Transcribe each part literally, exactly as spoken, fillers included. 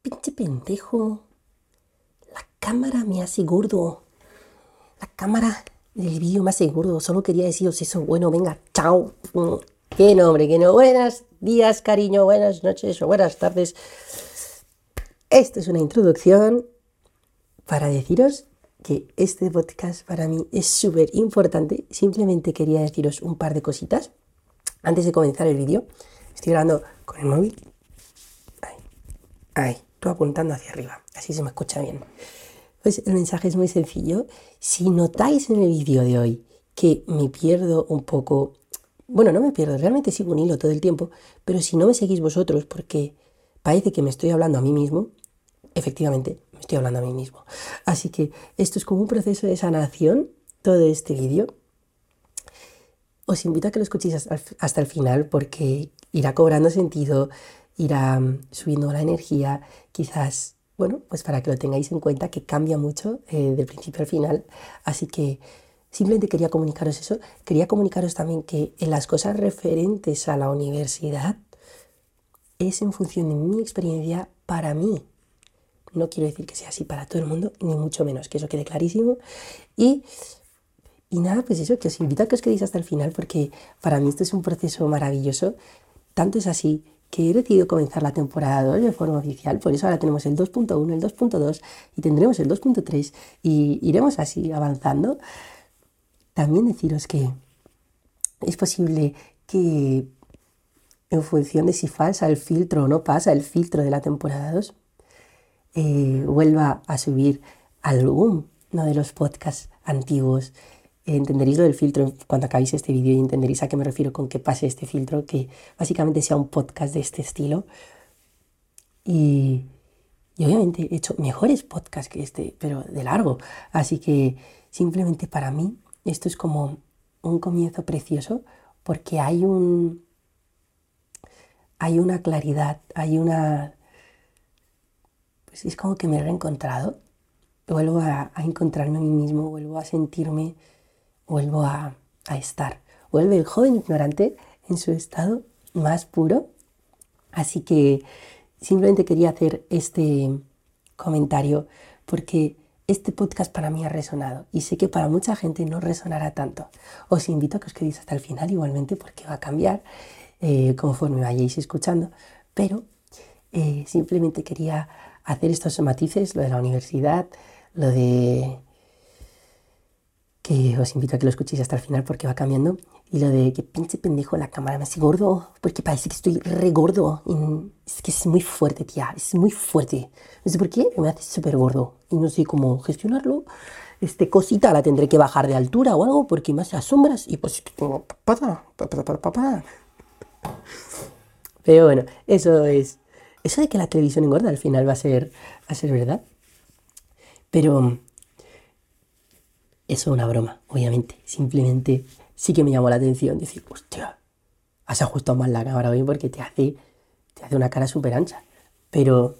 pinche pendejo. La cámara me hace gordo. La cámara del vídeo me hace gordo. Solo quería deciros eso. Bueno, venga, chao. Qué nombre, que no. Buenos días, cariño. Buenas noches o buenas tardes. Esto es una introducción para deciros que este podcast para mí es súper importante. Simplemente quería deciros un par de cositas antes de comenzar el vídeo. Estoy grabando con el móvil. Ahí, ahí, tú apuntando hacia arriba. Así se me escucha bien. Pues el mensaje es muy sencillo. Si notáis en el vídeo de hoy que me pierdo un poco, bueno, no me pierdo, realmente sigo un hilo todo el tiempo, pero si no me seguís vosotros porque parece que me estoy hablando a mí mismo, efectivamente me estoy hablando a mí mismo. Así que esto es como un proceso de sanación, todo este vídeo. Os invito a que lo escuchéis hasta el final porque irá cobrando sentido, irá subiendo la energía, quizás... Bueno, pues para que lo tengáis en cuenta, que cambia mucho eh, del principio al final. Así que simplemente quería comunicaros eso. Quería comunicaros también que en las cosas referentes a la universidad es en función de mi experiencia para mí. No quiero decir que sea así para todo el mundo, ni mucho menos, que eso quede clarísimo. Y, y nada, pues eso, que os invito a que os quedéis hasta el final porque para mí esto es un proceso maravilloso. Tanto es así que he decidido comenzar la temporada dos de forma oficial, por eso ahora tenemos el dos punto uno, el dos punto dos y tendremos el dos punto tres y iremos así avanzando. También deciros que es posible que en función de si pasa el filtro o no pasa el filtro de la temporada dos, eh, vuelva a subir alguno de los podcasts antiguos. Entenderéis lo del filtro cuando acabéis este vídeo y entenderéis a qué me refiero con que pase este filtro, que básicamente sea un podcast de este estilo. Y, y obviamente he hecho mejores podcasts que este, pero de largo. Así que simplemente para mí esto es como un comienzo precioso porque hay un... hay una claridad, hay una... pues es como que me he reencontrado. Vuelvo a, a encontrarme a mí mismo, vuelvo a sentirme, vuelvo a, a estar. Vuelve el joven ignorante en su estado más puro. Así que simplemente quería hacer este comentario porque este podcast para mí ha resonado y sé que para mucha gente no resonará tanto. Os invito a que os quedéis hasta el final igualmente porque va a cambiar eh, conforme vayáis escuchando, pero eh, simplemente quería hacer estos matices, lo de la universidad, lo de que os invito a que lo escuchéis hasta el final porque va cambiando. Y lo de que pinche pendejo la cámara me hace gordo, porque parece que estoy re gordo. Y es que es muy fuerte, tía, es muy fuerte. No sé por qué, me hace súper gordo. Y no sé cómo gestionarlo. Este cosita la tendré que bajar de altura o algo porque me hace sombras. Y pues, papada, papada, papada. Pero bueno, eso es... Eso de que la televisión engorda al final va a ser, va a ser verdad. Pero... eso es una broma, obviamente. Simplemente sí que me llamó la atención decir, hostia, has ajustado más la cámara hoy porque te hace, te hace una cara súper ancha. Pero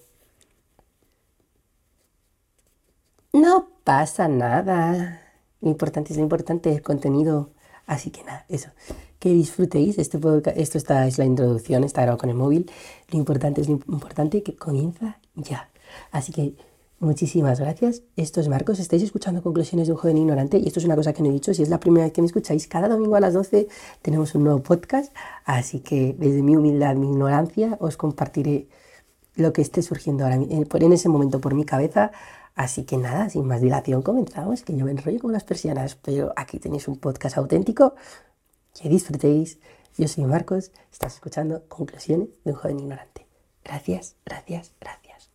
no pasa nada. Lo importante es lo importante, el contenido. Así que nada, eso. Que disfrutéis. Este podcast, esto está, es la introducción, está grabado con el móvil. Lo importante es lo importante que comienza ya. Así que muchísimas gracias. Esto es Marcos. Estáis escuchando Conclusiones de un joven ignorante. Y esto es una cosa que no he dicho. Si es la primera vez que me escucháis, cada domingo a las doce tenemos un nuevo podcast. Así que desde mi humildad, mi ignorancia, os compartiré lo que esté surgiendo ahora en ese momento por mi cabeza. Así que nada, sin más dilación comenzamos, que yo me enrollo como las persianas, pero aquí tenéis un podcast auténtico, que disfrutéis. Yo soy Marcos, estás escuchando Conclusiones de un joven ignorante. Gracias, gracias, gracias.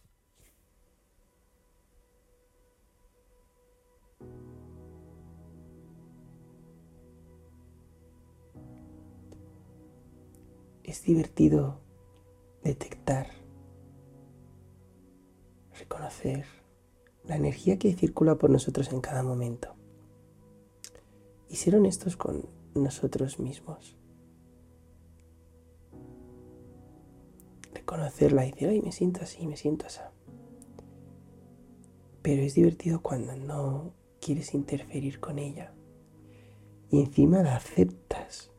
Es divertido detectar, reconocer la energía que circula por nosotros en cada momento y ser honestos con nosotros mismos. Reconocerla y decir, ay, me siento así, me siento así. Pero es divertido cuando no quieres interferir con ella y encima la aceptas,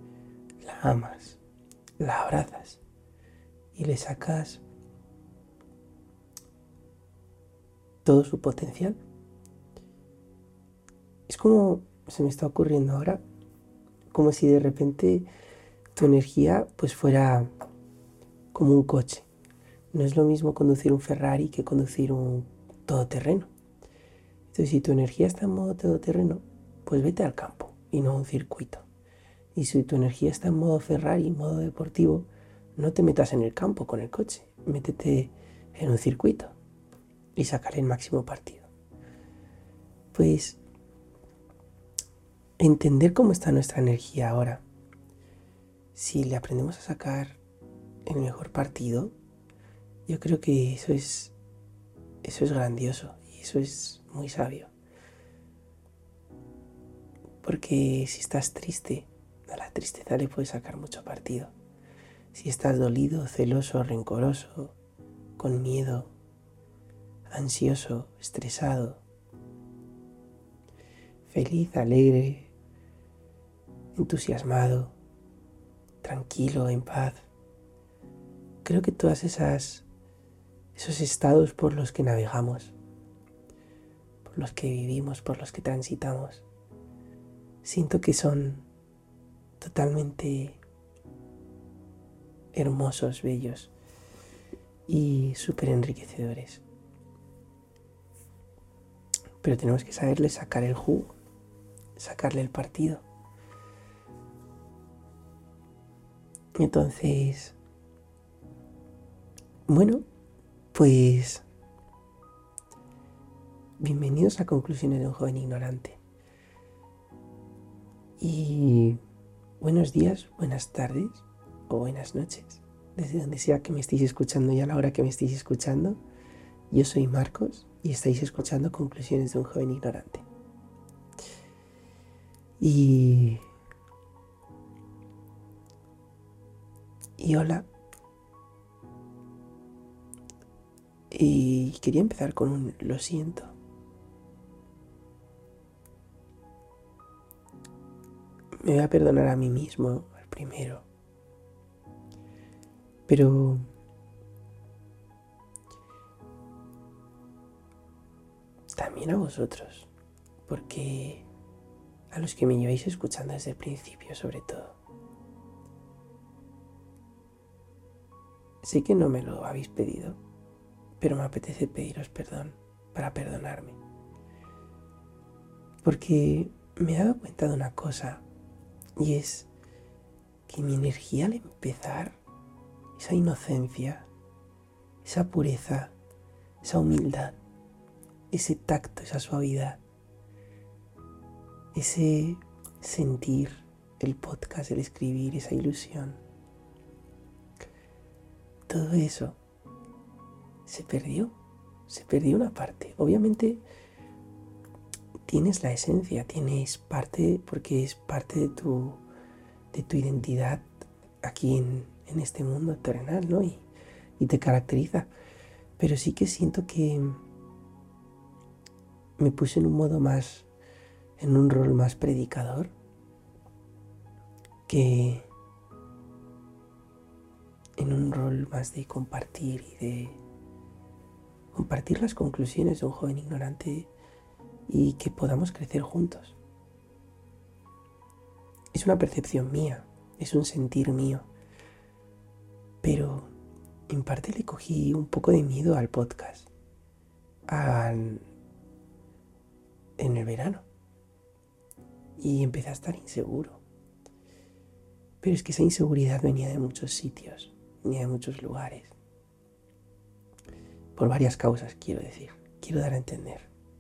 la amas, la abrazas y le sacas todo su potencial. Es como se me está ocurriendo ahora, como si de repente tu energía pues fuera como un coche. No es lo mismo conducir un Ferrari que conducir un todoterreno. Entonces, si tu energía está en modo todoterreno, pues vete al campo y no a un circuito. Y si tu energía está en modo Ferrari, modo deportivo, no te metas en el campo con el coche, métete en un circuito y sacarle el máximo partido. Pues entender cómo está nuestra energía ahora, si le aprendemos a sacar el mejor partido, yo creo que eso es, eso es grandioso y eso es muy sabio. Porque si estás triste, a la tristeza le puedes sacar mucho partido. Si estás dolido, celoso, rencoroso, con miedo, ansioso, estresado, feliz, alegre, entusiasmado, tranquilo, en paz. Creo que todas esas esos estados por los que navegamos, por los que vivimos, por los que transitamos, siento que son totalmente hermosos, bellos y súper enriquecedores. Pero tenemos que saberle sacar el jugo, sacarle el partido. Entonces, bueno, pues bienvenidos a Conclusiones de un joven ignorante. Y buenos días, buenas tardes o buenas noches, desde donde sea que me estéis escuchando y a la hora que me estéis escuchando. Yo soy Marcos y estáis escuchando Conclusiones de un joven ignorante. Y... Y hola. Y quería empezar con un lo siento. Me voy a perdonar a mí mismo, al primero. Pero también a vosotros, porque a los que me lleváis escuchando desde el principio, sobre todo. Sé que no me lo habéis pedido, pero me apetece pediros perdón para perdonarme. Porque me he dado cuenta de una cosa, y es que mi energía al empezar, esa inocencia, esa pureza, esa humildad, ese tacto, esa suavidad, ese sentir el podcast, el escribir, esa ilusión, todo eso se perdió, se perdió una parte. Obviamente tienes la esencia, tienes parte, porque es parte de tu, de tu identidad aquí en, en este mundo terrenal, ¿no? Y, y te caracteriza. Pero sí que siento que me puse en un modo más, en un rol más predicador, que en un rol más de compartir y de compartir las conclusiones de un joven ignorante y que podamos crecer juntos. Es una percepción mía, es un sentir mío, pero en parte le cogí un poco de miedo al podcast al, en el verano y empecé a estar inseguro. Pero es que esa inseguridad venía de muchos sitios, venía de muchos lugares. Por varias causas, quiero decir, quiero dar a entender.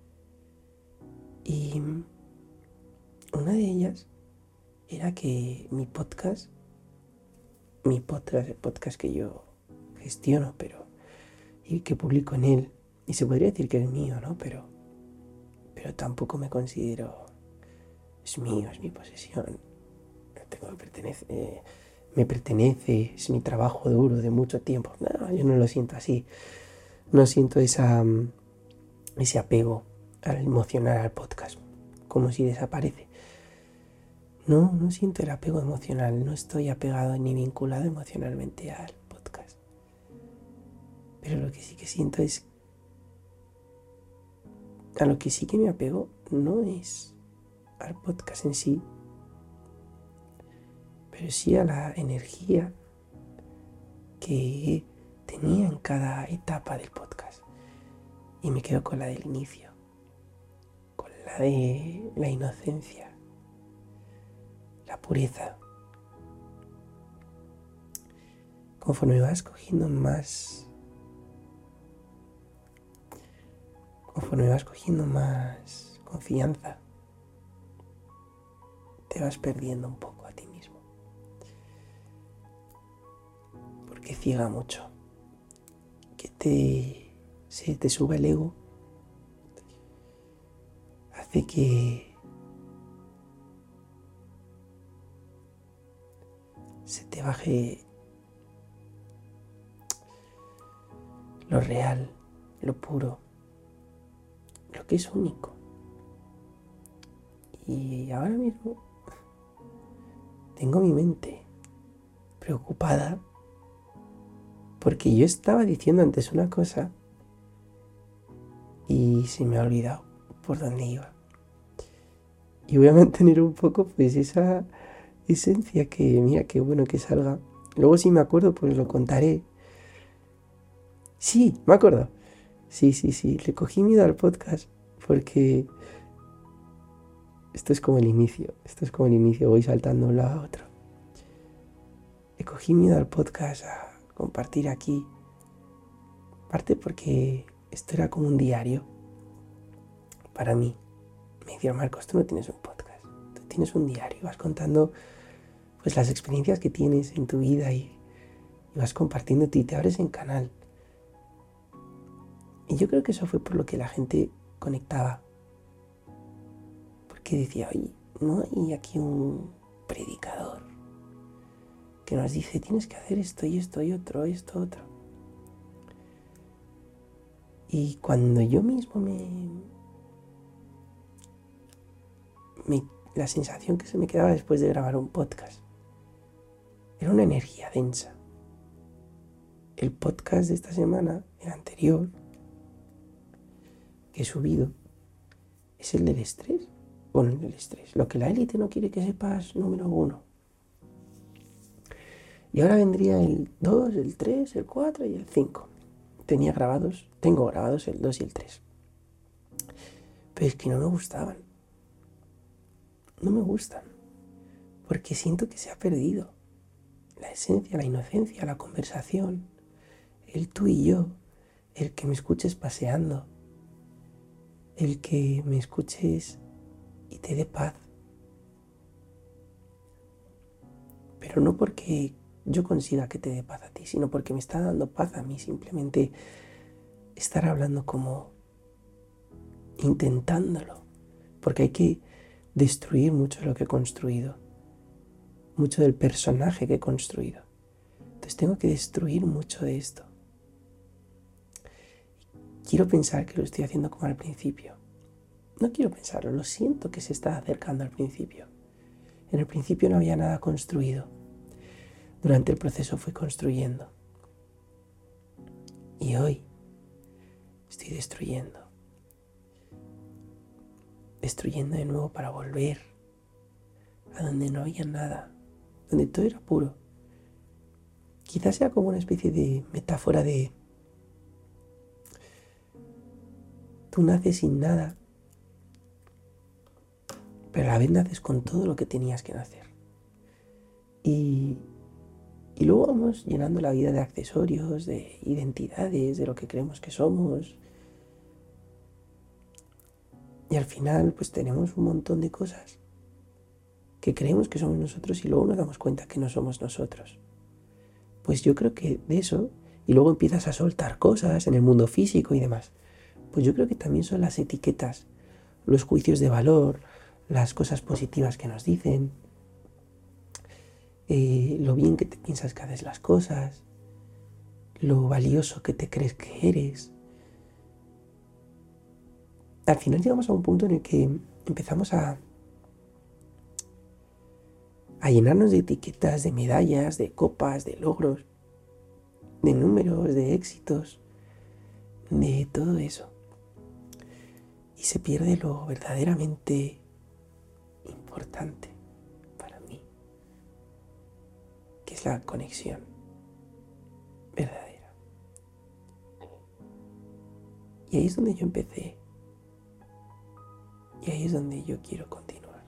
Y una de ellas era que mi podcast, mi podcast, el podcast que yo gestiono, pero y que publico en él, y se podría decir que es mío, ¿no? Pero, pero tampoco me considero, es mío, es mi posesión, tengo, me pertenece, eh, me pertenece, es mi trabajo duro de mucho tiempo. No, yo no lo siento así. No siento esa, ese apego al emocional al podcast, como si desaparece. No, no siento el apego emocional, no estoy apegado ni vinculado emocionalmente al podcast. Pero lo que sí que siento es a lo que sí que me apego no es al podcast en sí, pero sí a la energía que tenía en cada etapa del podcast. Y me quedo con la del inicio, con la de la inocencia, la pureza. Conforme vas cogiendo más, conforme vas cogiendo más confianza, te vas perdiendo un poco a ti mismo. Porque ciega mucho. Que te, se te suba el ego, hace que se te baje lo real, lo puro, lo que es único. Y ahora mismo tengo mi mente preocupada porque yo estaba diciendo antes una cosa y se me ha olvidado por dónde iba. Y voy a mantener un poco pues esa esencia que, mira, qué bueno que salga. Luego si me acuerdo pues lo contaré. Sí, me acuerdo. Sí, sí, sí, le cogí miedo al podcast porque esto es como el inicio, esto es como el inicio, voy saltando de un lado a otro. Le cogí miedo al podcast, a compartir aquí, aparte porque esto era como un diario para mí. Me decía, Marcos, tú no tienes un podcast, tú tienes un diario, vas contando pues las experiencias que tienes en tu vida y, y vas compartiendo y te abres en canal. Y yo creo que eso fue por lo que la gente conectaba. Porque decía, oye, no hay aquí un predicador que nos dice, tienes que hacer esto y esto y otro, esto, otro. Y cuando yo mismo me, me... La sensación que se me quedaba después de grabar un podcast era una energía densa. El podcast de esta semana, el anterior, que he subido, es el del estrés. Bueno, el del estrés. Lo que la élite no quiere que sepas, número uno. Y ahora vendría el dos, el tres, el cuatro y el cinco. Tenía grabados, tengo grabados el dos y el tres. Pero es que no me gustaban. No me gustan. Porque siento que se ha perdido la esencia, la inocencia, la conversación. El tú y yo. El que me escuches paseando. El que me escuches y te dé paz. Pero no porque yo consiga que te dé paz a ti, sino porque me está dando paz a mí simplemente estar hablando como intentándolo. Porque hay que destruir mucho de lo que he construido, mucho del personaje que he construido. Entonces tengo que destruir mucho de esto. Quiero pensar que lo estoy haciendo como al principio. No quiero pensarlo, lo siento que se está acercando al principio. En el principio no había nada construido. Durante el proceso fui construyendo. Y hoy estoy destruyendo. Destruyendo de nuevo para volver a donde no había nada, donde todo era puro. Quizás sea como una especie de metáfora de tú naces sin nada, pero a la vez naces con todo lo que tenías que nacer. Y, y luego vamos llenando la vida de accesorios, de identidades, de lo que creemos que somos. Y al final pues tenemos un montón de cosas que creemos que somos nosotros y luego nos damos cuenta que no somos nosotros. Pues yo creo que de eso, y luego empiezas a soltar cosas en el mundo físico y demás, pues yo creo que también son las etiquetas, los juicios de valor, las cosas positivas que nos dicen, eh, lo bien que te piensas que haces las cosas, lo valioso que te crees que eres. Al final llegamos a un punto en el que empezamos a, a llenarnos de etiquetas, de medallas, de copas, de logros, de números, de éxitos, de todo eso. Y y se pierde lo verdaderamente importante para mí, que es la conexión verdadera. Y ahí es donde yo empecé. Y ahí es donde yo quiero continuar.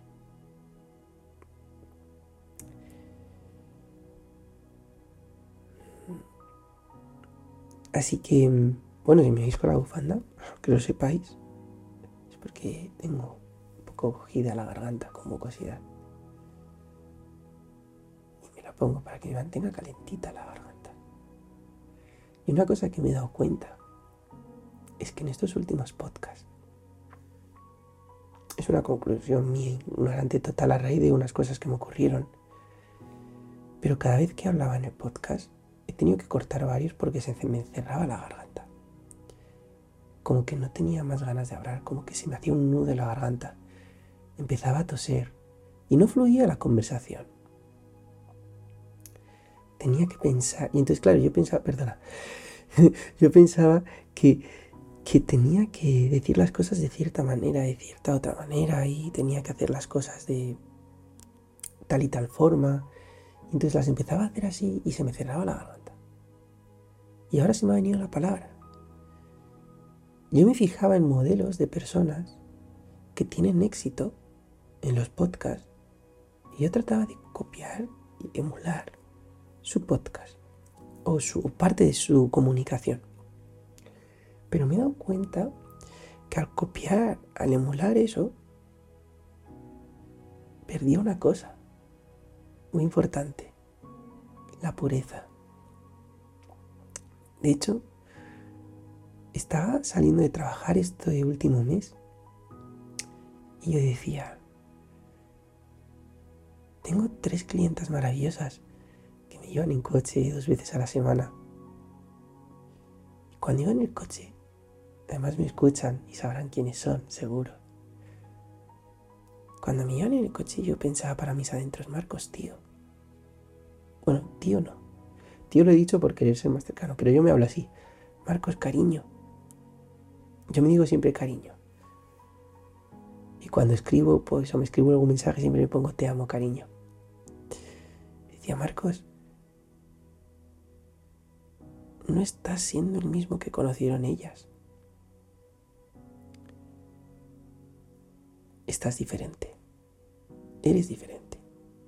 Así que, bueno, si me veis con la bufanda, que lo sepáis, es porque tengo un poco cogida la garganta con mucosidad. Y me la pongo para que me mantenga calentita la garganta. Y una cosa que me he dado cuenta es que en estos últimos podcasts, es una conclusión mía, ignorante total a raíz de unas cosas que me ocurrieron, pero cada vez que hablaba en el podcast he tenido que cortar varios porque se me encerraba la garganta. Como que no tenía más ganas de hablar, como que se me hacía un nudo en la garganta. Empezaba a toser y no fluía la conversación. Tenía que pensar, y entonces claro, yo pensaba, perdona, yo pensaba que, que tenía que decir las cosas de cierta manera, de cierta otra manera, y tenía que hacer las cosas de tal y tal forma. Entonces las empezaba a hacer así y se me cerraba la garganta. Y ahora se me ha venido la palabra. Yo me fijaba en modelos de personas que tienen éxito en los podcasts y yo trataba de copiar y emular su podcast o su parte de su comunicación. Pero me he dado cuenta que al copiar, al emular eso, perdí una cosa muy importante: la pureza. De hecho, estaba saliendo de trabajar este último mes y yo decía, tengo tres clientas maravillosas que me llevan en coche dos veces a la semana. Y cuando iba en el coche, además me escuchan y sabrán quiénes son, seguro. Cuando me llevan en el coche yo pensaba para mis adentros, Marcos, tío. Bueno, tío no. Tío lo he dicho por querer ser más cercano, pero yo me hablo así. Marcos, cariño. Yo me digo siempre cariño. Y cuando escribo, pues o me escribo algún mensaje, siempre me pongo te amo, cariño. Decía, Marcos, no estás siendo el mismo que conocieron ellas. Estás diferente. Eres diferente.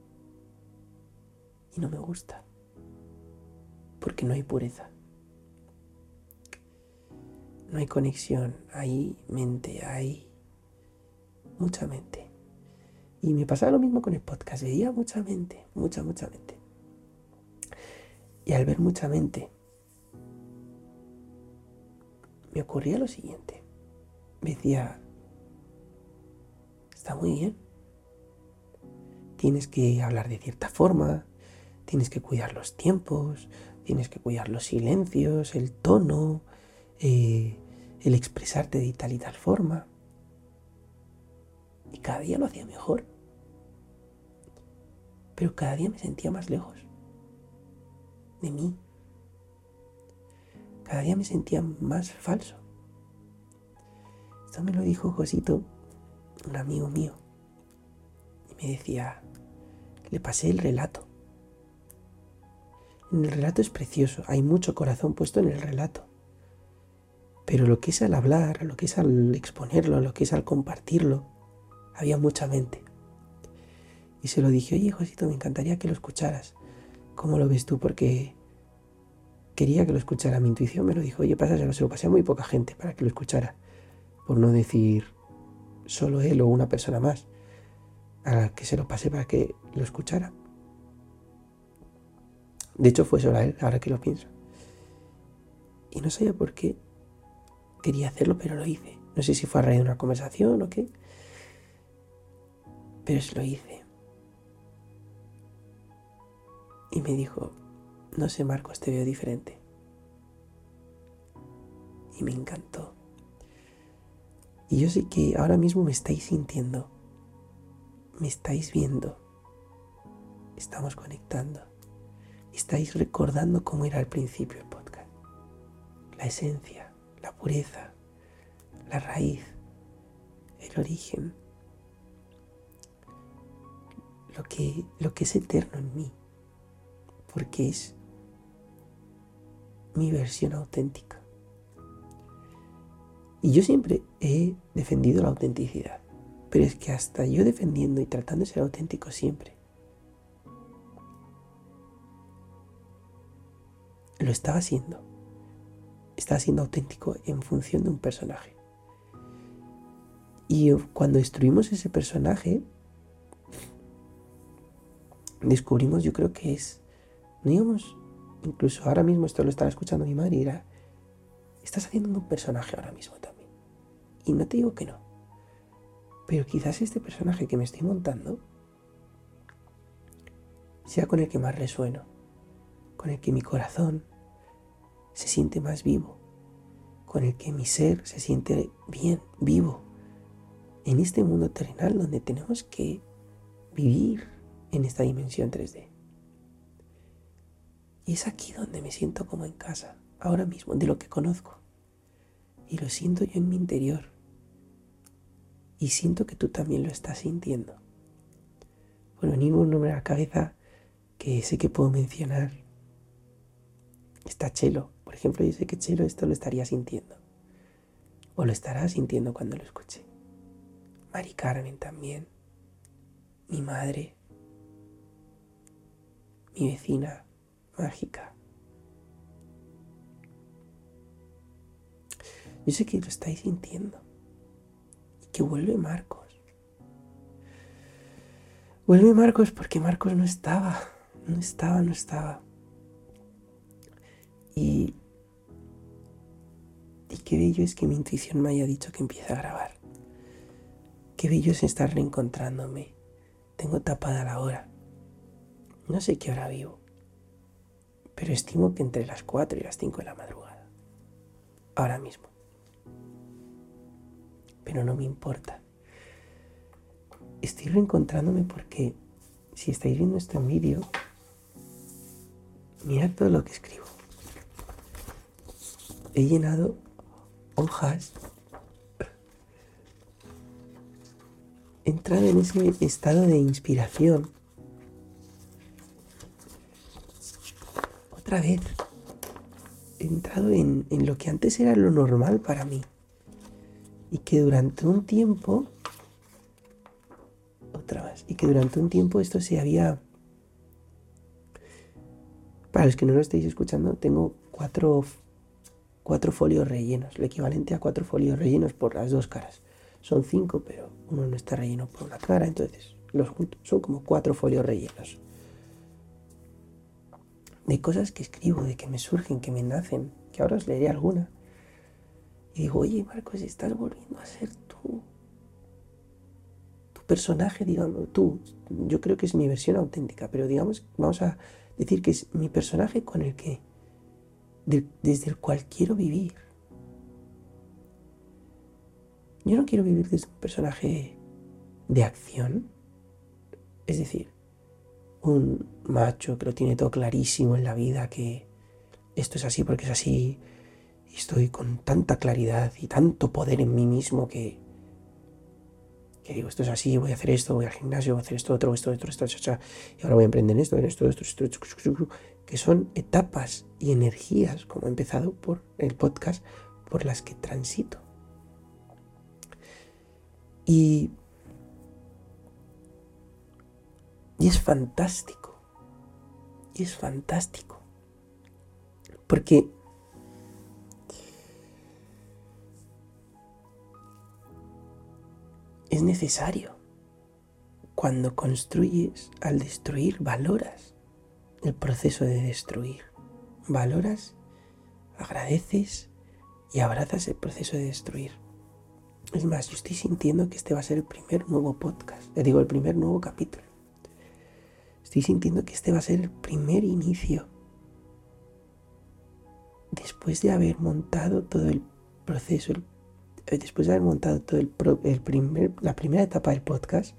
Y no me gusta. Porque no hay pureza. No hay conexión, hay mente, hay mucha mente. Y me pasaba lo mismo con el podcast, veía mucha mente, mucha, mucha mente. Y al ver mucha mente, me ocurría lo siguiente. Me decía, está muy bien. Tienes que hablar de cierta forma, tienes que cuidar los tiempos, tienes que cuidar los silencios, el tono, eh, el expresarte de tal y tal forma. Y cada día lo hacía mejor. Pero cada día me sentía más lejos de mí. Cada día me sentía más falso. Esto me lo dijo Josito, un amigo mío. Y me decía, le pasé el relato. En el relato es precioso, hay mucho corazón puesto en el relato. Pero lo que es al hablar, lo que es al exponerlo, lo que es al compartirlo, había mucha mente. Y se lo dije, oye Josito, me encantaría que lo escucharas. ¿Cómo lo ves tú? Porque quería que lo escuchara. Mi intuición me lo dijo, oye, pásaselo. Se lo pasé a muy poca gente para que lo escuchara. Por no decir solo él o una persona más a la que se lo pasé para que lo escuchara. De hecho fue solo a él, ahora que lo pienso. Y no sabía por qué quería hacerlo, pero lo hice. No sé si fue a raíz de una conversación o qué, pero lo hice. Y me dijo, no sé, Marcos, te veo diferente. Y me encantó. Y yo sé que ahora mismo me estáis sintiendo, me estáis viendo, estamos conectando, estáis recordando cómo era al principio el podcast. La esencia, la pureza, la raíz, el origen, lo que, lo que es eterno en mí, porque es mi versión auténtica. Y yo siempre he defendido la autenticidad, pero es que hasta yo defendiendo y tratando de ser auténtico siempre, lo estaba siendo. Estaba siendo auténtico en función de un personaje. Y cuando destruimos ese personaje, descubrimos, yo creo que es, no digamos, incluso ahora mismo esto lo estaba escuchando mi madre y era, estás haciendo un personaje ahora mismo también. Y no te digo que no. Pero quizás este personaje que me estoy montando sea con el que más resueno, con el que mi corazón se siente más vivo, con el que mi ser se siente bien, vivo, en este mundo terrenal donde tenemos que vivir en esta dimensión tres D. Y es aquí donde me siento como en casa, ahora mismo, de lo que conozco. Y lo siento yo en mi interior. Y siento que tú también lo estás sintiendo. Por venir un nombre a la cabeza que sé que puedo mencionar, está Chelo. Por ejemplo, yo sé que Chelo esto lo estaría sintiendo. O lo estará sintiendo cuando lo escuche. Mari Carmen también. Mi madre. Mi vecina mágica. Yo sé que lo estáis sintiendo. Y que vuelve Marcos. Vuelve Marcos porque Marcos no estaba. No estaba, no estaba. Y, y qué bello es que mi intuición me haya dicho que empiece a grabar. Qué bello es estar reencontrándome. Tengo tapada la hora. No sé qué hora vivo, pero estimo que entre las cuatro y las cinco de la madrugada. Ahora mismo. Pero no me importa. Estoy reencontrándome porque si estáis viendo esto en vídeo, mirad todo lo que escribo. He llenado hojas. He entrado en ese estado de inspiración. Otra vez. He entrado en, en lo que antes era lo normal para mí. Y que durante un tiempo... Otra vez. Y que durante un tiempo esto se había... Para los que no lo estáis escuchando, tengo cuatro... Cuatro folios rellenos, lo equivalente a cuatro folios rellenos por las dos caras. Son cinco, pero uno no está relleno por una cara, entonces los juntos son como cuatro folios rellenos. De cosas que escribo, de que me surgen, que me nacen, que ahora os leeré alguna. Y digo, oye Marcos, estás volviendo a ser tú. Tu personaje, digamos, tú. Yo creo que es mi versión auténtica, pero digamos, vamos a decir que es mi personaje con el que De, desde el cual quiero vivir. Yo no quiero vivir desde un personaje de acción, es decir, un macho que lo tiene todo clarísimo en la vida, que esto es así porque es así, y estoy con tanta claridad y tanto poder en mí mismo que, que digo, esto es así, voy a hacer esto, voy al gimnasio, voy a hacer esto, otro, esto, otro, esto, esto, esto, y ahora voy a emprender en esto, en esto, esto, esto, esto, esto, esto, que son etapas y energías, como he empezado por el podcast, por las que transito. Y, y es fantástico, y es fantástico, porque es necesario. Cuando construyes, al destruir, valoras el proceso de destruir. Valoras, agradeces y abrazas el proceso de destruir. Es más, yo estoy sintiendo que este va a ser el primer nuevo podcast. Le digo, el primer nuevo capítulo. Estoy sintiendo que este va a ser el primer inicio. Después de haber montado todo el proceso, el, después de haber montado todo el, pro, el primer, la primera etapa del podcast,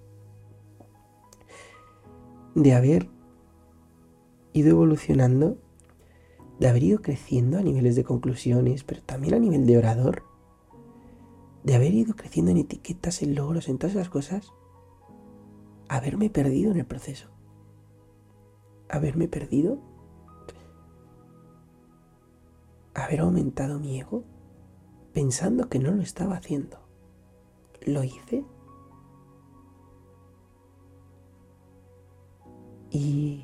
de haber ido evolucionando, de haber ido creciendo a niveles de conclusiones, pero también a nivel de orador, de haber ido creciendo en etiquetas, en logros, en todas esas cosas, haberme perdido en el proceso. Haberme perdido, haber aumentado mi ego, pensando que no lo estaba haciendo. Lo hice. Y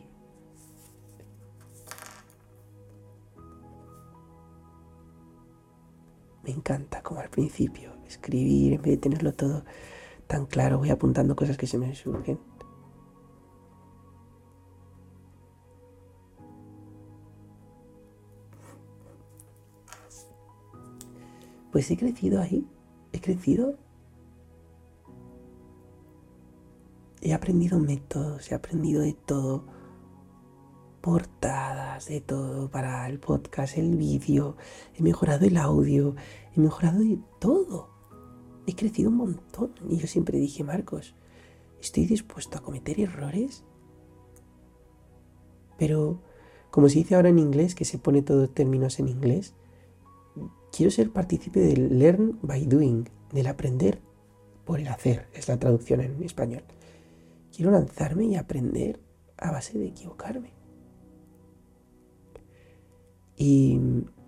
me encanta, como al principio, escribir, en vez de tenerlo todo tan claro, voy apuntando cosas que se me surgen. Pues he crecido ahí, he crecido. He aprendido métodos, he aprendido de todo. Portadas, de todo para el podcast, el vídeo. He mejorado el audio, he mejorado de todo. He crecido un montón. Y yo siempre dije, Marcos, estoy dispuesto a cometer errores. Pero, como se dice ahora en inglés, que se pone todos términos en inglés, quiero ser partícipe del learn by doing, del aprender por el hacer, es la traducción en español. Quiero lanzarme y aprender a base de equivocarme. Y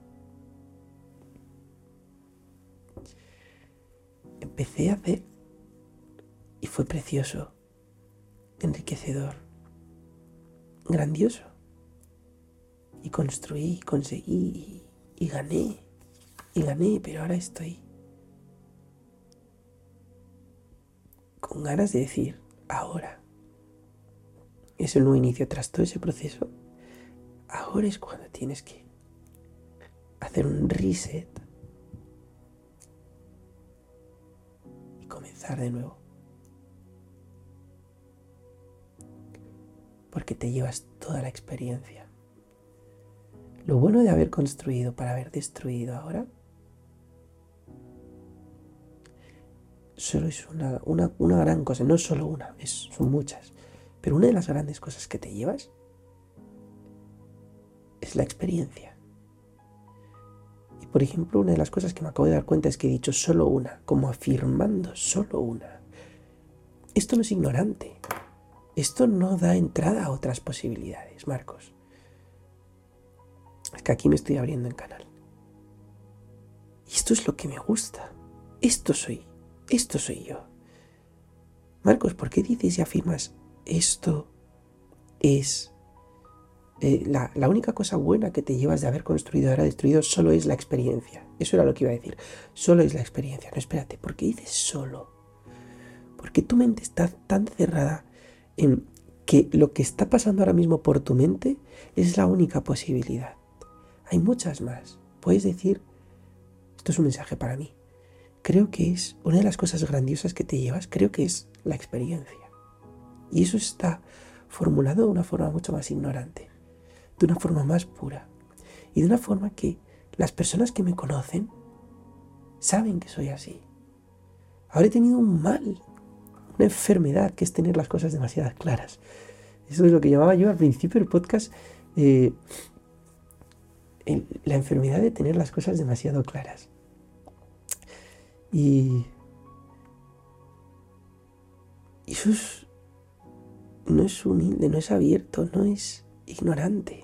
empecé a hacer y fue precioso, enriquecedor, grandioso. Y construí, conseguí y, y gané, y gané, pero ahora estoy con ganas de decir, ahora es el nuevo inicio tras todo ese proceso. Ahora es cuando tienes que hacer un reset y comenzar de nuevo. Porque te llevas toda la experiencia. Lo bueno de haber construido para haber destruido ahora solo es una, una, una gran cosa, no solo una, es, son muchas. Pero una de las grandes cosas que te llevas es la experiencia. Y por ejemplo, una de las cosas que me acabo de dar cuenta es que he dicho solo una, como afirmando solo una. Esto no es ignorante. Esto no da entrada a otras posibilidades, Marcos. Es que aquí me estoy abriendo en canal. Y esto es lo que me gusta. Esto soy. Esto soy yo. Marcos, ¿por qué dices y afirmas esto es... Eh, la, la única cosa buena que te llevas de haber construido y ahora destruido solo es la experiencia? Eso era lo que iba a decir. Solo es la experiencia. No, espérate. ¿Por qué dices solo? Porque tu mente está tan cerrada en que lo que está pasando ahora mismo por tu mente es la única posibilidad. Hay muchas más. Puedes decir, esto es un mensaje para mí. Creo que es una de las cosas grandiosas que te llevas, creo que es la experiencia. Y eso está formulado de una forma mucho más ignorante, de una forma más pura y de una forma que las personas que me conocen saben que soy así. Ahora he tenido un mal, una enfermedad, que es tener las cosas demasiado claras. Eso es lo que llamaba yo al principio del podcast, eh, el, la enfermedad de tener las cosas demasiado claras. Y eso es, no es humilde, no es abierto, no es ignorante.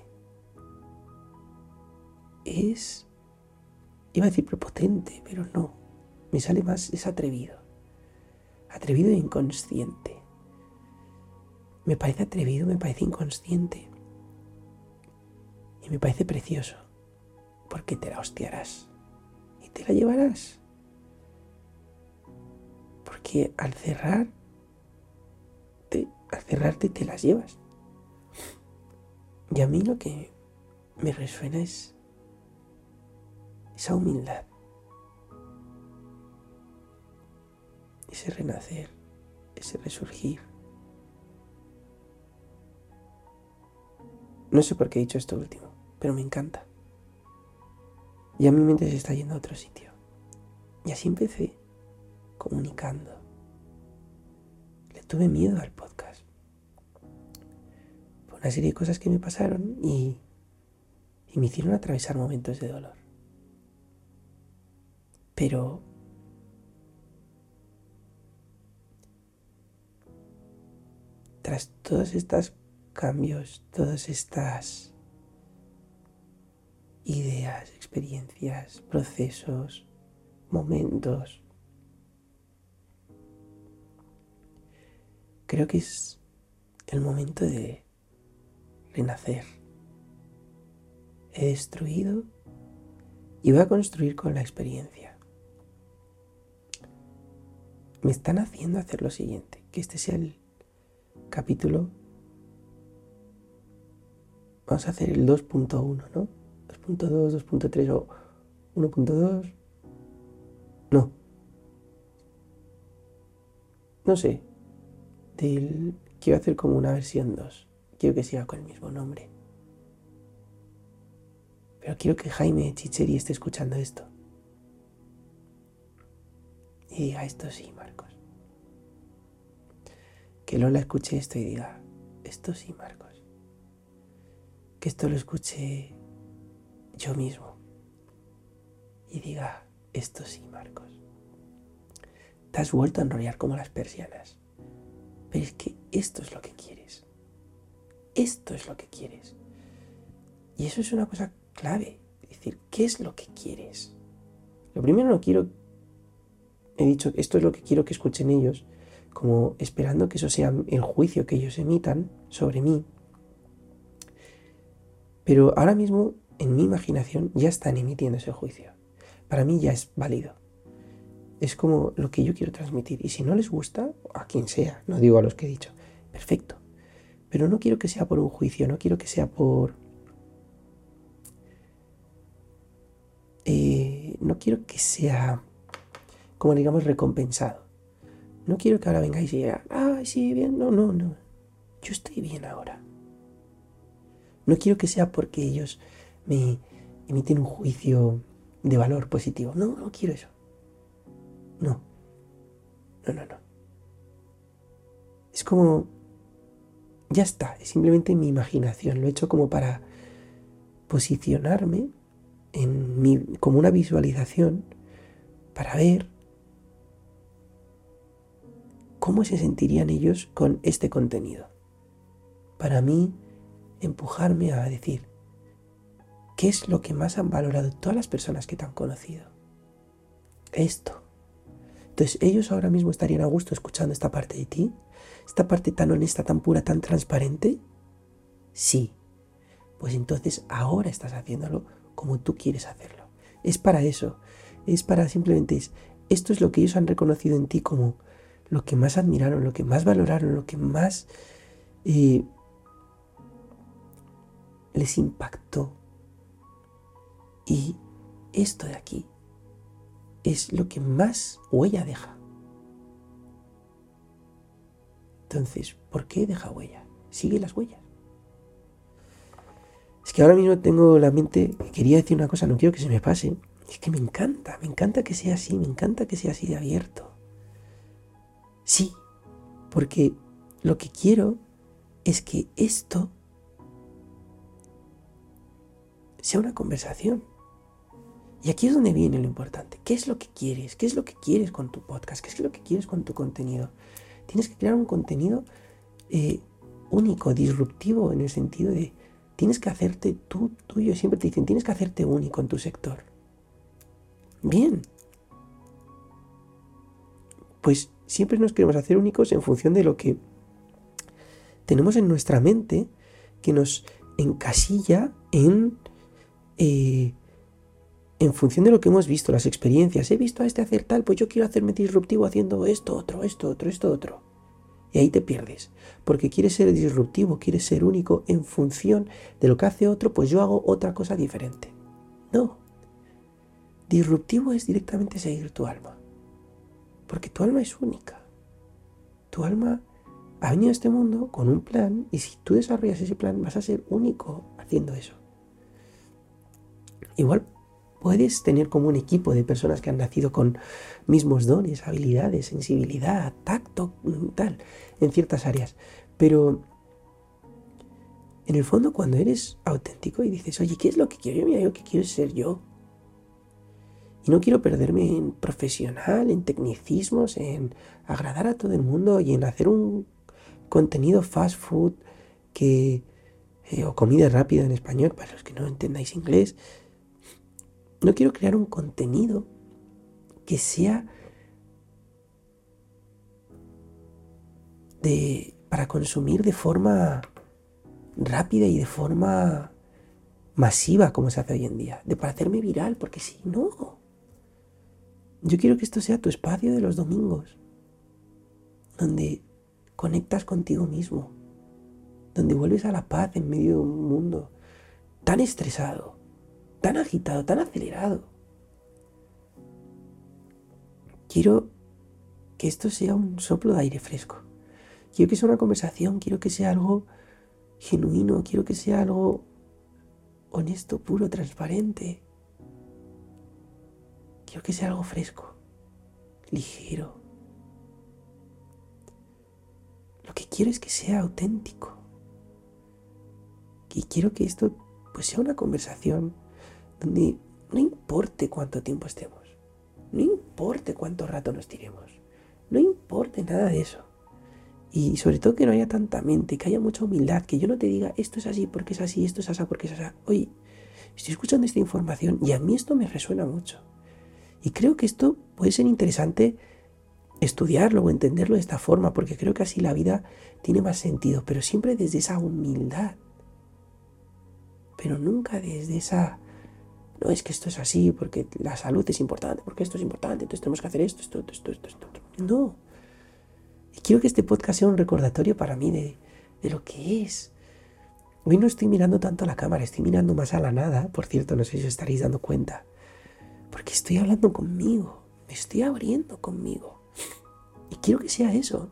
Es, iba a decir prepotente, pero no. Me sale más, es atrevido. Atrevido e inconsciente. Me parece atrevido, me parece inconsciente. Y me parece precioso. Porque te la hostiarás. Y te la llevarás. Porque al cerrar, te, al cerrarte te las llevas. Y a mí lo que me resuena es esa humildad. Ese renacer, ese resurgir. No sé por qué he dicho esto último, pero me encanta. Ya mi mente se está yendo a otro sitio. Y así empecé, comunicando. Le tuve miedo al podcast. Por una serie de cosas que me pasaron y, y me hicieron atravesar momentos de dolor. Pero tras todos estos cambios, todas estas ideas, experiencias, procesos, momentos, creo que es el momento de renacer. He destruido y voy a construir con la experiencia. Me están haciendo hacer lo siguiente, que este sea el capítulo. Vamos a hacer el dos punto uno, ¿no? dos punto dos, dos punto tres o uno punto dos. No. No sé. Del... Quiero hacer como una versión dos. Quiero que siga con el mismo nombre. Pero quiero que Jaime Chicheri esté escuchando esto. Y diga, esto sí, Marcos. Que Lola escuche esto y diga, esto sí, Marcos. Que esto lo escuche yo mismo. Y diga, esto sí, Marcos. Te has vuelto a enrollar como las persianas. Pero es que esto es lo que quieres. Esto es lo que quieres. Y eso es una cosa clave. Es decir, ¿qué es lo que quieres? Lo primero no quiero... He dicho, esto es lo que quiero que escuchen ellos, como esperando que eso sea el juicio que ellos emitan sobre mí. Pero ahora mismo, en mi imaginación, ya están emitiendo ese juicio. Para mí ya es válido. Es como lo que yo quiero transmitir. Y si no les gusta, a quien sea, no digo a los que he dicho, perfecto. Pero no quiero que sea por un juicio, no quiero que sea por... Eh, no quiero que sea, como digamos, recompensado. No quiero que ahora vengáis y digáis, ay, sí, bien, no, no, no. Yo estoy bien ahora. No quiero que sea porque ellos me emiten un juicio de valor positivo. No, no quiero eso. No. No, no, no. Es como... Ya está, es simplemente mi imaginación. Lo he hecho como para posicionarme en mi, como una visualización para ver cómo se sentirían ellos con este contenido. Para mí, empujarme a decir, ¿qué es lo que más han valorado todas las personas que te han conocido? Esto. Entonces, ellos ahora mismo estarían a gusto escuchando esta parte de ti, esta parte tan honesta, tan pura, tan transparente. Sí. Pues entonces ahora estás haciéndolo como tú quieres hacerlo. Es para eso. Es para simplemente... Es, esto es lo que ellos han reconocido en ti como lo que más admiraron, lo que más valoraron, lo que más eh, les impactó. Y esto de aquí es lo que más huella deja. Entonces, ¿por qué deja huella? Sigue las huellas. Es que ahora mismo tengo la mente, quería decir una cosa, no quiero que se me pase. Es que me encanta, me encanta que sea así, me encanta que sea así de abierto. Sí, porque lo que quiero es que esto sea una conversación. Y aquí es donde viene lo importante. ¿Qué es lo que quieres? ¿Qué es lo que quieres con tu podcast? ¿Qué es lo que quieres con tu contenido? Tienes que crear un contenido eh, único, disruptivo, en el sentido de tienes que hacerte tú, tuyo. Siempre te dicen, tienes que hacerte único en tu sector. Bien. Pues siempre nos queremos hacer únicos en función de lo que tenemos en nuestra mente que nos encasilla en... Eh, en función de lo que hemos visto, las experiencias. He visto a este hacer tal, pues yo quiero hacerme disruptivo haciendo esto, otro, esto, otro, esto, otro. Y ahí te pierdes. Porque quieres ser disruptivo, quieres ser único en función de lo que hace otro, pues yo hago otra cosa diferente. No. Disruptivo es directamente seguir tu alma. Porque tu alma es única. Tu alma ha venido a este mundo con un plan y si tú desarrollas ese plan vas a ser único haciendo eso. Igual puedes tener como un equipo de personas que han nacido con mismos dones, habilidades, sensibilidad, tacto, tal, en ciertas áreas. Pero en el fondo cuando eres auténtico y dices, oye, ¿qué es lo que quiero? Yo, mira, yo que quiero ser yo. Y no quiero perderme en profesional, en tecnicismos, en agradar a todo el mundo y en hacer un contenido fast food que, eh, o comida rápida en español, para los que no entendáis inglés. No quiero crear un contenido que sea de, para consumir de forma rápida y de forma masiva como se hace hoy en día, de para hacerme viral, porque si no, yo quiero que esto sea tu espacio de los domingos, donde conectas contigo mismo, donde vuelves a la paz en medio de un mundo tan estresado, tan agitado, tan acelerado. Quiero que esto sea un soplo de aire fresco. Quiero que sea una conversación, quiero que sea algo genuino, quiero que sea algo honesto, puro, transparente. Quiero que sea algo fresco, ligero. Lo que quiero es que sea auténtico. Y quiero que esto pues sea una conversación donde no importe cuánto tiempo estemos, no importe cuánto rato nos tiremos, no importe nada de eso. Y sobre todo que no haya tanta mente, que haya mucha humildad, que yo no te diga esto es así porque es así, esto es así porque es así. Oye, estoy escuchando esta información y a mí esto me resuena mucho. Y creo que esto puede ser interesante estudiarlo o entenderlo de esta forma, porque creo que así la vida tiene más sentido, pero siempre desde esa humildad. Pero nunca desde esa, no es que esto es así porque la salud es importante, porque esto es importante, entonces tenemos que hacer esto, esto, esto, esto, esto, esto. No. Y quiero que este podcast sea un recordatorio para mí de, de lo que es. Hoy no estoy mirando tanto a la cámara, estoy mirando más a la nada. Por cierto, no sé si os estaréis dando cuenta. Porque estoy hablando conmigo, me estoy abriendo conmigo. Y quiero que sea eso.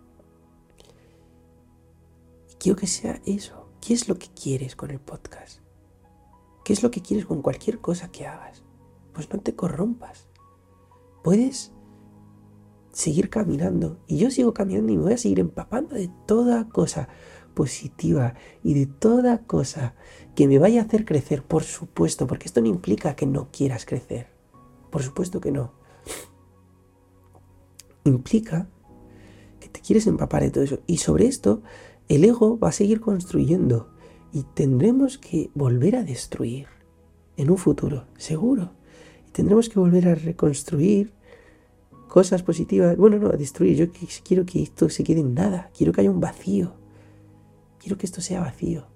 Y quiero que sea eso. ¿Qué es lo que quieres con el podcast? ¿Qué es lo que quieres con cualquier cosa que hagas? Pues no te corrompas. Puedes seguir caminando. Y yo sigo caminando y me voy a seguir empapando de toda cosa positiva y de toda cosa que me vaya a hacer crecer, por supuesto, porque esto no implica que no quieras crecer. Por supuesto que no. Implica que te quieres empapar de todo eso. Y sobre esto, el ego va a seguir construyendo y tendremos que volver a destruir en un futuro, seguro. Y tendremos que volver a reconstruir cosas positivas. Bueno, no, a destruir. Yo quiero que esto se quede en nada. Quiero que haya un vacío. Quiero que esto sea vacío.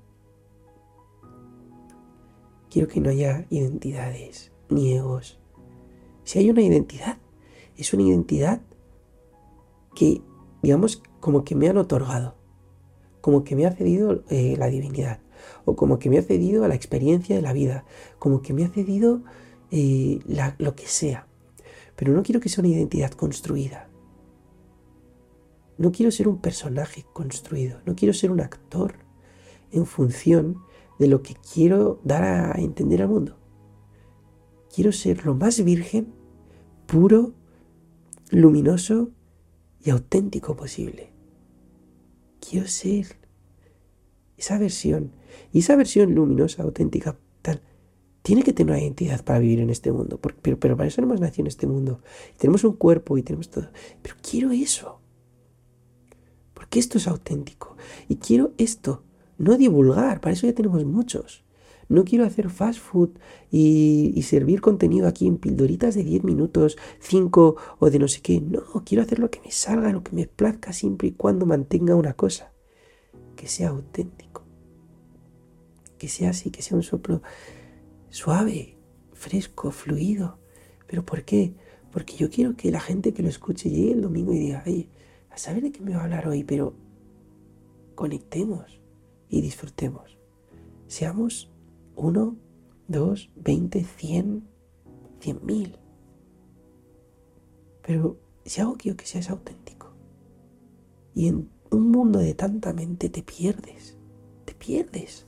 Quiero que no haya identidades ni egos. Si hay una identidad, es una identidad que, digamos, como que me han otorgado, como que me ha cedido eh, la divinidad, o como que me ha cedido la experiencia de la vida, como que me ha cedido eh, la, lo que sea. Pero no quiero que sea una identidad construida. No quiero ser un personaje construido, no quiero ser un actor en función de lo que quiero dar a entender al mundo. Quiero ser lo más virgen, puro, luminoso y auténtico posible. Quiero ser esa versión. Y esa versión luminosa, auténtica, tal, tiene que tener una identidad para vivir en este mundo. Pero, pero, pero para eso no hemos nacido en este mundo. Y tenemos un cuerpo y tenemos todo. Pero quiero eso. Porque esto es auténtico. Y quiero esto. No divulgar. Para eso ya tenemos muchos. No quiero hacer fast food y, y servir contenido aquí en pildoritas de diez minutos, cinco o de no sé qué. No, quiero hacer lo que me salga, lo que me plazca siempre y cuando mantenga una cosa. Que sea auténtico. Que sea así, que sea un soplo suave, fresco, fluido. ¿Pero por qué? Porque yo quiero que la gente que lo escuche llegue el domingo y diga, oye, a saber de qué me va a hablar hoy, pero conectemos y disfrutemos. Seamos uno, dos, veinte, cien, cien mil. Pero si algo quiero que seas auténtico. Y en un mundo de tanta mente te pierdes. Te pierdes.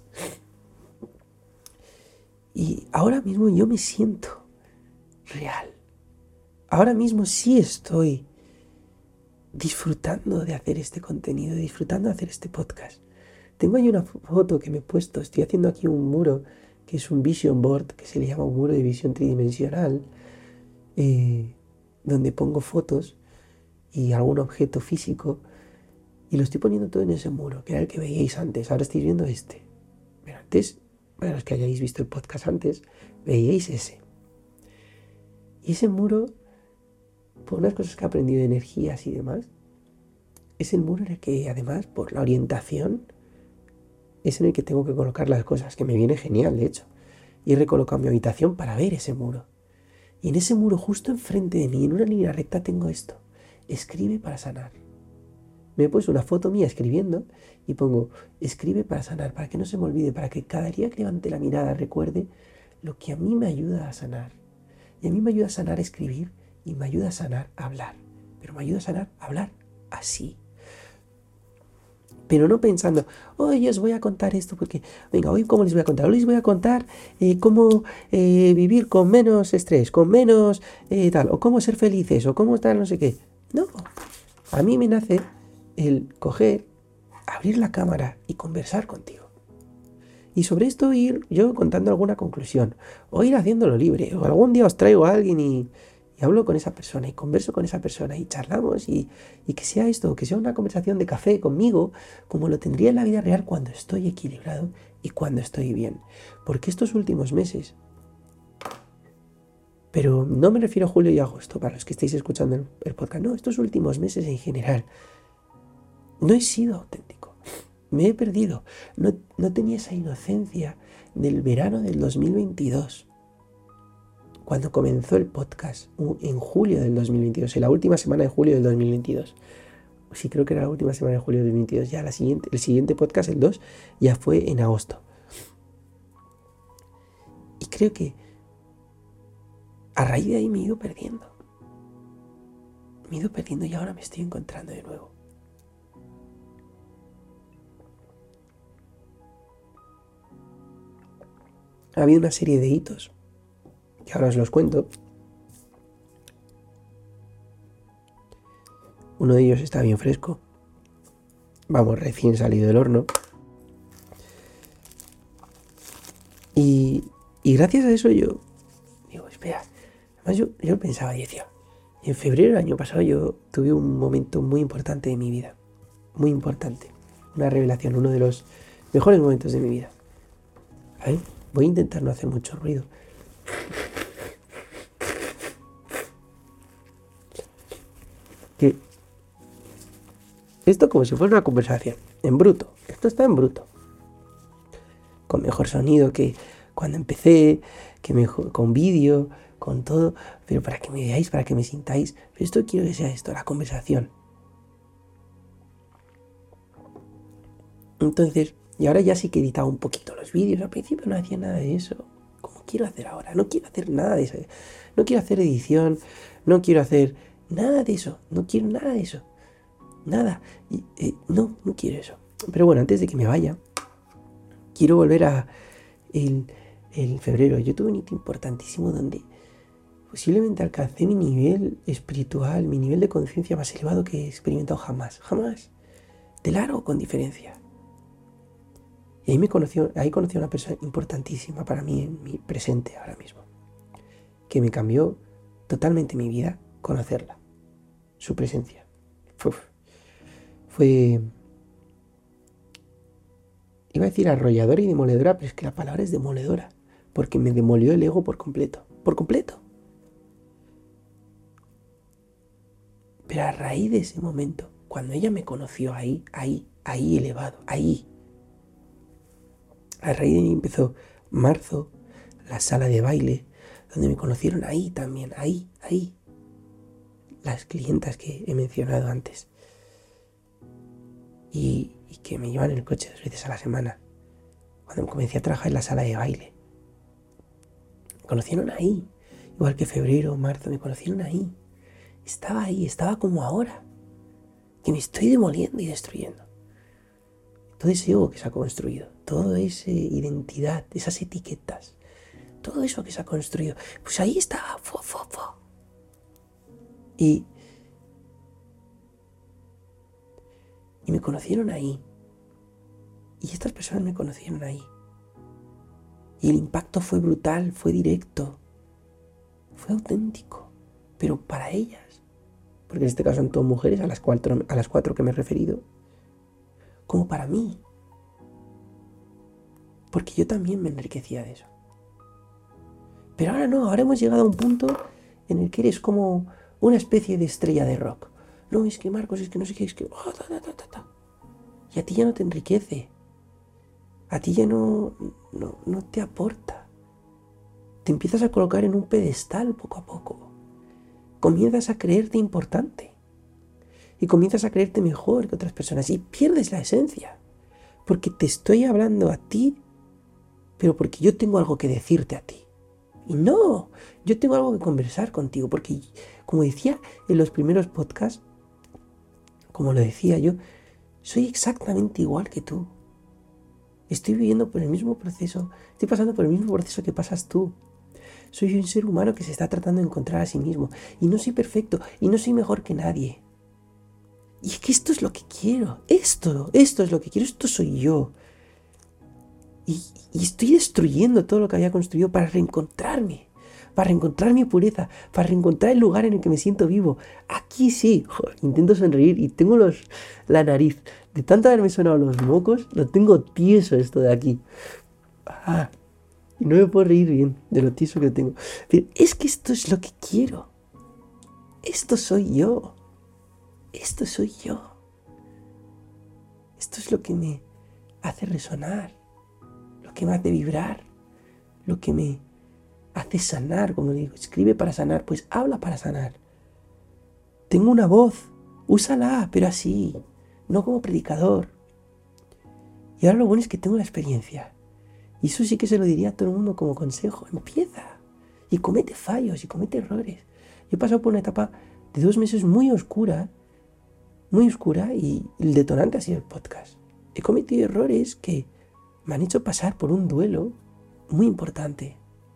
Y ahora mismo yo me siento real. Ahora mismo sí estoy disfrutando de hacer este contenido, disfrutando de hacer este podcast. Tengo ahí una foto que me he puesto, estoy haciendo aquí un muro, que es un vision board, que se le llama un muro de visión tridimensional, eh, donde pongo fotos y algún objeto físico. Y lo estoy poniendo todo en ese muro, que era el que veíais antes. Ahora estáis viendo este. Pero antes, para los que hayáis visto el podcast antes, veíais ese. Y ese muro, por unas cosas que he aprendido de energías y demás, es el muro en el que, además, por la orientación, es en el que tengo que colocar las cosas, que me viene genial, de hecho. Y he recolocado mi habitación para ver ese muro. Y en ese muro, justo enfrente de mí, en una línea recta, tengo esto. Escribe para sanar. Me he puesto una foto mía escribiendo y pongo, escribe para sanar, para que no se me olvide, para que cada día que levante la mirada recuerde lo que a mí me ayuda a sanar. Y a mí me ayuda a sanar a escribir y me ayuda a sanar a hablar. Pero me ayuda a sanar a hablar así. Pero no pensando, hoy os voy a contar esto porque, venga, hoy cómo les voy a contar. Hoy les voy a contar eh, cómo eh, vivir con menos estrés, con menos eh, tal, o cómo ser felices, o cómo tal, no sé qué. No, a mí me nace el coger, abrir la cámara y conversar contigo. Y sobre esto ir yo contando alguna conclusión, o ir haciéndolo libre, o algún día os traigo a alguien y, y hablo con esa persona, y converso con esa persona, y charlamos, y, y que sea esto, que sea una conversación de café conmigo, como lo tendría en la vida real cuando estoy equilibrado y cuando estoy bien. Porque estos últimos meses, pero no me refiero a julio y agosto, para los que estéis escuchando el, el podcast, no, estos últimos meses en general, no he sido auténtico, me he perdido, no, no tenía esa inocencia del verano del dos mil veintidós, cuando comenzó el podcast, en julio del dos mil veintidós, en la última semana de julio del dos mil veintidós. Sí, creo que era la última semana de julio del dos mil veintidós, ya la siguiente, el siguiente podcast, el dos, ya fue en agosto. Y creo que a raíz de ahí me he ido perdiendo. Me he ido perdiendo y ahora me estoy encontrando de nuevo. Ha habido una serie de hitos, que ahora os los cuento. Uno de ellos está bien fresco. Vamos, recién salido del horno. Y, y gracias a eso yo digo, espera. Además yo, yo pensaba y decía, en febrero del año pasado yo tuve un momento muy importante de mi vida. Muy importante. Una revelación, uno de los mejores momentos de mi vida. A ver, voy a intentar no hacer mucho ruido. Que esto como si fuera una conversación, en bruto. Esto está en bruto. Con mejor sonido que cuando empecé, que mejor, con vídeo, con todo, pero para que me veáis, para que me sintáis. Pero esto quiero que sea esto, la conversación. Entonces, y ahora ya sí que he editado un poquito los vídeos. Al principio no hacía nada de eso. Como quiero hacer ahora, no quiero hacer nada de eso. No quiero hacer edición, no quiero hacer nada de eso. No quiero nada de eso. Nada. Y, eh, no, no quiero eso. Pero bueno, antes de que me vaya, quiero volver a el, el febrero. Yo tuve un hito importantísimo donde posiblemente alcancé mi nivel espiritual, mi nivel de conciencia más elevado que he experimentado jamás. Jamás. De largo, con diferencia. Y ahí me conoció, ahí conocí a una persona importantísima para mí en mi presente ahora mismo. Que me cambió totalmente mi vida conocerla. Su presencia. Uf. Fue... Iba a decir arrolladora y demoledora, pero es que la palabra es demoledora. Porque me demolió el ego por completo. Por completo. Pero a raíz de ese momento, cuando ella me conoció ahí, ahí, ahí elevado, ahí. A raíz de ahí empezó marzo, la sala de baile, donde me conocieron ahí también, ahí, ahí. Las clientas que he mencionado antes. Y, y que me llevan en el coche dos veces a la semana. Cuando comencé a trabajar en la sala de baile. Me conocieron ahí. Igual que febrero, marzo, me conocieron ahí. Estaba ahí, estaba como ahora. Que me estoy demoliendo y destruyendo. Todo ese ego que se ha construido, toda esa identidad, esas etiquetas, todo eso que se ha construido, pues ahí estaba, fo, fo, fo. Y, y me conocieron ahí. Y estas personas me conocieron ahí. Y el impacto fue brutal, fue directo, fue auténtico, pero para ellas, porque en este caso son todas mujeres, a las cuatro, a las cuatro que me he referido, como para mí. Porque yo también me enriquecía de eso. Pero ahora no, ahora hemos llegado a un punto en el que eres como una especie de estrella de rock. No, es que Marcos, es que no sé qué, es que... oh, ta, ta, ta, ta, ta. Y a ti ya no te enriquece. A ti ya no, no, no te aporta. Te empiezas a colocar en un pedestal poco a poco. Comienzas a creerte importante. Y comienzas a creerte mejor que otras personas. Y pierdes la esencia. Porque te estoy hablando a ti, pero porque yo tengo algo que decirte a ti. Y no, yo tengo algo que conversar contigo. Porque, como decía en los primeros podcasts, como lo decía yo, soy exactamente igual que tú. Estoy viviendo por el mismo proceso, estoy pasando por el mismo proceso que pasas tú. Soy un ser humano que se está tratando de encontrar a sí mismo. Y no soy perfecto, y no soy mejor que nadie. Y es que esto es lo que quiero. Esto, esto es lo que quiero, esto soy yo. Y, y estoy destruyendo todo lo que había construido para reencontrarme. Para reencontrar mi pureza, para reencontrar el lugar en el que me siento vivo. Aquí sí, joder, intento sonreír y tengo los, la nariz. De tanto haberme sonado los mocos, lo tengo tieso esto de aquí. Ah, y no me puedo reír bien de lo tieso que tengo. Pero es que esto es lo que quiero. Esto soy yo. Esto soy yo. Esto es lo que me hace resonar, lo que me hace vibrar, lo que me hace sanar, como digo, escribe para sanar, pues habla para sanar. Tengo una voz, úsala, pero así, no como predicador. Y ahora lo bueno es que tengo la experiencia. Y eso sí que se lo diría a todo el mundo como consejo. Empieza y comete fallos y comete errores. Yo he pasado por una etapa de dos meses muy oscura, muy oscura, y el detonante ha sido el podcast. He cometido errores que me han hecho pasar por un duelo muy importante.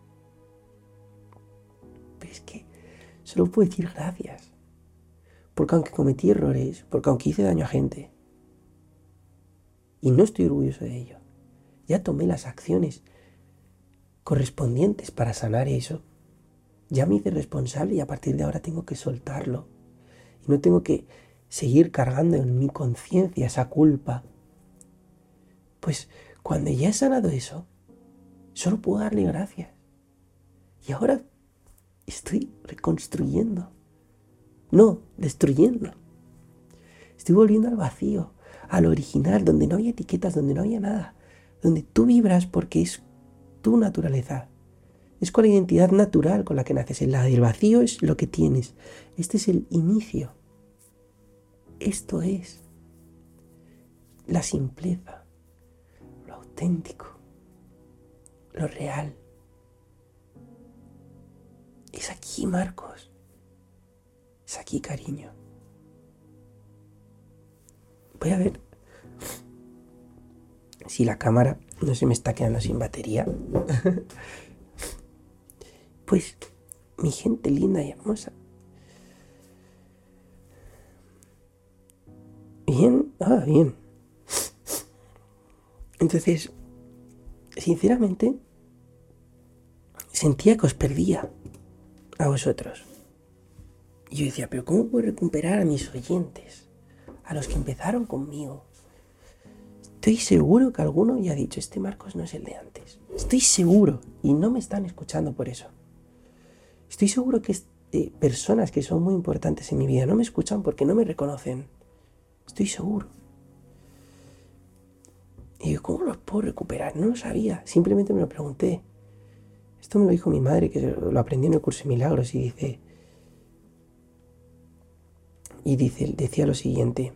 Pero es que solo puedo decir gracias. Porque aunque cometí errores, porque aunque hice daño a gente, y no estoy orgulloso de ello, ya tomé las acciones correspondientes para sanar eso. Ya me hice responsable y a partir de ahora tengo que soltarlo. Y no tengo que seguir cargando en mi conciencia esa culpa. Pues cuando ya he sanado eso, solo puedo darle gracias. Y ahora estoy reconstruyendo. No, destruyendo. Estoy volviendo al vacío, al original, donde no había etiquetas, donde no había nada. Donde tú vibras porque es tu naturaleza. Es con la identidad natural con la que naces. El lado del vacío es lo que tienes. Este es el inicio. Esto es la simpleza, lo auténtico, lo real. Es aquí, Marcos. Es aquí, cariño. Voy a ver si la cámara no se me está quedando sin batería. Pues, mi gente linda y hermosa. Bien, ah, bien. Entonces, sinceramente, sentía que os perdía a vosotros. Y yo decía, pero ¿cómo puedo recuperar a mis oyentes? A los que empezaron conmigo. Estoy seguro que alguno ya ha dicho, este Marcos no es el de antes. Estoy seguro, y no me están escuchando por eso. Estoy seguro que eh, personas que son muy importantes en mi vida no me escuchan porque no me reconocen. Estoy seguro. Y yo, ¿cómo los puedo recuperar? No lo sabía, simplemente me lo pregunté. Esto me lo dijo mi madre, que lo aprendió en el curso de milagros, y dice... Y dice, decía lo siguiente.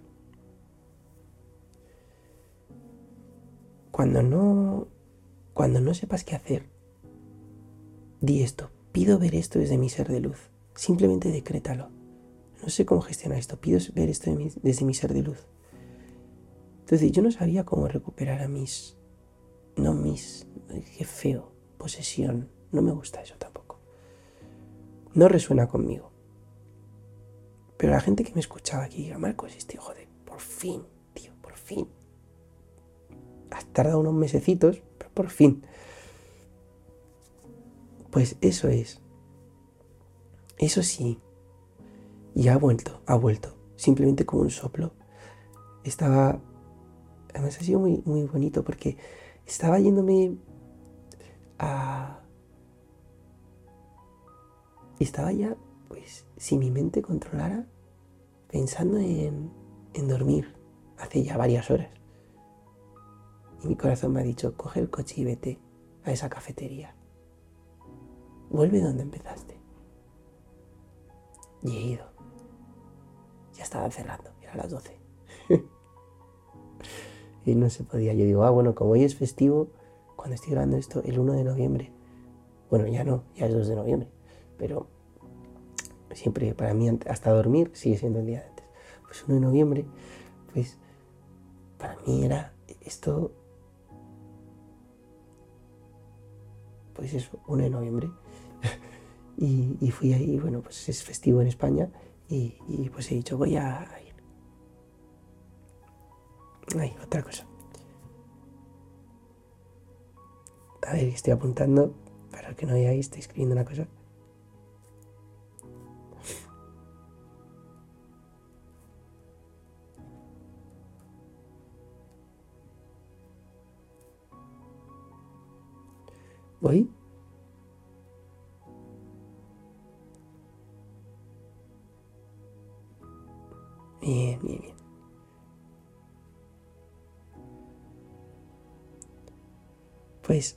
Cuando no, cuando no sepas qué hacer, di esto. Pido ver esto desde mi ser de luz. Simplemente decrétalo. No sé cómo gestionar esto. Pido ver esto de mi, desde mi ser de luz. Entonces yo no sabía cómo recuperar a mis... No mis... Qué feo. Posesión. No me gusta eso tampoco. No resuena conmigo. Pero la gente que me escuchaba aquí diga, Marcos, este hijo de... Por fin, tío, por fin. Has tardado unos mesecitos, pero por fin. Pues eso es. Eso sí. Y ha vuelto, ha vuelto. Simplemente como un soplo. Estaba además ha sido muy, muy bonito porque estaba yéndome a... Estaba ya, pues, si mi mente controlara, pensando en, en dormir hace ya varias horas. Y mi corazón me ha dicho, coge el coche y vete a esa cafetería. Vuelve donde empezaste. Y he ido. Ya estaban cerrando, eran las doce. Y no se podía. Yo digo, ah, bueno, como hoy es festivo, cuando estoy grabando esto, el uno de noviembre. Bueno, ya no, ya es dos de noviembre. Pero siempre para mí, hasta dormir, sigue siendo el día de antes. Pues uno de noviembre, pues para mí era esto, pues eso, uno de noviembre. y, y fui ahí, bueno, pues es festivo en España. Y, y pues he dicho, voy a ir. Ay, otra cosa. A ver, estoy apuntando, para que no veáis, estoy escribiendo una cosa. ¿Voy? Bien, bien, bien. Pues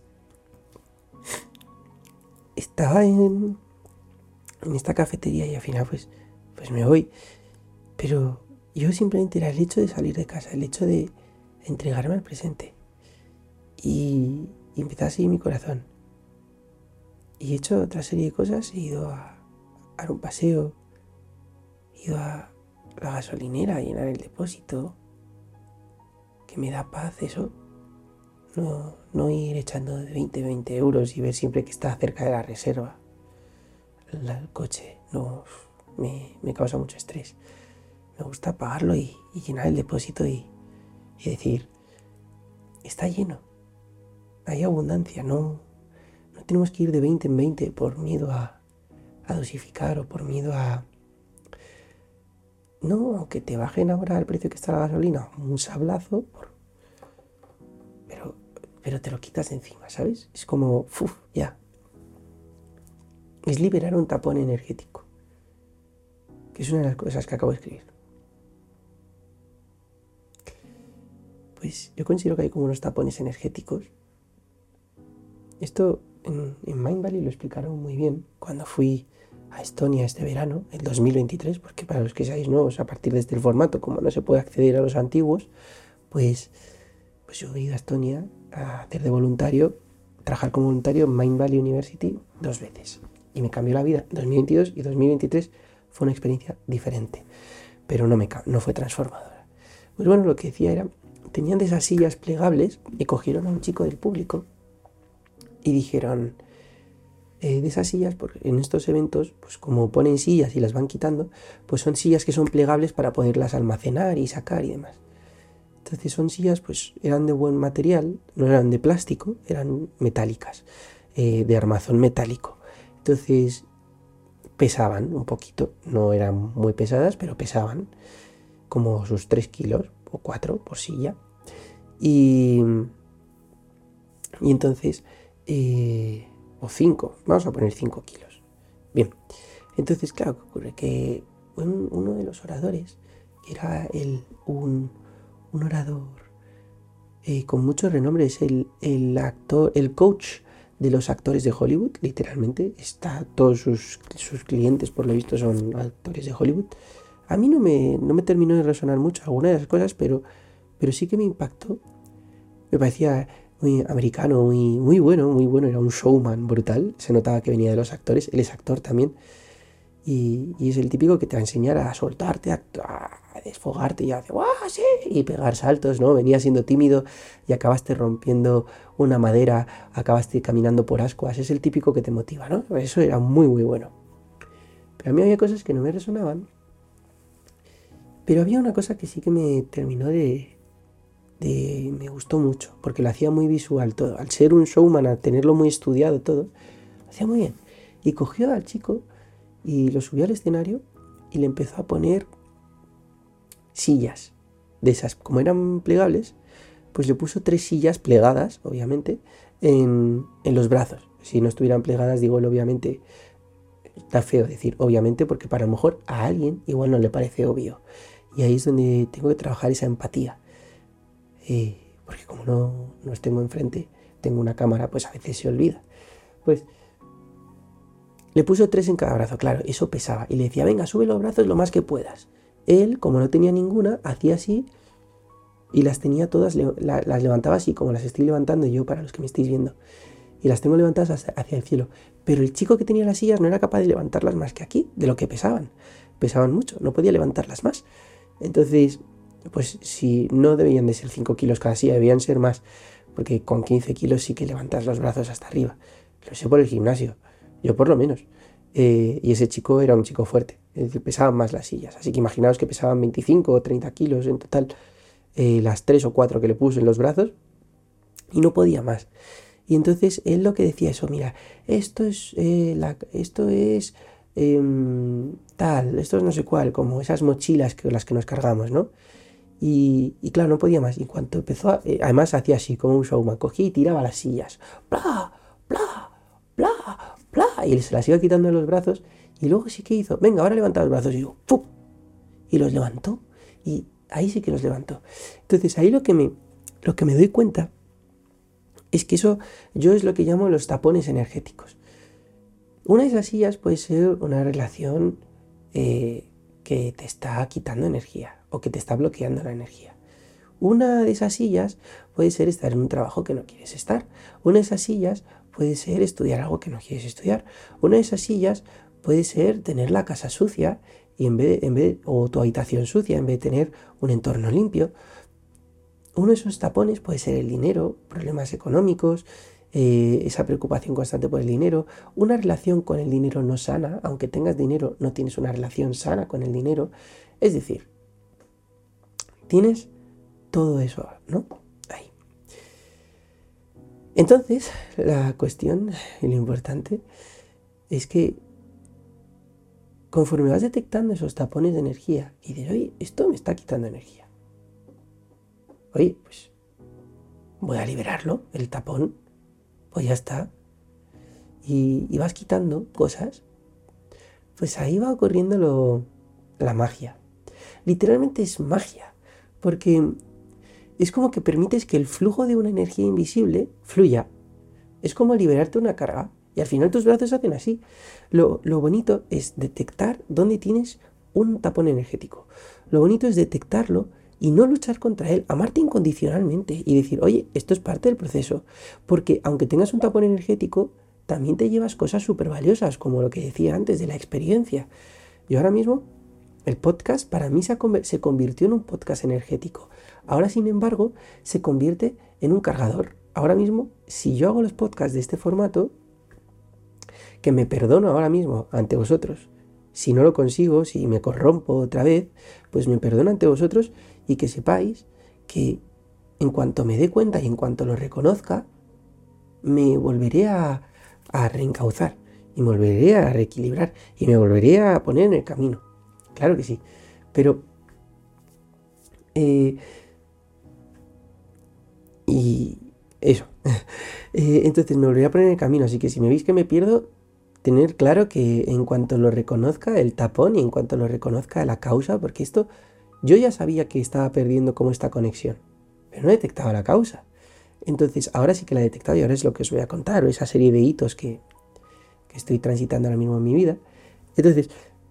estaba en, en esta cafetería y al final pues, pues me voy. Pero yo simplemente era el hecho de salir de casa, el hecho de entregarme al presente. Y, y empezar a seguir mi corazón. Y he hecho otra serie de cosas, he ido a, a dar un paseo, he ido a la gasolinera a llenar el depósito, que me da paz eso. No, no ir echando de veinte, veinte euros y ver siempre que está cerca de la reserva la, el coche. No, me, me causa mucho estrés. Me gusta pagarlo y, y llenar el depósito y, y decir, está lleno, hay abundancia, no, no tenemos que ir de veinte en veinte por miedo a, a dosificar o por miedo a... No, aunque te bajen ahora el precio que está la gasolina, un sablazo, por... pero, pero te lo quitas de encima, ¿sabes? Es como, uff, ya. Es liberar un tapón energético, que es una de las cosas que acabo de escribir. Pues yo considero que hay como unos tapones energéticos. Esto en, en Mindvalley lo explicaron muy bien cuando fui a Estonia este verano, el dos mil veintitrés, porque para los que seáis nuevos, a partir de este formato, como no se puede acceder a los antiguos, pues, pues yo he ido a Estonia a hacer de voluntario, trabajar como voluntario en Mindvalley University dos veces. Y me cambió la vida. dos mil veintidós y dos mil veintitrés fue una experiencia diferente, pero no, me, no fue transformadora. Pues bueno, lo que decía era, tenían de esas sillas plegables y cogieron a un chico del público y dijeron, eh, de esas sillas, porque en estos eventos, pues como ponen sillas y las van quitando, pues son sillas que son plegables para poderlas almacenar y sacar y demás. Entonces son sillas, pues eran de buen material, no eran de plástico, eran metálicas, eh, de armazón metálico. Entonces pesaban un poquito, no eran muy pesadas, pero pesaban como sus tres kilos o cuatro por silla. Y, y entonces, eh, o cinco, vamos a poner cinco kilos. Bien, entonces claro, ¿qué ocurre? Que un, uno de los oradores, que era el, un, un orador eh, con mucho renombre, es el, el actor, el coach de los actores de Hollywood, literalmente, está, todos sus, sus clientes por lo visto son actores de Hollywood. A mí no me, no me terminó de resonar mucho alguna de las cosas, pero, pero sí que me impactó. Me parecía muy americano, muy, muy bueno, muy bueno. Era un showman brutal. Se notaba que venía de los actores. Él es actor también. Y, y es el típico que te va a enseñar a soltarte, a, a desfogarte y a hacer ¡guau, sí! Y pegar saltos, ¿no? Venía siendo tímido y acabaste rompiendo una madera, acabaste caminando por ascuas. Es el típico que te motiva, ¿no? Eso era muy, muy bueno. Pero a mí había cosas que no me resonaban. Pero había una cosa que sí que me terminó de... de me gustó mucho, porque lo hacía muy visual todo. Al ser un showman, al tenerlo muy estudiado todo, lo hacía muy bien. Y cogió al chico y lo subió al escenario y le empezó a poner sillas de esas, como eran plegables, pues le puso tres sillas plegadas, obviamente, en, en los brazos. Si no estuvieran plegadas, digo, obviamente, está feo decir obviamente, porque para lo mejor a alguien igual no le parece obvio. Y ahí es donde tengo que trabajar esa empatía. Eh, porque como no, no os tengo enfrente, tengo una cámara, pues a veces se olvida. Pues le puso tres en cada brazo, claro, eso pesaba. Y le decía, venga, sube los brazos lo más que puedas. Él, como no tenía ninguna, hacía así y las tenía todas, la, las levantaba así, como las estoy levantando yo para los que me estáis viendo. Y las tengo levantadas hacia, hacia el cielo. Pero el chico que tenía las sillas no era capaz de levantarlas más que aquí, de lo que pesaban. Pesaban mucho, no podía levantarlas más. Entonces, pues si no debían de ser cinco kilos cada silla, debían ser más. Porque con quince kilos sí que levantas los brazos hasta arriba. Lo sé por el gimnasio, yo por lo menos. Eh, y ese chico era un chico fuerte, es decir, pesaban más las sillas. Así que imaginaos que pesaban veinticinco o treinta kilos en total, eh, las tres o cuatro que le puso en los brazos, y no podía más. Y entonces él lo que decía eso, mira, esto es, eh, la, esto es eh, tal, esto es no sé cuál, como esas mochilas que las que nos cargamos, ¿no? Y, y claro, no podía más. Y en cuanto empezó, a, eh, además hacía así, como un showman, cogía y tiraba las sillas, bla, bla, bla, bla, y él se las iba quitando de los brazos. Y luego sí que hizo, venga, ahora levanta los brazos, y yo, ¡pum! Y los levantó, y ahí sí que los levantó. Entonces ahí lo que me, lo que me doy cuenta es que eso yo es lo que llamo los tapones energéticos. Una de esas sillas puede ser una relación eh, que te está quitando energía o que te está bloqueando la energía. Una de esas sillas puede ser estar en un trabajo que no quieres estar. Una de esas sillas puede ser estudiar algo que no quieres estudiar. Una de esas sillas puede ser tener la casa sucia y en vez de, en vez de, o tu habitación sucia en vez de tener un entorno limpio. Uno de esos tapones puede ser el dinero, problemas económicos, eh, esa preocupación constante por el dinero, una relación con el dinero no sana, aunque tengas dinero, no tienes una relación sana con el dinero. Es decir, tienes todo eso, ¿no? Ahí. Entonces, la cuestión y lo importante es que conforme vas detectando esos tapones de energía y dices, oye, esto me está quitando energía. Oye, pues voy a liberarlo, el tapón, pues ya está. Y, y vas quitando cosas, pues ahí va ocurriendo lo, la magia. Literalmente es magia, porque es como que permites que el flujo de una energía invisible fluya. Es como liberarte una carga y al final tus brazos hacen así. Lo, lo bonito es detectar dónde tienes un tapón energético. Lo bonito es detectarlo y no luchar contra él, amarte incondicionalmente y decir, oye, esto es parte del proceso. Porque aunque tengas un tapón energético, también te llevas cosas súper valiosas, como lo que decía antes de la experiencia. Yo ahora mismo, el podcast para mí se, ha, se convirtió en un podcast energético. Ahora, sin embargo, se convierte en un cargador. Ahora mismo, si yo hago los podcasts de este formato, que me perdono ahora mismo ante vosotros. Si no lo consigo, si me corrompo otra vez, pues me perdono ante vosotros y que sepáis que en cuanto me dé cuenta y en cuanto lo reconozca, me volveré a, a reencauzar y me volveré a reequilibrar y me volveré a poner en el camino. Claro que sí, pero eh, y eso eh, entonces me volveré a poner en el camino, así que si me veis que me pierdo, tener claro que en cuanto lo reconozca el tapón y en cuanto lo reconozca la causa, porque esto yo ya sabía que estaba perdiendo como esta conexión, pero no detectaba la causa. Entonces ahora sí que la he detectado y ahora es lo que os voy a contar, o esa serie de hitos que, que estoy transitando ahora mismo en mi vida. Entonces,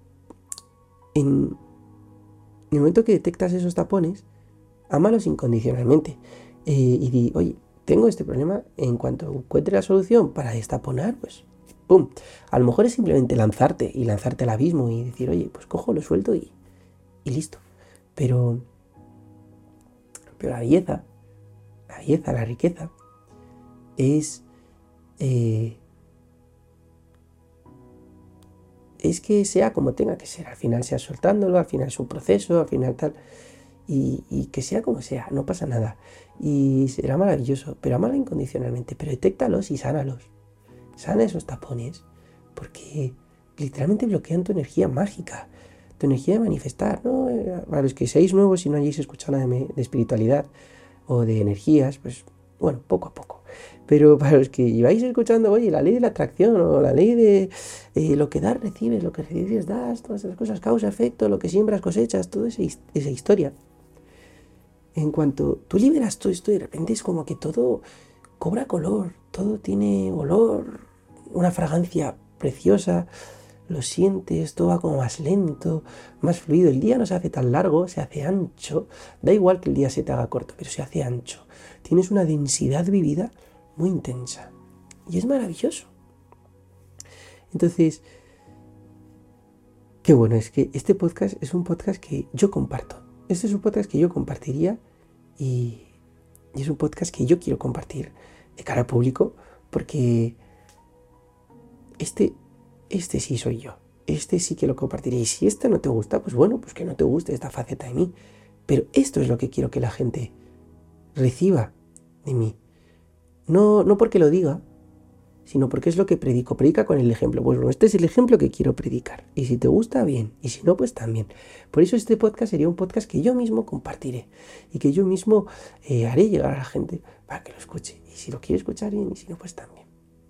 en el momento que detectas esos tapones, ámalos incondicionalmente eh, y di, oye, tengo este problema, en cuanto encuentre la solución para destaponar, pues ¡pum! A lo mejor es simplemente lanzarte y lanzarte al abismo y decir, oye, pues cojo, lo suelto y, y listo. Pero, pero la belleza, la belleza, la riqueza, es, eh, es que sea como tenga que ser. Al final sea soltándolo, al final es un proceso, al final tal, y, y que sea como sea, no pasa nada. Y será maravilloso, pero amala incondicionalmente, pero detéctalos y sánalos. Sana esos tapones, porque literalmente bloquean tu energía mágica, tu energía de manifestar, ¿no? Para los que seáis nuevos y no hayáis escuchado nada de, de espiritualidad, o de energías, pues bueno, poco a poco. Pero para los que lleváis escuchando, oye, la ley de la atracción o la ley de eh, lo que das, recibes, lo que recibes, das, todas esas cosas, causa, efecto, lo que siembras, cosechas, toda esa, esa historia. En cuanto tú liberas todo esto, de repente es como que todo cobra color, todo tiene olor, una fragancia preciosa, lo sientes, todo va como más lento, más fluido. El día no se hace tan largo, se hace ancho. Da igual que el día se te haga corto, pero se hace ancho. Tienes una densidad vivida muy intensa. Y es maravilloso. Entonces, qué bueno, es que este podcast es un podcast que yo comparto. Este es un podcast que yo compartiría y, y es un podcast que yo quiero compartir de cara al público porque este, este sí soy yo. Este sí que lo compartiría. Y si este no te gusta, pues bueno, pues que no te guste esta faceta de mí. Pero esto es lo que quiero que la gente reciba de mí. No, no porque lo diga, sino porque es lo que predico. Predica con el ejemplo. Pues bueno, este es el ejemplo que quiero predicar. Y si te gusta, bien. Y si no, pues también. Por eso este podcast sería un podcast que yo mismo compartiré. Y que yo mismo eh, haré llegar a la gente para que lo escuche. Y si lo quiere escuchar, bien. Y si no, pues también.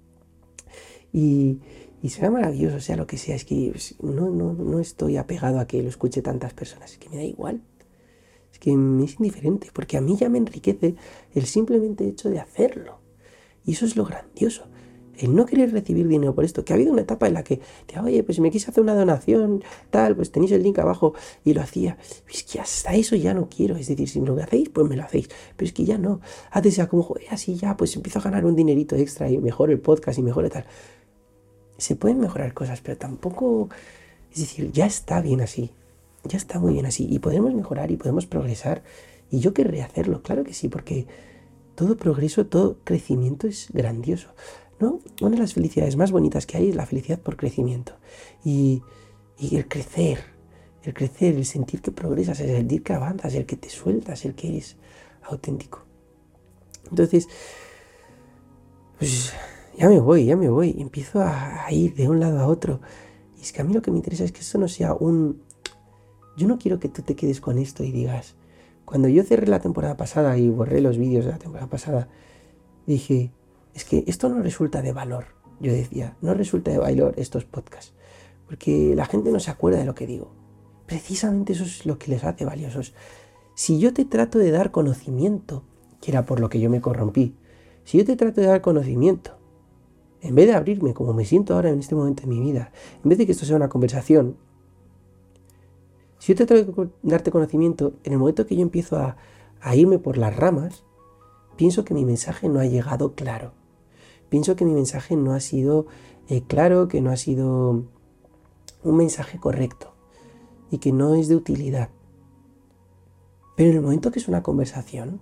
Y, y será maravilloso, sea lo que sea. Es que no, no, no estoy apegado a que lo escuche tantas personas. Es que me da igual. Es que me es indiferente. Porque a mí ya me enriquece el simplemente hecho de hacerlo. Y eso es lo grandioso. El no querer recibir dinero por esto, que ha habido una etapa en la que, oye, pues si me quise hacer una donación, tal, pues tenéis el link abajo y lo hacía. Es que hasta eso ya no quiero, es decir, si me lo hacéis, pues me lo hacéis. Pero es que ya no. Antes sea como, joder, así ya, pues empiezo a ganar un dinerito extra y mejor el podcast y mejor tal. Se pueden mejorar cosas, pero tampoco, es decir, ya está bien así. Ya está muy bien así. Y podemos mejorar y podemos progresar. Y yo querré hacerlo, claro que sí, porque todo progreso, todo crecimiento es grandioso. ¿No? Una de las felicidades más bonitas que hay es la felicidad por crecimiento. Y, y el crecer, el crecer, el sentir que progresas, el sentir que avanzas, el que te sueltas, el que eres auténtico. Entonces, pues ya me voy, ya me voy. Empiezo a, a ir de un lado a otro. Y es que a mí lo que me interesa es que esto no sea un... Yo no quiero que tú te quedes con esto y digas... Cuando yo cerré la temporada pasada y borré los vídeos de la temporada pasada, dije... Es que esto no resulta de valor, yo decía, no resulta de valor estos podcasts, porque la gente no se acuerda de lo que digo. Precisamente eso es lo que les hace valiosos. Si yo te trato de dar conocimiento, que era por lo que yo me corrompí, si yo te trato de dar conocimiento, en vez de abrirme como me siento ahora en este momento de mi vida, en vez de que esto sea una conversación, si yo te trato de darte conocimiento, en el momento que yo empiezo a, a irme por las ramas, pienso que mi mensaje no ha llegado claro. Pienso que mi mensaje no ha sido eh, claro, que no ha sido un mensaje correcto y que no es de utilidad. Pero en el momento que es una conversación,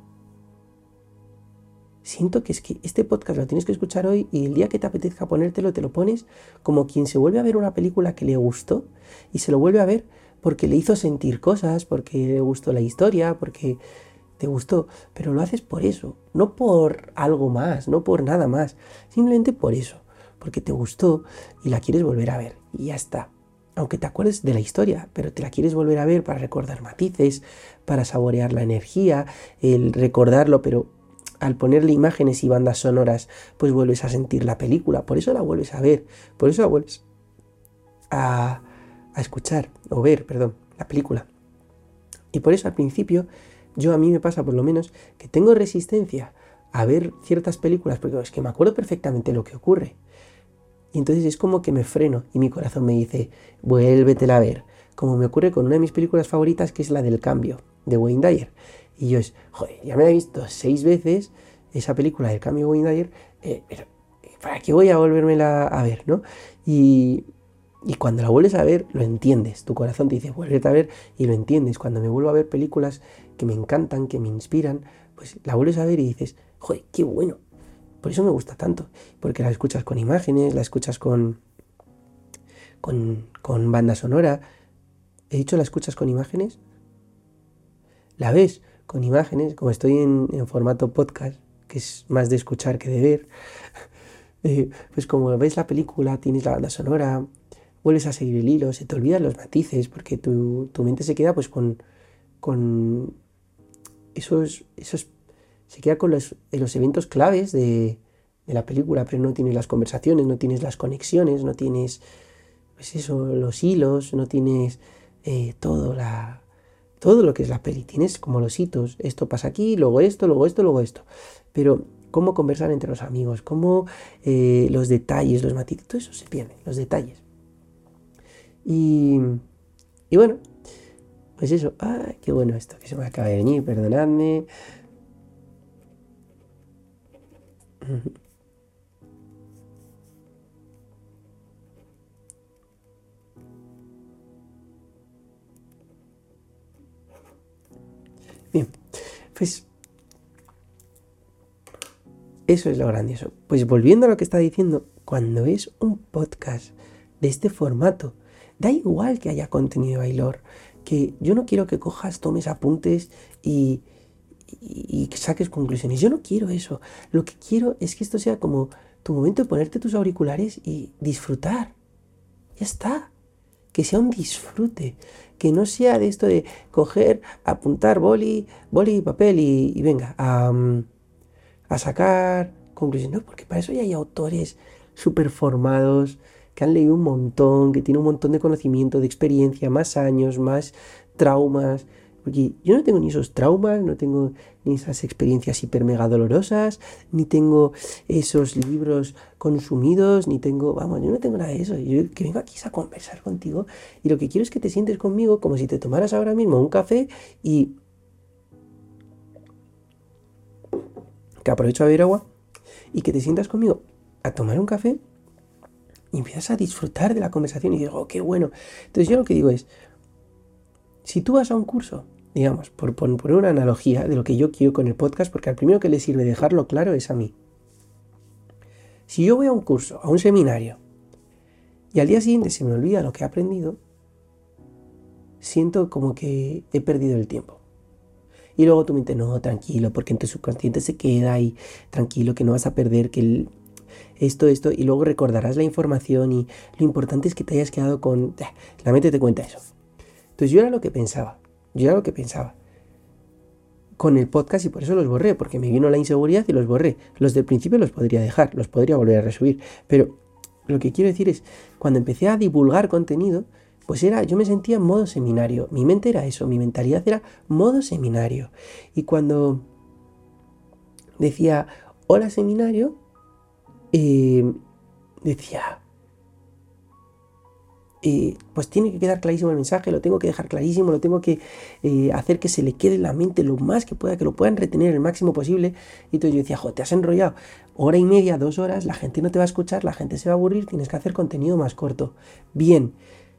siento que es que este podcast lo tienes que escuchar hoy y el día que te apetezca ponértelo, te lo pones como quien se vuelve a ver una película que le gustó y se lo vuelve a ver porque le hizo sentir cosas, porque le gustó la historia, porque... te gustó, pero lo haces por eso, no por algo más, no por nada más, simplemente por eso, porque te gustó y la quieres volver a ver y ya está. Aunque te acuerdes de la historia, pero te la quieres volver a ver para recordar matices, para saborear la energía, el recordarlo, pero al ponerle imágenes y bandas sonoras, pues vuelves a sentir la película, por eso la vuelves a ver, por eso la vuelves a, a escuchar, o ver, perdón, la película. Y por eso al principio yo a mí me pasa por lo menos que tengo resistencia a ver ciertas películas porque es que me acuerdo perfectamente lo que ocurre. Y entonces es como que me freno y mi corazón me dice, vuélvetela a ver. Como me ocurre con una de mis películas favoritas que es la del Cambio, de Wayne Dyer. Y yo es, joder, ya me la he visto seis veces esa película del Cambio de Wayne Dyer, eh, pero ¿para qué voy a volvérmela a ver, no? Y... Y cuando la vuelves a ver, lo entiendes. Tu corazón te dice, vuélvete a ver y lo entiendes. Cuando me vuelvo a ver películas que me encantan, que me inspiran, pues la vuelves a ver y dices, joder, qué bueno. Por eso me gusta tanto. Porque la escuchas con imágenes, la escuchas con, con, con banda sonora. He dicho, la escuchas con imágenes. La ves con imágenes, como estoy en, en formato podcast, que es más de escuchar que de ver. eh, pues como ves la película, tienes la banda sonora... vuelves a seguir el hilo, se te olvidan los matices, porque tu, tu mente se queda pues con, con esos, esos se queda con los, los eventos claves de, de la película, pero no tienes las conversaciones, no tienes las conexiones, no tienes, pues eso, los hilos, no tienes eh, todo, la, todo lo que es la peli. Tienes como los hitos, esto pasa aquí, luego esto, luego esto, luego esto. Pero cómo conversar entre los amigos, cómo eh, los detalles, los matices, todo eso se pierde, los detalles. Y, y bueno, pues eso, ¡ay, qué bueno esto! Que se me acaba de venir, perdonadme. Bien, pues eso es lo grandioso. Pues volviendo a lo que estaba diciendo, cuando es un podcast de este formato, da igual que haya contenido de bailor, que yo no quiero que cojas, tomes apuntes y, y, y saques conclusiones. Yo no quiero eso. Lo que quiero es que esto sea como tu momento de ponerte tus auriculares y disfrutar. Ya está. Que sea un disfrute, que no sea de esto de coger, apuntar boli, boli y papel y, y venga, a, a sacar conclusiones. No, porque para eso ya hay autores súper formados, que han leído un montón, que tienen un montón de conocimiento, de experiencia, más años, más traumas. Porque yo no tengo ni esos traumas, no tengo ni esas experiencias hiper mega dolorosas, ni tengo esos libros consumidos, ni tengo, vamos, yo no tengo nada de eso. Yo que vengo aquí a conversar contigo y lo que quiero es que te sientes conmigo como si te tomaras ahora mismo un café y que aprovecho a beber agua y que te sientas conmigo a tomar un café y empiezas a disfrutar de la conversación y digo, oh, qué bueno. Entonces yo lo que digo es, si tú vas a un curso, digamos, por poner una analogía de lo que yo quiero con el podcast, porque al primero que le sirve dejarlo claro es a mí. Si yo voy a un curso, a un seminario, y al día siguiente se me olvida lo que he aprendido, siento como que he perdido el tiempo. Y luego tú me dices, no, tranquilo, porque en tu subconsciente se queda ahí, tranquilo, que no vas a perder, que el, esto, esto, y luego recordarás la información y lo importante es que te hayas quedado con... La mente te cuenta eso. Entonces yo era lo que pensaba, yo era lo que pensaba con el podcast y por eso los borré, porque me vino la inseguridad y los borré. Los del principio los podría dejar, los podría volver a resubir, pero lo que quiero decir es, cuando empecé a divulgar contenido, pues era, yo me sentía en modo seminario, mi mente era eso, mi mentalidad era modo seminario. Y cuando decía, hola seminario, eh, decía... Eh, pues tiene que quedar clarísimo el mensaje, lo tengo que dejar clarísimo, lo tengo que eh, hacer que se le quede en la mente lo más que pueda, que lo puedan retener el máximo posible. Y entonces yo decía, jo, te has enrollado hora y media, dos horas, la gente no te va a escuchar, la gente se va a aburrir, tienes que hacer contenido más corto. Bien,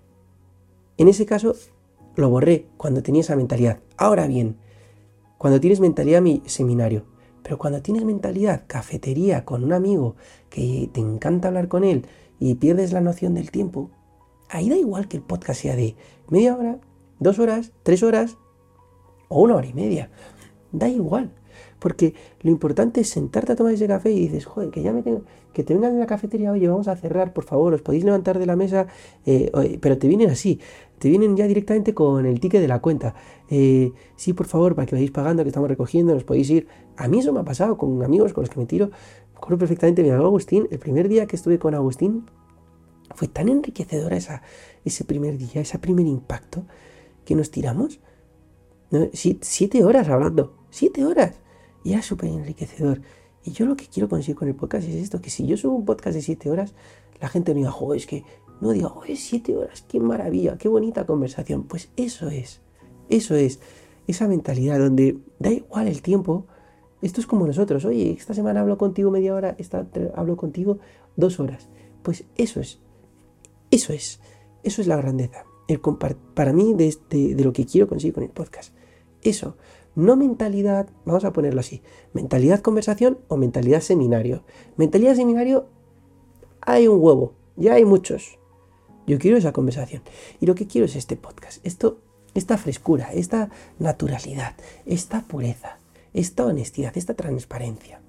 en ese caso lo borré cuando tenía esa mentalidad. Ahora bien, cuando tienes mentalidad mi seminario, pero cuando tienes mentalidad cafetería con un amigo que te encanta hablar con él y pierdes la noción del tiempo, ahí da igual que el podcast sea de media hora, dos horas, tres horas o una hora y media. Da igual. Porque lo importante es sentarte a tomar ese café y dices, joder, que ya me tengo, que te vengan de la cafetería, oye, vamos a cerrar, por favor, os podéis levantar de la mesa, eh, pero te vienen así, te vienen ya directamente con el ticket de la cuenta. Eh, sí, por favor, para que vayáis pagando, que estamos recogiendo, nos podéis ir. A mí eso me ha pasado con amigos con los que me tiro. Me acuerdo perfectamente, mi amigo Agustín, el primer día que estuve con Agustín, fue tan enriquecedora esa, ese primer día, ese primer impacto, que nos tiramos ¿no? siete, siete horas hablando, siete horas, y era súper enriquecedor. Y yo lo que quiero conseguir con el podcast es esto, que si yo subo un podcast de siete horas, la gente no diga, joder, es que no diga, joder, siete horas, qué maravilla, qué bonita conversación. Pues eso es, eso es, esa mentalidad donde da igual el tiempo. Esto es como nosotros, oye, esta semana hablo contigo media hora, esta hablo contigo dos horas. Pues eso es. Eso es, eso es la grandeza, el compart- para mí de, de, de lo que quiero conseguir con el podcast. Eso, no mentalidad, vamos a ponerlo así, mentalidad conversación o mentalidad seminario. Mentalidad seminario, hay un huevo, ya hay muchos. Yo quiero esa conversación y lo que quiero es este podcast, esto, esta frescura, esta naturalidad, esta pureza, esta honestidad, esta transparencia.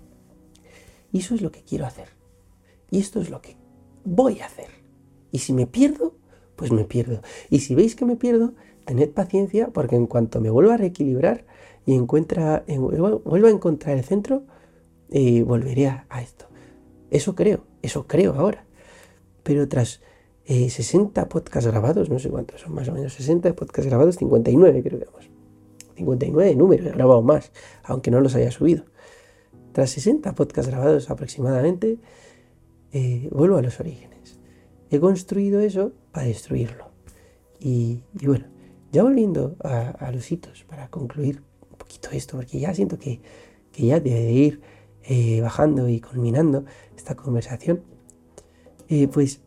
Y eso es lo que quiero hacer y esto es lo que voy a hacer. Y si me pierdo, pues me pierdo. Y si veis que me pierdo, tened paciencia, porque en cuanto me vuelva a reequilibrar y encuentra, en, vuelva a encontrar el centro, eh, volveré a, a esto. Eso creo, eso creo ahora. Pero tras eh, sesenta podcasts grabados, no sé cuántos son más o menos, sesenta podcasts grabados, cincuenta y nueve creo que vamos. cincuenta y nueve números, he grabado más, aunque no los haya subido. Tras sesenta podcasts grabados aproximadamente, eh, vuelvo a los orígenes. He construido eso para destruirlo. Y, y bueno, ya volviendo a, a los hitos, para concluir un poquito esto, porque ya siento que, que ya debe de ir eh, bajando y culminando esta conversación, eh, pues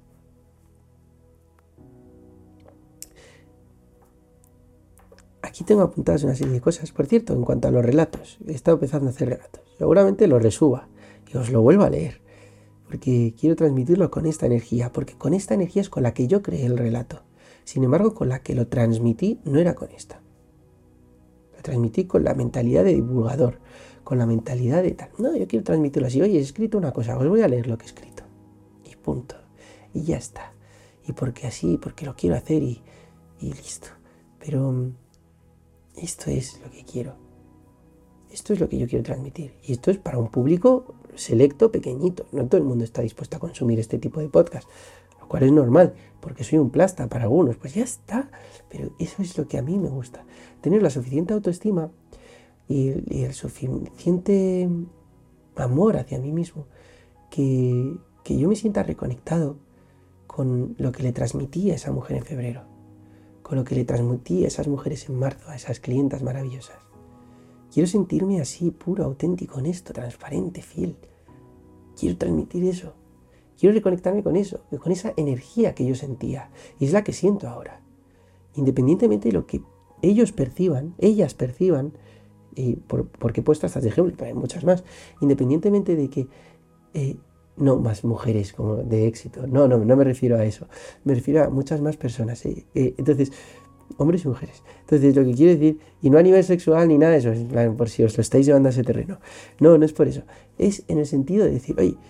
aquí tengo apuntadas una serie de cosas. Por cierto, en cuanto a los relatos, he estado empezando a hacer relatos. Seguramente los resuba y os lo vuelvo a leer, porque quiero transmitirlo con esta energía, porque con esta energía es con la que yo creé el relato. Sin embargo, con la que lo transmití no era con esta. Lo transmití con la mentalidad de divulgador, con la mentalidad de tal. No, yo quiero transmitirlo así. Oye, he escrito una cosa, os voy a leer lo que he escrito. Y punto. Y ya está. Y porque así, porque lo quiero hacer y, y listo. Pero esto es lo que quiero. Esto es lo que yo quiero transmitir. Y esto es para un público selecto, pequeñito. No todo el mundo está dispuesto a consumir este tipo de podcast, lo cual es normal, porque soy un plasta para algunos. Pues ya está. Pero eso es lo que a mí me gusta. Tener la suficiente autoestima y, y el suficiente amor hacia mí mismo que, que yo me sienta reconectado con lo que le transmití a esa mujer en febrero, con lo que le transmití a esas mujeres en marzo, a esas clientas maravillosas. Quiero sentirme así, puro, auténtico, honesto, transparente, fiel. Quiero transmitir eso. Quiero reconectarme con eso, con esa energía que yo sentía. Y es la que siento ahora. Independientemente de lo que ellos perciban, ellas perciban, y por, porque he puesto estas de ejemplo, pero hay muchas más, independientemente de que... Eh, no más mujeres como de éxito, no, no, no me refiero a eso. Me refiero a muchas más personas. Eh, eh, entonces... hombres y mujeres. Entonces, lo que quiero decir, y no a nivel sexual ni nada de eso, es plan, por si os lo estáis llevando a ese terreno. No, no es por eso. Es en el sentido de decir, oye,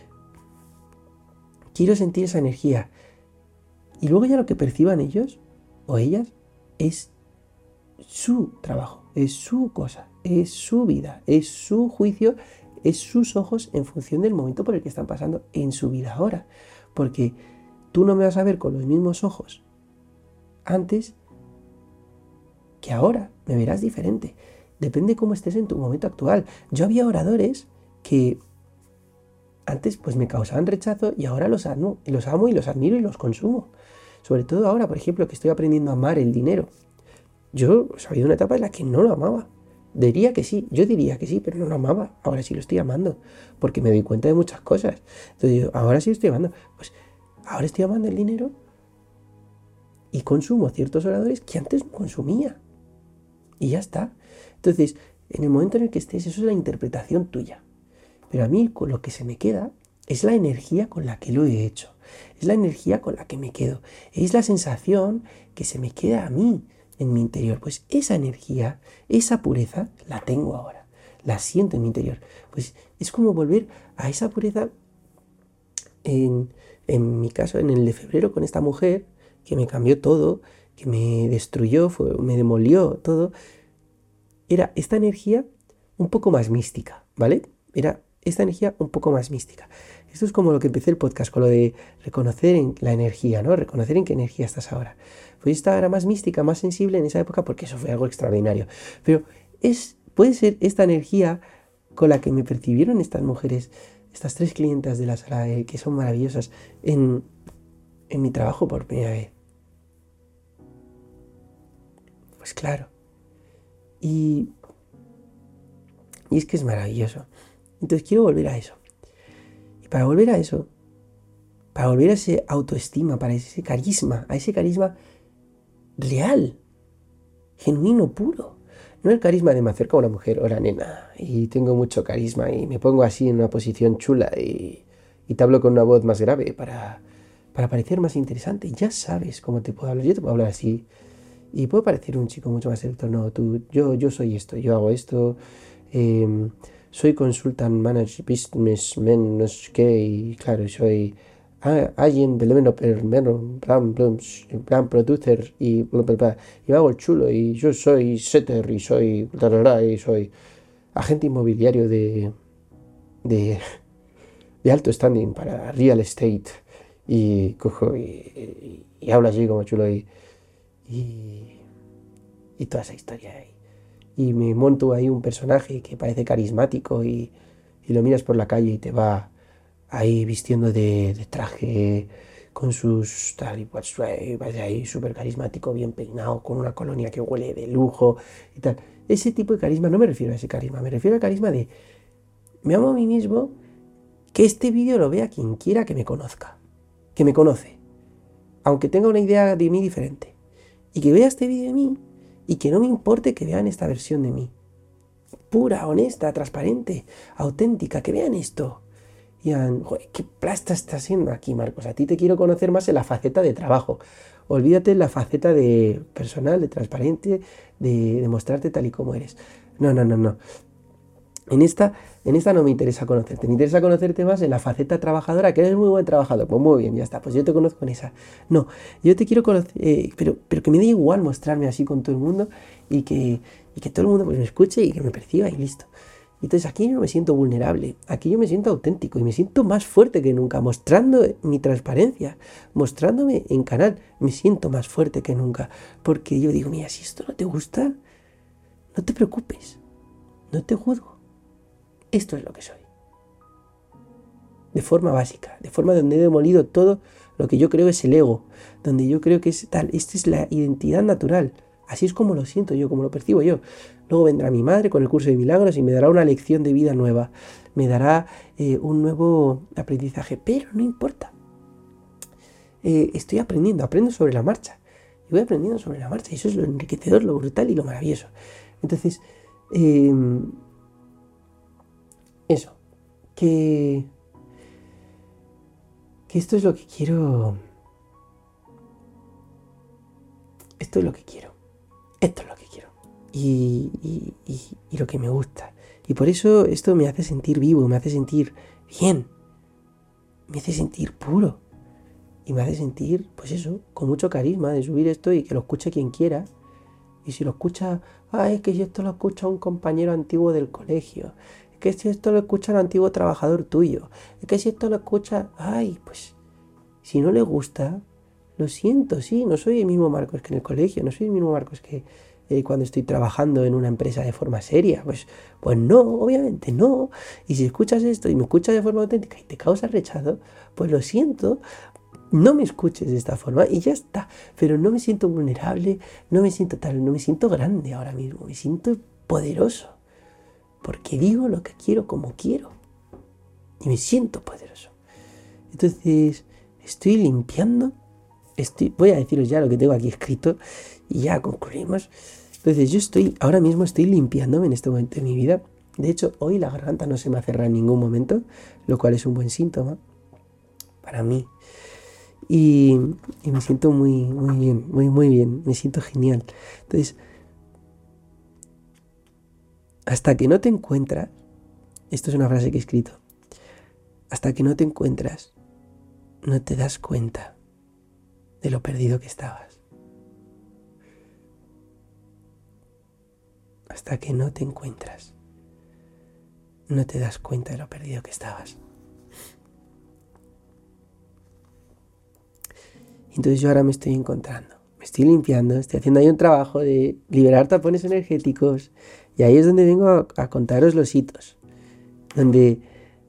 quiero sentir esa energía. Y luego ya lo que perciban ellos o ellas es su trabajo, es su cosa, es su vida, es su juicio, es sus ojos en función del momento por el que están pasando en su vida ahora. Porque tú no me vas a ver con los mismos ojos antes que ahora, me verás diferente. Depende cómo estés en tu momento actual. Yo había oradores que antes pues me causaban rechazo y ahora los amo, los amo y los admiro y los consumo. Sobre todo ahora, por ejemplo, que estoy aprendiendo a amar el dinero. Yo pues, he habido una etapa en la que no lo amaba. Diría que sí, yo diría que sí, pero no lo amaba. Ahora sí lo estoy amando, porque me doy cuenta de muchas cosas. Entonces yo, ahora sí estoy amando. Pues ahora estoy amando el dinero y consumo ciertos oradores que antes no consumía. Y ya está. Entonces, en el momento en el que estés, eso es la interpretación tuya. Pero a mí, con lo que se me queda, es la energía con la que lo he hecho. Es la energía con la que me quedo. Es la sensación que se me queda a mí en mi interior. Pues esa energía, esa pureza, la tengo ahora. La siento en mi interior. Pues es como volver a esa pureza, en, en mi caso, en el de febrero, con esta mujer, que me cambió todo, que me destruyó, fue, me demolió todo. Era esta energía un poco más mística, ¿vale? Era esta energía un poco más mística. Esto es como lo que empecé el podcast, con lo de reconocer en la energía, ¿no? Reconocer en qué energía estás ahora. Pues esta era más mística, más sensible en esa época porque eso fue algo extraordinario. Pero es, puede ser esta energía con la que me percibieron estas mujeres, estas tres clientas de la sala, eh, que son maravillosas, en, en mi trabajo por primera vez. Pues claro. Y, y es que es maravilloso. Entonces quiero volver a eso. Y para volver a eso, para volver a ese autoestima, para ese carisma, a ese carisma real, genuino, puro. No el carisma de me acerco a una mujer, hola nena, y tengo mucho carisma y me pongo así en una posición chula y, y te hablo con una voz más grave para, para parecer más interesante. Ya sabes cómo te puedo hablar. Yo te puedo hablar así. Y puedo parecer un chico mucho más seductor. No, tú, yo, yo soy esto, yo hago esto, eh, soy consultant manager, businessman, no sé qué, y claro, soy alguien, plan producer y bla, bla, bla, y me hago el chulo y yo soy setter y soy bla, bla, bla, y soy agente inmobiliario de, de, de alto standing para real estate y cojo y, y, y hablo así como chulo y, y, y toda esa historia ahí. Y me monto ahí un personaje que parece carismático y, y lo miras por la calle y te va ahí vistiendo de, de traje con sus tal y cual, parece ahí súper carismático, bien peinado, con una colonia que huele de lujo y tal. Ese tipo de carisma, no me refiero a ese carisma, me refiero al carisma de me amo a mí mismo, que este vídeo lo vea quien quiera que me conozca, que me conoce, aunque tenga una idea de mí diferente, y que vea este vídeo de mí y que no me importe que vean esta versión de mí, pura, honesta, transparente, auténtica, que vean esto. Y digan, joder, qué plasta está haciendo aquí, Marcos. A ti te quiero conocer más en la faceta de trabajo. Olvídate en la faceta de personal, de transparente, de, de mostrarte tal y como eres. No, no, no, no. En esta, en esta no me interesa conocerte. Me interesa conocerte más en la faceta trabajadora, que eres muy buen trabajador. Pues muy bien, ya está. Pues yo te conozco en esa. No, yo te quiero conocer, eh, pero, pero que me dé igual mostrarme así con todo el mundo y que, y que todo el mundo pues, me escuche y que me perciba y listo. Entonces aquí yo no me siento vulnerable, aquí yo me siento auténtico y me siento más fuerte que nunca, mostrando mi transparencia, mostrándome en canal, me siento más fuerte que nunca, porque yo digo, mira, si esto no te gusta, no te preocupes, no te juzgo, esto es lo que soy. De forma básica, de forma donde he demolido todo lo que yo creo es el ego, donde yo creo que es tal, esta es la identidad natural. Así es como lo siento yo, como lo percibo yo. Luego vendrá mi madre con el curso de milagros y me dará una lección de vida nueva. Me dará eh, un nuevo aprendizaje. Pero no importa. Eh, estoy aprendiendo, aprendo sobre la marcha. Y voy aprendiendo sobre la marcha. Y eso es lo enriquecedor, lo brutal y lo maravilloso. Entonces, eh, eso. Que, que esto es lo que quiero. Esto es lo que quiero. Esto es lo que quiero. Y, y, y, y lo que me gusta. Y por eso esto me hace sentir vivo, me hace sentir bien. Me hace sentir puro. Y me hace sentir, pues eso, con mucho carisma de subir esto y que lo escuche quien quiera. Y si lo escucha, ah, es que si esto lo escucha un compañero antiguo del colegio. Es que si esto lo escucha un antiguo trabajador tuyo. Es que si esto lo escucha, ay, pues, si no le gusta, lo siento, sí, no soy el mismo Marcos que en el colegio, no soy el mismo Marcos que eh, cuando estoy trabajando en una empresa de forma seria. Pues, pues no, obviamente no. Y si escuchas esto y me escuchas de forma auténtica y te causa rechazo, pues lo siento, no me escuches de esta forma y ya está. Pero no me siento vulnerable, no me siento tal, no me siento grande ahora mismo, me siento poderoso. Porque digo lo que quiero como quiero. Y me siento poderoso. Entonces, estoy limpiando. Estoy, voy a deciros ya lo que tengo aquí escrito y ya concluimos. Entonces yo estoy, ahora mismo estoy limpiándome en este momento de mi vida. De hecho, hoy la garganta no se me ha cerrado en ningún momento, lo cual es un buen síntoma para mí. Y, y me siento muy, muy bien, muy, muy bien. Me siento genial. Entonces, hasta que no te encuentras, esto es una frase que he escrito, hasta que no te encuentras, no te das cuenta de lo perdido que estabas. Hasta que no te encuentras, no te das cuenta de lo perdido que estabas. Entonces yo ahora me estoy encontrando, me estoy limpiando, estoy haciendo ahí un trabajo de liberar tapones energéticos y ahí es donde vengo a, a contaros los hitos, donde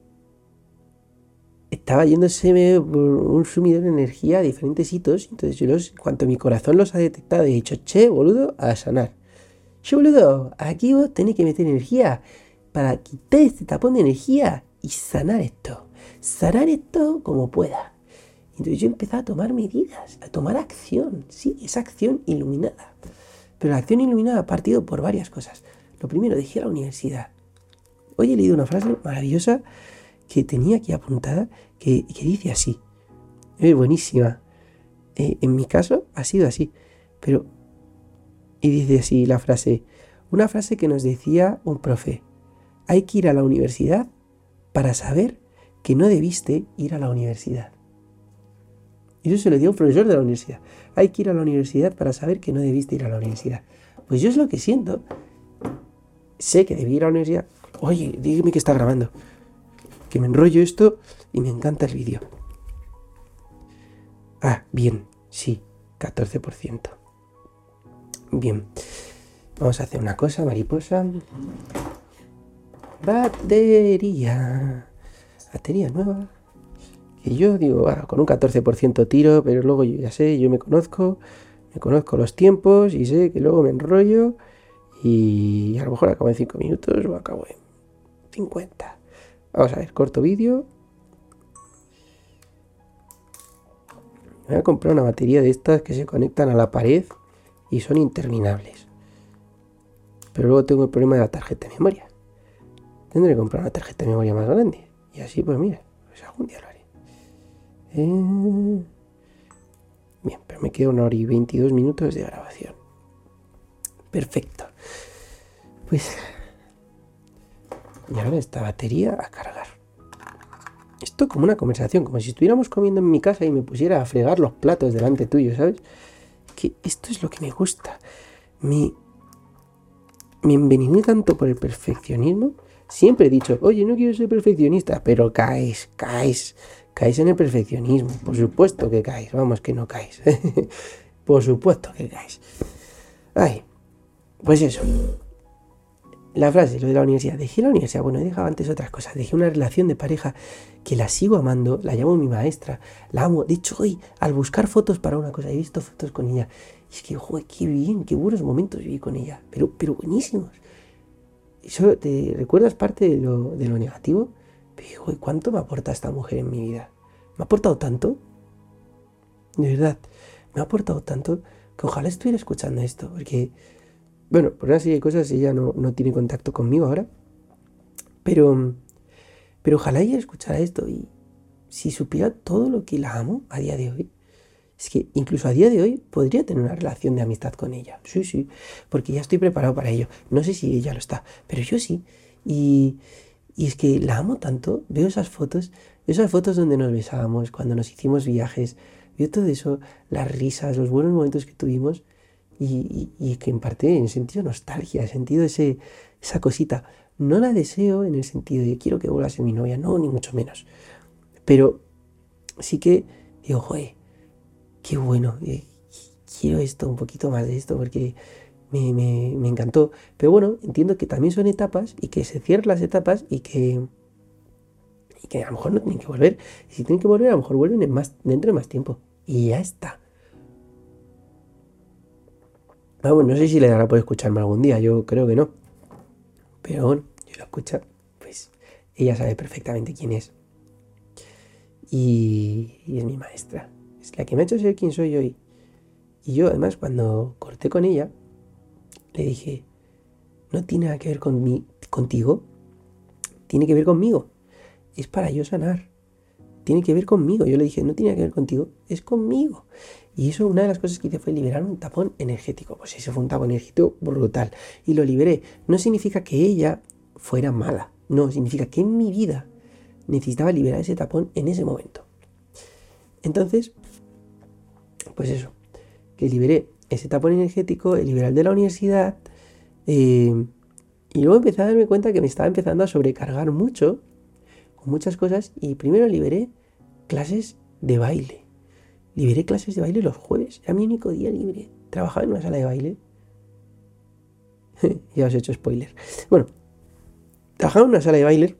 estaba yéndose por un sumidor de energía a diferentes hitos. Entonces yo los, cuanto mi corazón los ha detectado, he dicho, che, boludo, a sanar. Che, boludo, aquí vos tenés que meter energía para quitar este tapón de energía y sanar esto. Sanar esto como pueda. Entonces yo empecé a tomar medidas, a tomar acción. Sí, esa acción iluminada. Pero la acción iluminada ha partido por varias cosas. Lo primero, dejé la universidad. Hoy he leído una frase maravillosa que tenía aquí apuntada, que, que dice así. Es buenísima. Eh, en mi caso ha sido así. Pero, y dice así la frase. Una frase que nos decía un profe. Hay que ir a la universidad para saber que no debiste ir a la universidad. Y eso se lo dio un profesor de la universidad. Hay que ir a la universidad para saber que no debiste ir a la universidad. Pues yo es lo que siento. Sé que debí ir a la universidad. Oye, dígame que está grabando. Que me enrollo esto y me encanta el vídeo. Ah, bien, sí, catorce por ciento. Bien, vamos a hacer una cosa, mariposa. Batería. Batería nueva. Que yo digo, ah, con un catorce por ciento tiro, pero luego yo ya sé, yo me conozco, me conozco los tiempos y sé que luego me enrollo y a lo mejor acabo en cinco minutos o acabo en cincuenta. Vamos a ver, corto vídeo. Me voy a comprar una batería de estas que se conectan a la pared y son interminables. Pero luego tengo el problema de la tarjeta de memoria. Tendré que comprar una tarjeta de memoria más grande. Y así, pues mira, pues algún día lo haré. Eh... Bien, pero me queda una hora y veintidós minutos de grabación. Perfecto. Pues... Y ahora esta batería a cargar. Esto como una conversación, como si estuviéramos comiendo en mi casa y me pusiera a fregar los platos delante tuyo, ¿sabes? Que esto es lo que me gusta. Me, me envenené tanto por el perfeccionismo. Siempre he dicho, oye, no quiero ser perfeccionista, pero caes, caes, caes en el perfeccionismo. Por supuesto que caes, vamos, que no caes. Por supuesto que caes. Ay, pues eso. La frase, lo de la universidad. Dejé la universidad, bueno, he dejado antes otras cosas. Dejé una relación de pareja que la sigo amando, la llamo mi maestra, la amo. De hecho, hoy, al buscar fotos para una cosa, he visto fotos con ella. Y es que, joder, qué bien, qué buenos momentos viví con ella. Pero, pero buenísimos. Eso, ¿te recuerdas parte de lo, de lo negativo? Pero, joder, ¿cuánto me aporta esta mujer en mi vida? ¿Me ha aportado tanto? De verdad, me ha aportado tanto que ojalá estuviera escuchando esto, porque... Bueno, por una serie de cosas ella no, no tiene contacto conmigo ahora. Pero, pero ojalá ella escuchara esto y si supiera todo lo que la amo a día de hoy. Es que incluso a día de hoy podría tener una relación de amistad con ella. Sí, sí, porque ya estoy preparado para ello. No sé si ella lo está, pero yo sí. Y, y es que la amo tanto. Veo esas fotos, esas fotos donde nos besábamos, cuando nos hicimos viajes. Veo todo eso, las risas, los buenos momentos que tuvimos. Y, y, y que en parte en sentido nostalgia, en sentido ese, esa cosita. No la deseo en el sentido de quiero que vuelva a ser mi novia, no, ni mucho menos. Pero sí que digo, joder, qué bueno, eh, quiero esto, un poquito más de esto, porque me, me, me encantó. Pero bueno, entiendo que también son etapas y que se cierran las etapas y que, y que a lo mejor no tienen que volver. Y si tienen que volver, a lo mejor vuelven en más, dentro de más tiempo. Y ya está. Vamos, no sé si le dará por escucharme algún día, yo creo que no. Pero bueno, si lo escucha, pues ella sabe perfectamente quién es. Y, y es mi maestra. Es la que me ha hecho ser quien soy hoy. Y yo además cuando corté con ella, le dije, no tiene nada que ver con mi, contigo, tiene que ver conmigo. Es para yo sanar. Tiene que ver conmigo. Yo le dije, no tiene que ver contigo, es conmigo. Y eso, una de las cosas que hice fue liberar un tapón energético. Pues ese fue un tapón energético brutal. Y lo liberé. No significa que ella fuera mala. No, significa que en mi vida necesitaba liberar ese tapón en ese momento. Entonces, pues eso. Que liberé ese tapón energético, el liberal de la universidad. Eh, y luego empecé a darme cuenta que me estaba empezando a sobrecargar mucho con muchas cosas. Y primero liberé clases de baile. Liberé clases de baile los jueves. Era mi único día libre. Trabajaba en una sala de baile. Ya os he hecho spoiler. Bueno, trabajaba en una sala de baile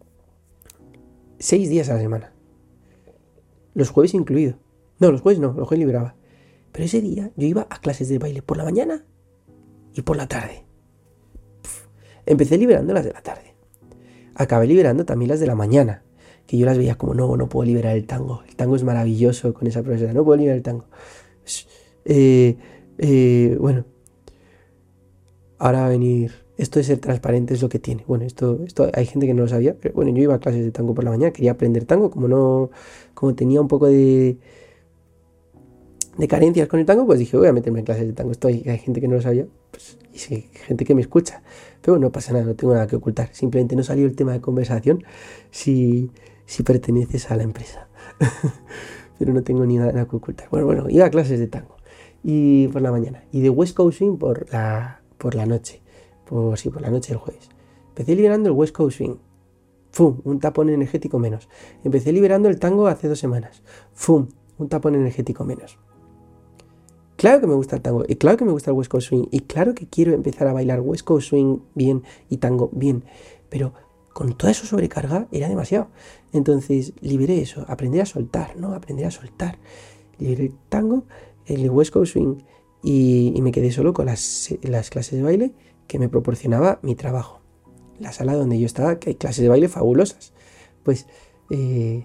seis días a la semana. Los jueves incluido. No, los jueves no, los jueves liberaba. Pero ese día yo iba a clases de baile por la mañana y por la tarde. Pff, empecé liberando las de la tarde. Acabé liberando también las de la mañana. Que yo las veía como, no, no puedo liberar el tango. El tango es maravilloso con esa profesora, no puedo liberar el tango. Eh, eh, bueno, ahora va a venir, esto de ser transparente es lo que tiene. Bueno, esto, esto hay gente que no lo sabía, pero bueno, yo iba a clases de tango por la mañana, quería aprender tango, como no, como tenía un poco de, de carencias con el tango, pues dije, voy a meterme en clases de tango. Esto hay, hay gente que no lo sabía, pues, y sí, hay gente que me escucha, pero bueno, no pasa nada, no tengo nada que ocultar. Simplemente no salió el tema de conversación si... si perteneces a la empresa. pero no tengo ni nada que ocultar. Bueno, bueno, iba a clases de tango y por la mañana y de West Coast Swing por la, por la noche, por, sí, por la noche del jueves. Empecé liberando el West Coast Swing. ¡Fum! Un tapón energético menos. Empecé liberando el tango hace dos semanas. ¡Fum! Un tapón energético menos. Claro que me gusta el tango, y claro que me gusta el West Coast Swing, y claro que quiero empezar a bailar West Coast Swing bien y tango bien, pero con toda esa sobrecarga era demasiado. Entonces liberé eso, aprendí a soltar, ¿no? Aprendí a soltar. Liberé el tango, el West Coast Swing, y, y me quedé solo con las, las clases de baile que me proporcionaba mi trabajo. La sala donde yo estaba, que hay clases de baile fabulosas. Pues, eh...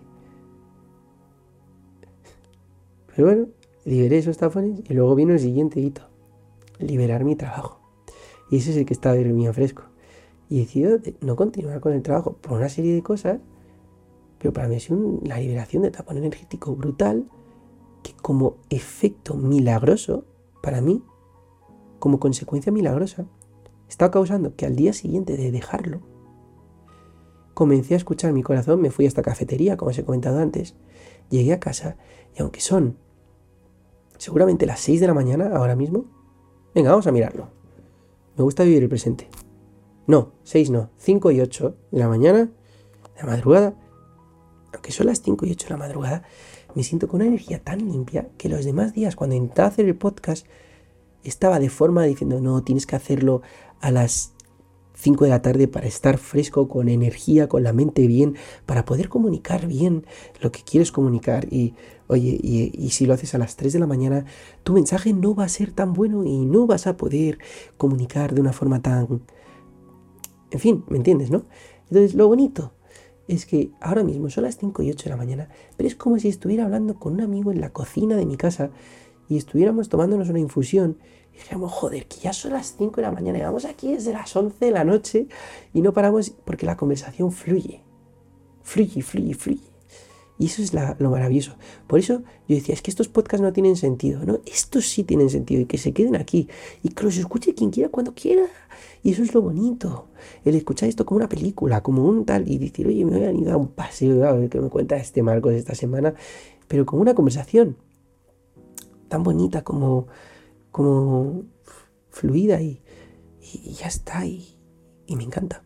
pero bueno, liberé esos tapones y luego vino el siguiente hito, liberar mi trabajo. Y ese es el que estaba en mi fresco. Y decidí no continuar con el trabajo por una serie de cosas, pero para mí ha sido una liberación de tapón energético brutal que como efecto milagroso, para mí, como consecuencia milagrosa, estaba causando que al día siguiente de dejarlo, comencé a escuchar mi corazón, me fui a esta cafetería, como os he comentado antes, llegué a casa y aunque son seguramente las seis de la mañana ahora mismo, venga, vamos a mirarlo. Me gusta vivir el presente. No, seis no, cinco y ocho de la mañana, de la madrugada, aunque son las cinco y ocho de la madrugada, me siento con una energía tan limpia que los demás días cuando intentaba hacer el podcast estaba de forma diciendo, no, tienes que hacerlo a las cinco de la tarde para estar fresco, con energía, con la mente bien, para poder comunicar bien lo que quieres comunicar. Y oye, y, y si lo haces a las tres de la mañana, tu mensaje no va a ser tan bueno y no vas a poder comunicar de una forma tan... En fin, ¿me entiendes, no? Entonces, lo bonito es que ahora mismo son las cinco y ocho de la mañana, pero es como si estuviera hablando con un amigo en la cocina de mi casa y estuviéramos tomándonos una infusión y dijéramos, joder, que ya son las cinco de la mañana y vamos aquí desde las once de la noche y no paramos porque la conversación fluye, fluye, fluye, fluye. Y eso es la, lo maravilloso. Por eso yo decía, es que estos podcasts no tienen sentido, ¿no? Estos sí tienen sentido y que se queden aquí y que los escuche quien quiera cuando quiera. Y eso es lo bonito, el escuchar esto como una película, como un tal, y decir, oye, me voy a ir a dar un paseo, a ver qué me cuenta este Marcos esta semana, pero como una conversación tan bonita, como, como fluida y, y, y ya está, y, y me encanta.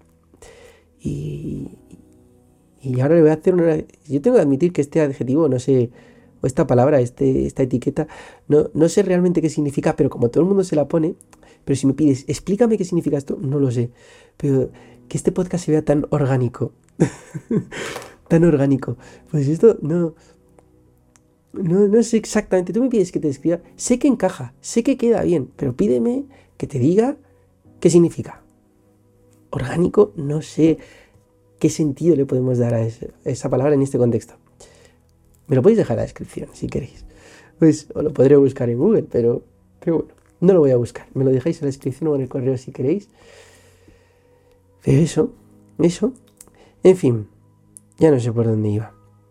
Y, y ahora le voy a hacer una... Yo tengo que admitir que este adjetivo, no sé, o esta palabra, este, esta etiqueta, no, no sé realmente qué significa, pero como todo el mundo se la pone... Pero si me pides, explícame qué significa esto, no lo sé. Pero que este podcast se vea tan orgánico. tan orgánico. Pues esto no, no... No sé exactamente. Tú me pides que te describa. Sé que encaja, sé que queda bien. Pero pídeme que te diga qué significa. Orgánico, no sé qué sentido le podemos dar a, ese, a esa palabra en este contexto. Me lo podéis dejar en la descripción si queréis. Pues o lo podré buscar en Google, pero, pero bueno. No lo voy a buscar, me lo dejáis en la descripción o en el correo si queréis. Pero eso, eso, en fin, ya no sé por dónde iba.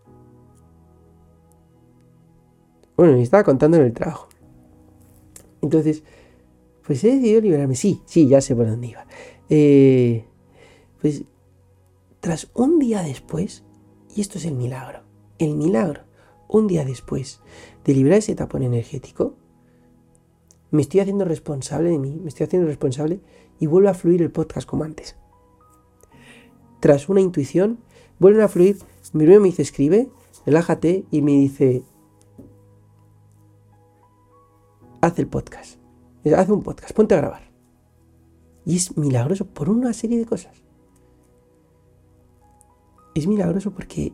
Bueno, me estaba contando en el trabajo. Entonces, pues he decidido liberarme. Sí, sí, ya sé por dónde iba. Eh, pues, tras un día después, y esto es el milagro, el milagro, un día después de liberar ese tapón energético, me estoy haciendo responsable de mí, me estoy haciendo responsable y vuelve a fluir el podcast como antes. Tras una intuición, vuelve a fluir, primero me dice escribe, relájate y me dice haz el podcast, haz un podcast, ponte a grabar. Y es milagroso por una serie de cosas. Es milagroso porque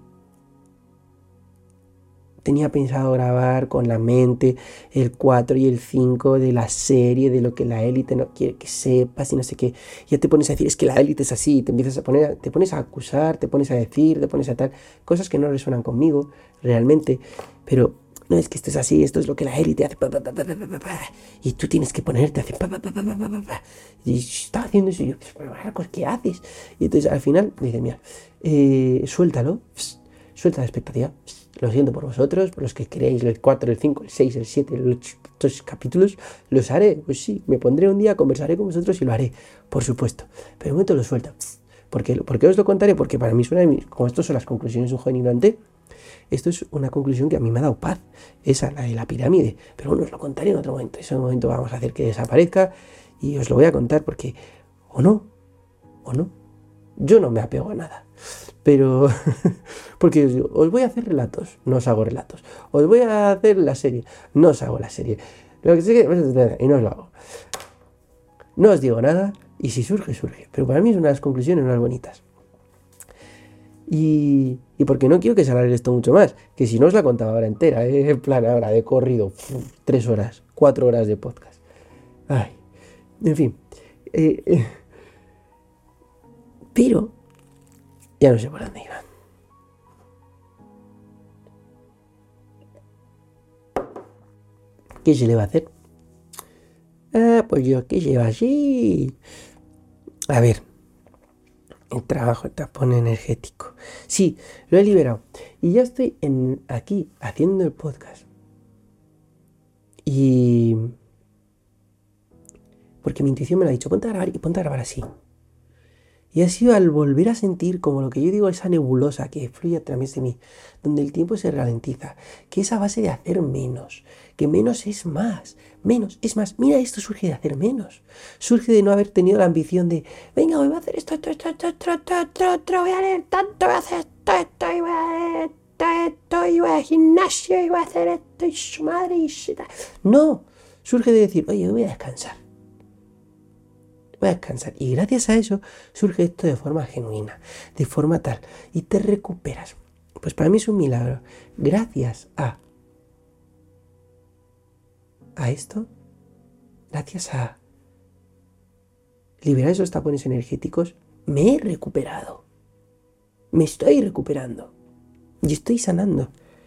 tenía pensado grabar con la mente el cuatro y el cinco de la serie, de lo que la élite no quiere que sepas y no sé qué. Ya te pones a decir, es que la élite es así, y te empiezas a poner, te pones a acusar, te pones a decir, te pones a tal, cosas que no resuenan conmigo realmente, pero no es que esto es así, esto es lo que la élite hace, pa, pa, pa, pa, pa, pa, pa, y tú tienes que ponerte a hacer, pa, pa, pa, pa, pa, pa, pa, y estaba haciendo eso y yo, pero Marcos, ¿qué haces? Y entonces al final me dice, mira, eh, suéltalo, pss, suelta la expectativa, pss, lo siento por vosotros, por los que queréis el cuatro, el cinco, el seis, el siete, los ocho capítulos, los haré, pues sí, me pondré un día, conversaré con vosotros y lo haré, por supuesto, pero de momento lo suelto. ¿Por qué, ¿Por qué os lo contaré? Porque para mí suena, como estas son las conclusiones de un joven ignorante, Esto es una conclusión que a mí me ha dado paz, esa, la de la pirámide, pero bueno, os lo contaré en otro momento. En ese momento vamos a hacer que desaparezca y os lo voy a contar porque, o no, o no, yo no me apego a nada. Pero, porque os, digo, os voy a hacer relatos, no os hago relatos. Os voy a hacer la serie, no os hago la serie. Lo que sé que, y no os lo hago. No os digo nada, y si surge, surge. Pero para mí es una de las conclusiones más bonitas. Y, y porque no quiero que se alargue esto mucho más, que si no os la contaba ahora entera, ¿eh? En plan ahora de corrido, pf, tres horas, cuatro horas de podcast. Ay, en fin. Eh, eh, pero, ya no sé por dónde iba. ¿Qué se le va a hacer? Ah, pues yo, ¿qué lleva así? A ver. El trabajo, el tapón energético. Sí, lo he liberado. Y ya estoy en, aquí haciendo el podcast. Y... porque mi intuición me lo ha dicho, ponte a grabar y ponte a grabar así. Y ha sido al volver a sentir como lo que yo digo, esa nebulosa que fluye a través de mí, donde el tiempo se ralentiza, que esa base de hacer menos, que menos es más, menos es más. Mira, esto surge de hacer menos, surge de no haber tenido la ambición de, venga, voy a hacer esto, esto, esto, esto, esto, esto, esto, esto, voy a leer tanto, voy a hacer esto, esto, y voy a leer esto, esto, y voy al gimnasio, y voy a hacer esto, y su madre, y su tal. No, surge de decir, oye, voy a descansar. Voy a descansar. Y gracias a eso surge esto de forma genuina, de forma tal. Y te recuperas. Pues para mí es un milagro. Gracias a... a esto, gracias a liberar esos tapones energéticos, me he recuperado. Me estoy recuperando. Y estoy sanando.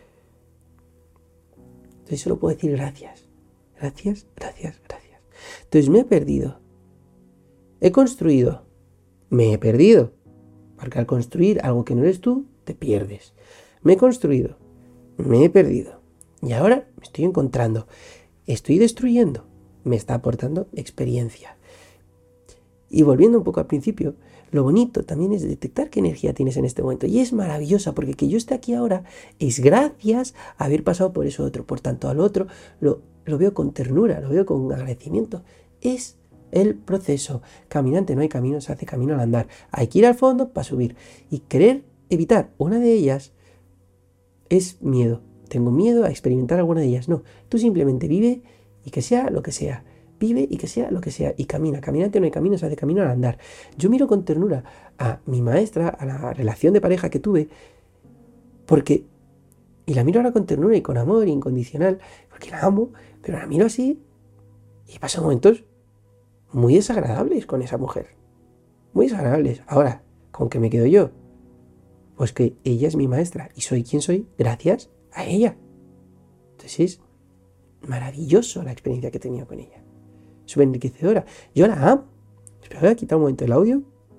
Entonces solo puedo decir gracias. Gracias, gracias, gracias. Entonces me he perdido. He construido, me he perdido, porque al construir algo que no eres tú, te pierdes. Me he construido, me he perdido, y ahora me estoy encontrando. Estoy destruyendo, me está aportando experiencia. Y volviendo un poco al principio, lo bonito también es detectar qué energía tienes en este momento. Y es maravillosa, porque que yo esté aquí ahora es gracias a haber pasado por eso otro. Por tanto, al otro lo, lo veo con ternura, lo veo con agradecimiento. Es el proceso. Caminante no hay camino, se hace camino al andar. Hay que ir al fondo para subir. Y querer evitar una de ellas es miedo. Tengo miedo a experimentar alguna de ellas. No, tú simplemente vive y que sea lo que sea. Vive y que sea lo que sea. Y camina. Caminante no hay camino, se hace camino al andar. Yo miro con ternura a mi maestra, a la relación de pareja que tuve, porque... y la miro ahora con ternura y con amor incondicional, porque la amo, pero la miro así y paso momentos muy desagradables con esa mujer. Muy desagradables. Ahora, ¿con qué me quedo yo? Pues que ella es mi maestra y soy quien soy gracias a ella. Entonces es maravilloso la experiencia que he tenido con ella. Súper enriquecedora. Yo la amo. Espera, voy a quitar un momento el audio.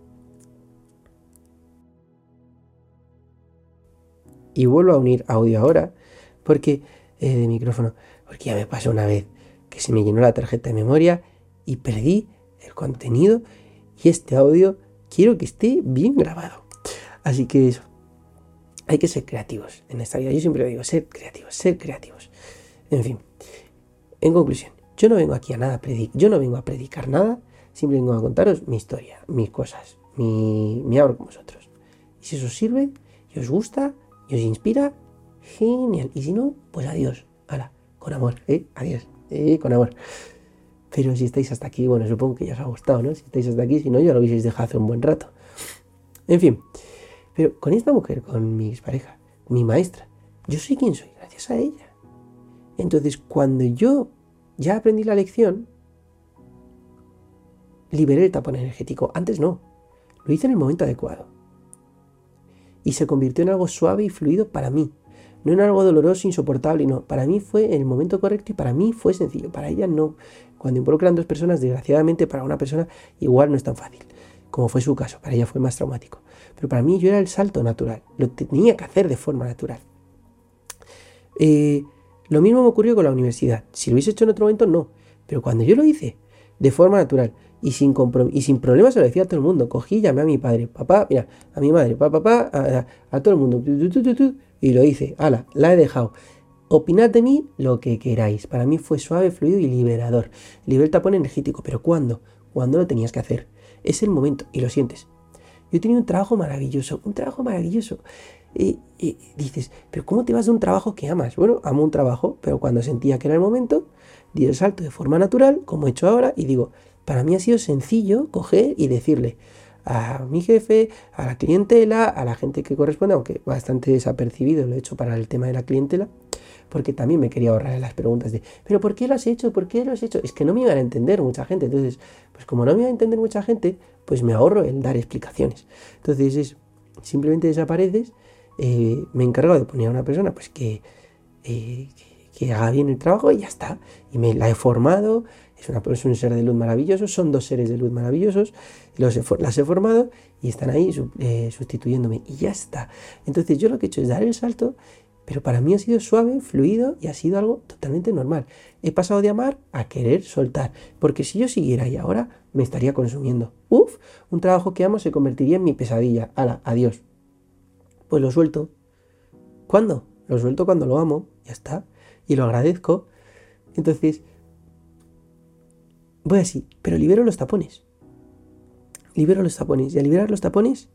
Y vuelvo a unir audio ahora, porque eh, de micrófono, porque ya me pasó una vez que se me llenó la tarjeta de memoria y perdí el contenido, y este audio quiero que esté bien grabado. Así que eso, hay que ser creativos en esta vida. Yo siempre lo digo, ser creativos, ser creativos. En fin, en conclusión, yo no vengo aquí a nada a predicar, yo no vengo a predicar nada, simplemente vengo a contaros mi historia, mis cosas, mi, mi hablo con vosotros. Y si eso os sirve y os gusta y os inspira, genial. Y si no, pues adiós. Hala, con amor, ¿eh? Adiós, ¿eh? Con amor. Pero si estáis hasta aquí, bueno, supongo que ya os ha gustado, ¿no? Si estáis hasta aquí, si no, ya lo hubieseis dejado hace un buen rato. En fin, pero con esta mujer, con mi expareja, mi maestra, yo soy quien soy, gracias a ella. Entonces, cuando yo ya aprendí la lección, liberé el tapón energético. Antes no, lo hice en el momento adecuado. Y se convirtió en algo suave y fluido para mí. No en algo doloroso, insoportable, no. Para mí fue en el momento correcto y para mí fue sencillo. Para ella no. Cuando involucran dos personas, desgraciadamente para una persona igual no es tan fácil, como fue su caso. Para ella fue más traumático. Pero para mí yo era el salto natural. Lo tenía que hacer de forma natural. Eh, lo mismo me ocurrió con la universidad. Si lo hubiese hecho en otro momento, no. Pero cuando yo lo hice de forma natural y sin, comprom- y sin problemas, se lo decía a todo el mundo. Cogí, llamé a mi padre, papá, mira, a mi madre, papá, papá, a, a, a todo el mundo. Tu, tu, tu, tu, tu. Y y lo hice, ala, la he dejado. Opinad de mí lo que queráis. Para mí fue suave, fluido y liberador. Liberé el tapón energético, pero ¿cuándo? Cuando lo tenías que hacer. Es el momento y lo sientes. Yo he tenido un trabajo maravilloso, un trabajo maravilloso. Y, y dices, pero ¿cómo te vas de un trabajo que amas? Bueno, amo un trabajo, pero cuando sentía que era el momento, di el salto de forma natural, como he hecho ahora, y digo, para mí ha sido sencillo coger y decirle a mi jefe, a la clientela, a la gente que corresponde, aunque bastante desapercibido lo he hecho para el tema de la clientela, porque también me quería ahorrar las preguntas de, ¿pero por qué lo has hecho? ¿Por qué lo has hecho? Es que no me iban a entender mucha gente. Entonces, pues como no me iba a entender mucha gente, pues me ahorro el dar explicaciones. Entonces, es, simplemente desapareces, eh, me he encargado de poner a una persona pues que, eh, que, que haga bien el trabajo y ya está. Y me la he formado, es, una, es un ser de luz maravilloso, son dos seres de luz maravillosos, los he, las he formado y están ahí eh, sustituyéndome y ya está. Entonces, yo lo que he hecho es dar el salto. Pero para mí ha sido suave, fluido y ha sido algo totalmente normal. He pasado de amar a querer soltar. Porque si yo siguiera ahí ahora, me estaría consumiendo. Uf, un trabajo que amo se convertiría en mi pesadilla. Hala, adiós. Pues lo suelto. ¿Cuándo? Lo suelto cuando lo amo. Ya está. Y lo agradezco. Entonces, voy así. Pero libero los tapones. Libero los tapones. Y al liberar los tapones,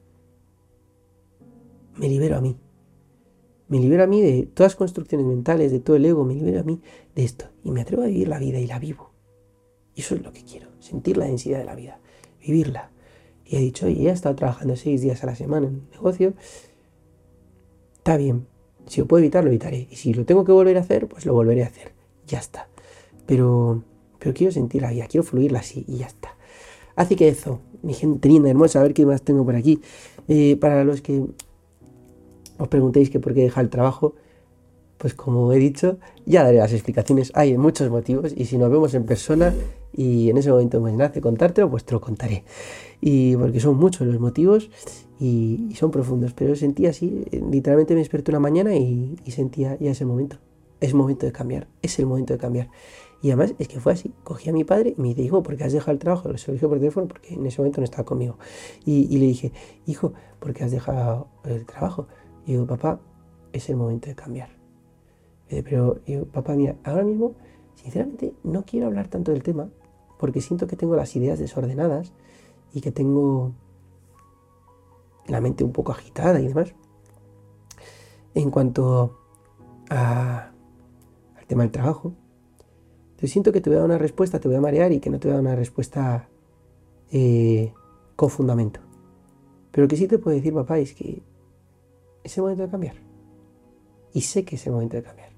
me libero a mí. Me libero a mí de todas las construcciones mentales, de todo el ego, me libero a mí de esto. Y me atrevo a vivir la vida y la vivo. Y eso es lo que quiero, sentir la densidad de la vida, vivirla. Y he dicho, oye, ya he estado trabajando seis días a la semana en un negocio. Está bien, si lo puedo evitar, lo evitaré. Y si lo tengo que volver a hacer, pues lo volveré a hacer. Ya está. Pero, pero quiero sentir la vida, quiero fluirla así y ya está. Así que eso, mi gente linda, hermosa, a ver qué más tengo por aquí. Eh, para los que os preguntéis que por qué dejar el trabajo, pues como he dicho, ya daré las explicaciones. Hay muchos motivos y si nos vemos en persona y en ese momento me nace contártelo, pues te lo contaré. Y porque son muchos los motivos y, y son profundos, pero sentí así, literalmente me desperté una mañana y, y sentía ya ese momento. Es momento de cambiar, es el momento de cambiar. Y además es que fue así, cogí a mi padre y me dice, hijo, ¿por qué has dejado el trabajo? Se lo dije por teléfono porque en ese momento no estaba conmigo. Y, y le dije, hijo, ¿por qué has dejado el trabajo? Y digo, papá, es el momento de cambiar. Eh, pero digo, papá, mira, ahora mismo, sinceramente, no quiero hablar tanto del tema porque siento que tengo las ideas desordenadas y que tengo la mente un poco agitada y demás. En cuanto a, al tema del trabajo, entonces siento que te voy a dar una respuesta, te voy a marear y que no te voy a dar una respuesta eh, con fundamento. Pero lo que sí te puedo decir, papá, es que es el momento de cambiar. Y sé que es el momento de cambiar.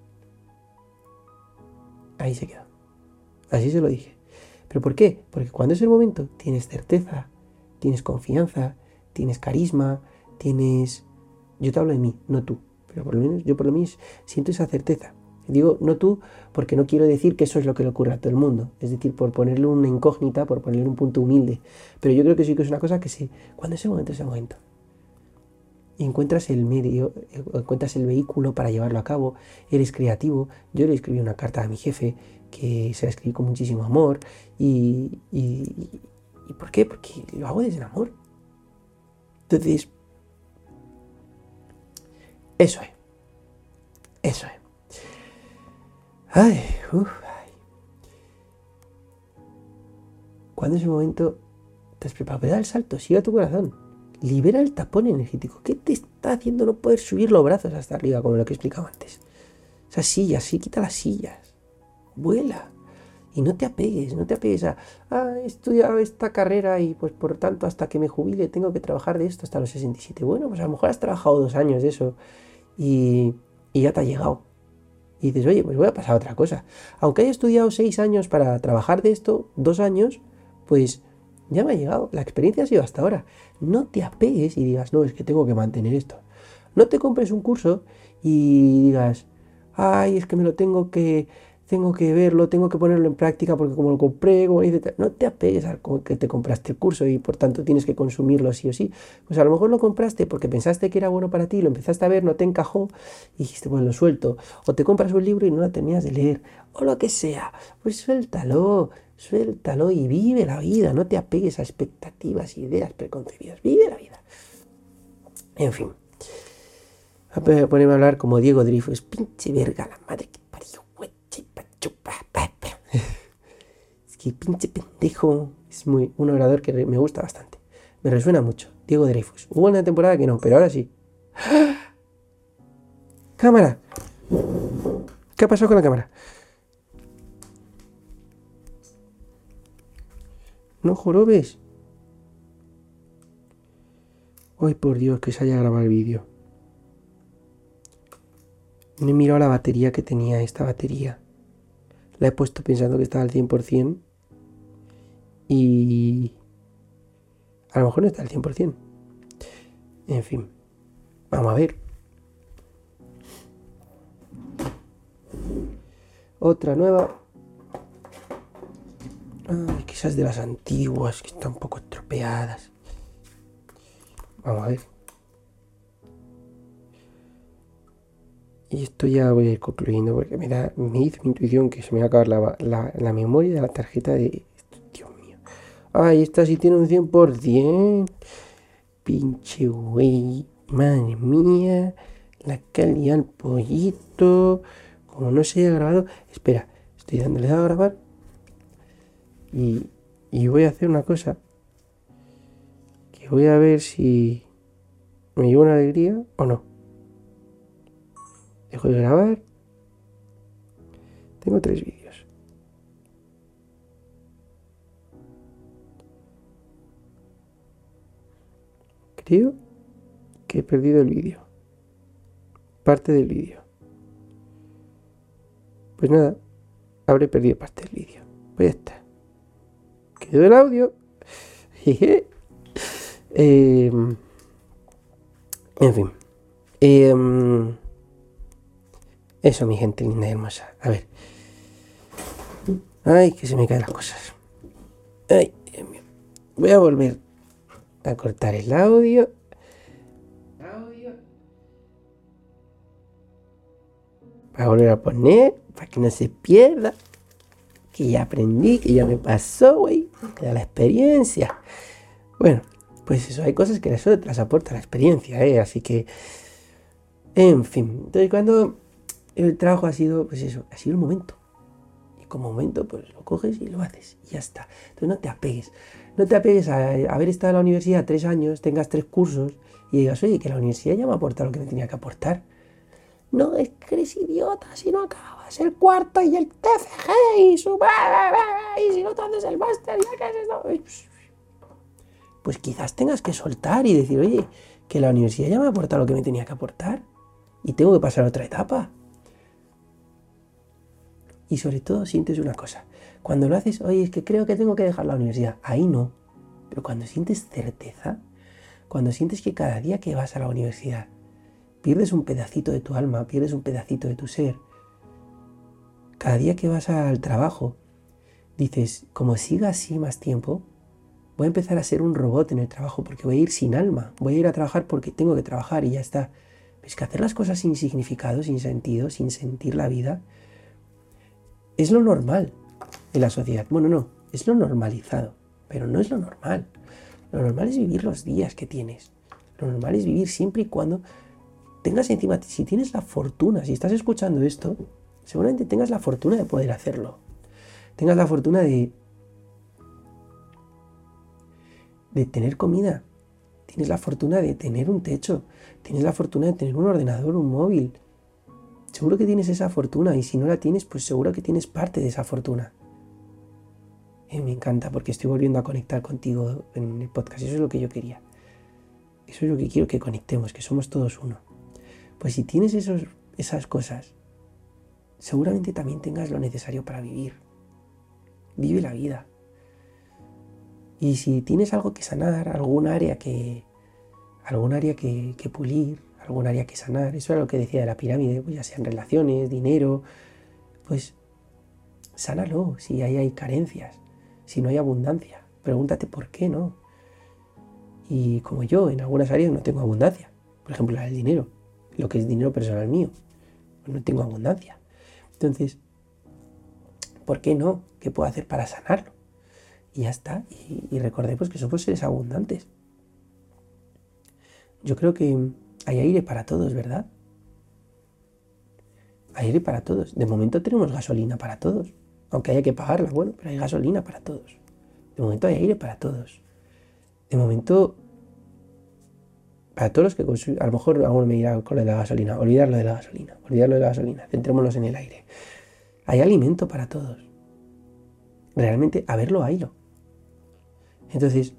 Ahí se quedó. Así se lo dije. ¿Pero por qué? Porque cuando es el momento tienes certeza, tienes confianza, tienes carisma, tienes... Yo te hablo de mí, no tú. Pero por lo menos yo por lo menos siento esa certeza. Digo no tú porque no quiero decir que eso es lo que le ocurre a todo el mundo. Es decir, por ponerle una incógnita, por ponerle un punto humilde. Pero yo creo que sí que es una cosa que sí. Cuando es el momento, es el momento. Y encuentras el medio, encuentras el vehículo para llevarlo a cabo, eres creativo. Yo le escribí una carta a mi jefe que se la escribí con muchísimo amor. Y, y, ¿y por qué? Porque lo hago desde el amor. Entonces, eso es. Eso es. Ay, uff. ¿Cuándo es el momento? ¿Te has preparado? Pero da el salto, sigue a tu corazón. Libera el tapón energético. ¿Qué te está haciendo no poder subir los brazos hasta arriba, como lo que he explicado antes? Esas sillas, sí, quita las sillas. Vuela. Y no te apegues, no te apegues a, ah, he estudiado esta carrera y pues por tanto hasta que me jubile tengo que trabajar de esto hasta los sesenta y siete. Bueno, pues a lo mejor has trabajado dos años de eso y, y ya te ha llegado. Y dices, oye, pues voy a pasar a otra cosa. Aunque haya estudiado seis años para trabajar de esto, dos años, pues ya me ha llegado. La experiencia ha sido hasta ahora. No te apegues y digas, no, es que tengo que mantener esto. No te compres un curso y digas, ay, es que me lo tengo que, tengo que verlo, tengo que ponerlo en práctica porque como lo compré, como dice, no te apegues a que te compraste el curso y por tanto tienes que consumirlo sí o sí. Pues a lo mejor lo compraste porque pensaste que era bueno para ti, lo empezaste a ver, no te encajó y dijiste, pues lo suelto. O te compras un libro y no lo terminas de leer, o lo que sea. Pues suéltalo, suéltalo y vive la vida. No te apegues a expectativas, ideas preconcebidas. Vive la vida. En fin. Voy a ponerme a hablar como Diego Dreyfus. Pinche verga, la madre que parió, güey. Es que pinche pendejo. Es muy un orador que me gusta bastante. Me resuena mucho. Diego Dreyfus. Hubo una temporada que no, pero ahora sí. ¡Cámara! ¿Qué ha pasado con la cámara? No jorobes. Ay, por Dios, que se haya grabado el vídeo. No he mirado la batería que tenía esta batería. La he puesto pensando que estaba al cien por ciento. Y... a lo mejor no está al cien por ciento. En fin. Vamos a ver. Otra nueva. Ay, quizás de las antiguas, que están un poco estropeadas. Vamos a ver. Y esto ya voy a ir concluyendo porque me da, me dice mi intuición que se me va a acabar la, la, la memoria de la tarjeta de... Dios mío. Ay, esta sí tiene un cien por ciento. Pinche güey. Madre mía. La calidad al pollito. Como no se haya grabado. Espera, estoy dándole a grabar. Y, y voy a hacer una cosa. Que voy a ver si me llevo una alegría o no. Dejo de grabar. Tengo tres vídeos. Creo que he perdido el vídeo. Parte del vídeo. Pues nada, habré perdido parte del vídeo. Pues ya está. Quedó el audio. Jeje. Eh, en fin. Eh, eso, mi gente linda y hermosa. A ver. Ay, que se me caen las cosas. Ay, Dios mío. Voy a volver a cortar el audio. Audio. Para volver a poner, para que no se pierda. Que ya aprendí, que ya me pasó, güey. Que da la experiencia. Bueno, pues eso, hay cosas que eso te las aporta la experiencia, ¿eh? Así que, en fin. Entonces, cuando el trabajo ha sido, pues eso, ha sido el momento. Y como momento, pues lo coges y lo haces. Y ya está. Entonces, no te apegues. No te apegues a haber estado en la universidad tres años, tengas tres cursos y digas, oye, que la universidad ya me ha aportado lo que me tenía que aportar. No, es que eres idiota si no acabas el cuarto y el T F G y su... y si no te haces el máster, ya que es esto. Pues quizás tengas que soltar y decir, oye, que la universidad ya me ha aportado lo que me tenía que aportar y tengo que pasar a otra etapa. Y sobre todo sientes una cosa. Cuando lo haces, oye, es que creo que tengo que dejar la universidad. Ahí no. Pero cuando sientes certeza, cuando sientes que cada día que vas a la universidad pierdes un pedacito de tu alma, pierdes un pedacito de tu ser. Cada día que vas al trabajo, dices, como siga así más tiempo, voy a empezar a ser un robot en el trabajo porque voy a ir sin alma. Voy a ir a trabajar porque tengo que trabajar y ya está. Es que hacer las cosas sin significado, sin sentido, sin sentir la vida, es lo normal en la sociedad. Bueno, no, es lo normalizado, pero no es lo normal. Lo normal es vivir los días que tienes. Lo normal es vivir siempre y cuando tengas encima, si tienes la fortuna, si estás escuchando esto, seguramente tengas la fortuna de poder hacerlo. Tengas la fortuna de, de tener comida. Tienes la fortuna de tener un techo. Tienes la fortuna de tener un ordenador, un móvil. Seguro que tienes esa fortuna y si no la tienes, pues seguro que tienes parte de esa fortuna. Eh, me encanta porque estoy volviendo a conectar contigo en el podcast. Eso es lo que yo quería. Eso es lo que quiero que conectemos, que somos todos uno. Pues si tienes esos, esas cosas, seguramente también tengas lo necesario para vivir. Vive la vida. Y si tienes algo que sanar, algún área que, algún área que, que pulir, algún área que sanar, eso era lo que decía de la pirámide, pues ya sean relaciones, dinero, pues sánalo si ahí hay carencias, si no hay abundancia. Pregúntate por qué no. Y como yo, en algunas áreas no tengo abundancia. Por ejemplo, la del dinero. Lo que es dinero personal mío. Pues no tengo abundancia. Entonces, ¿por qué no? ¿Qué puedo hacer para sanarlo? Y ya está. Y, y recordemos que somos seres abundantes. Yo creo que hay aire para todos, ¿verdad? Hay aire para todos. De momento tenemos gasolina para todos. Aunque haya que pagarla, bueno, pero hay gasolina para todos. De momento hay aire para todos. De momento, para todos los que consumen, a lo mejor alguno me dirá con lo de la gasolina, olvidarlo de la gasolina, olvidarlo de la gasolina, centrémonos en el aire. Hay alimento para todos. Realmente, a verlo, haylo. Entonces,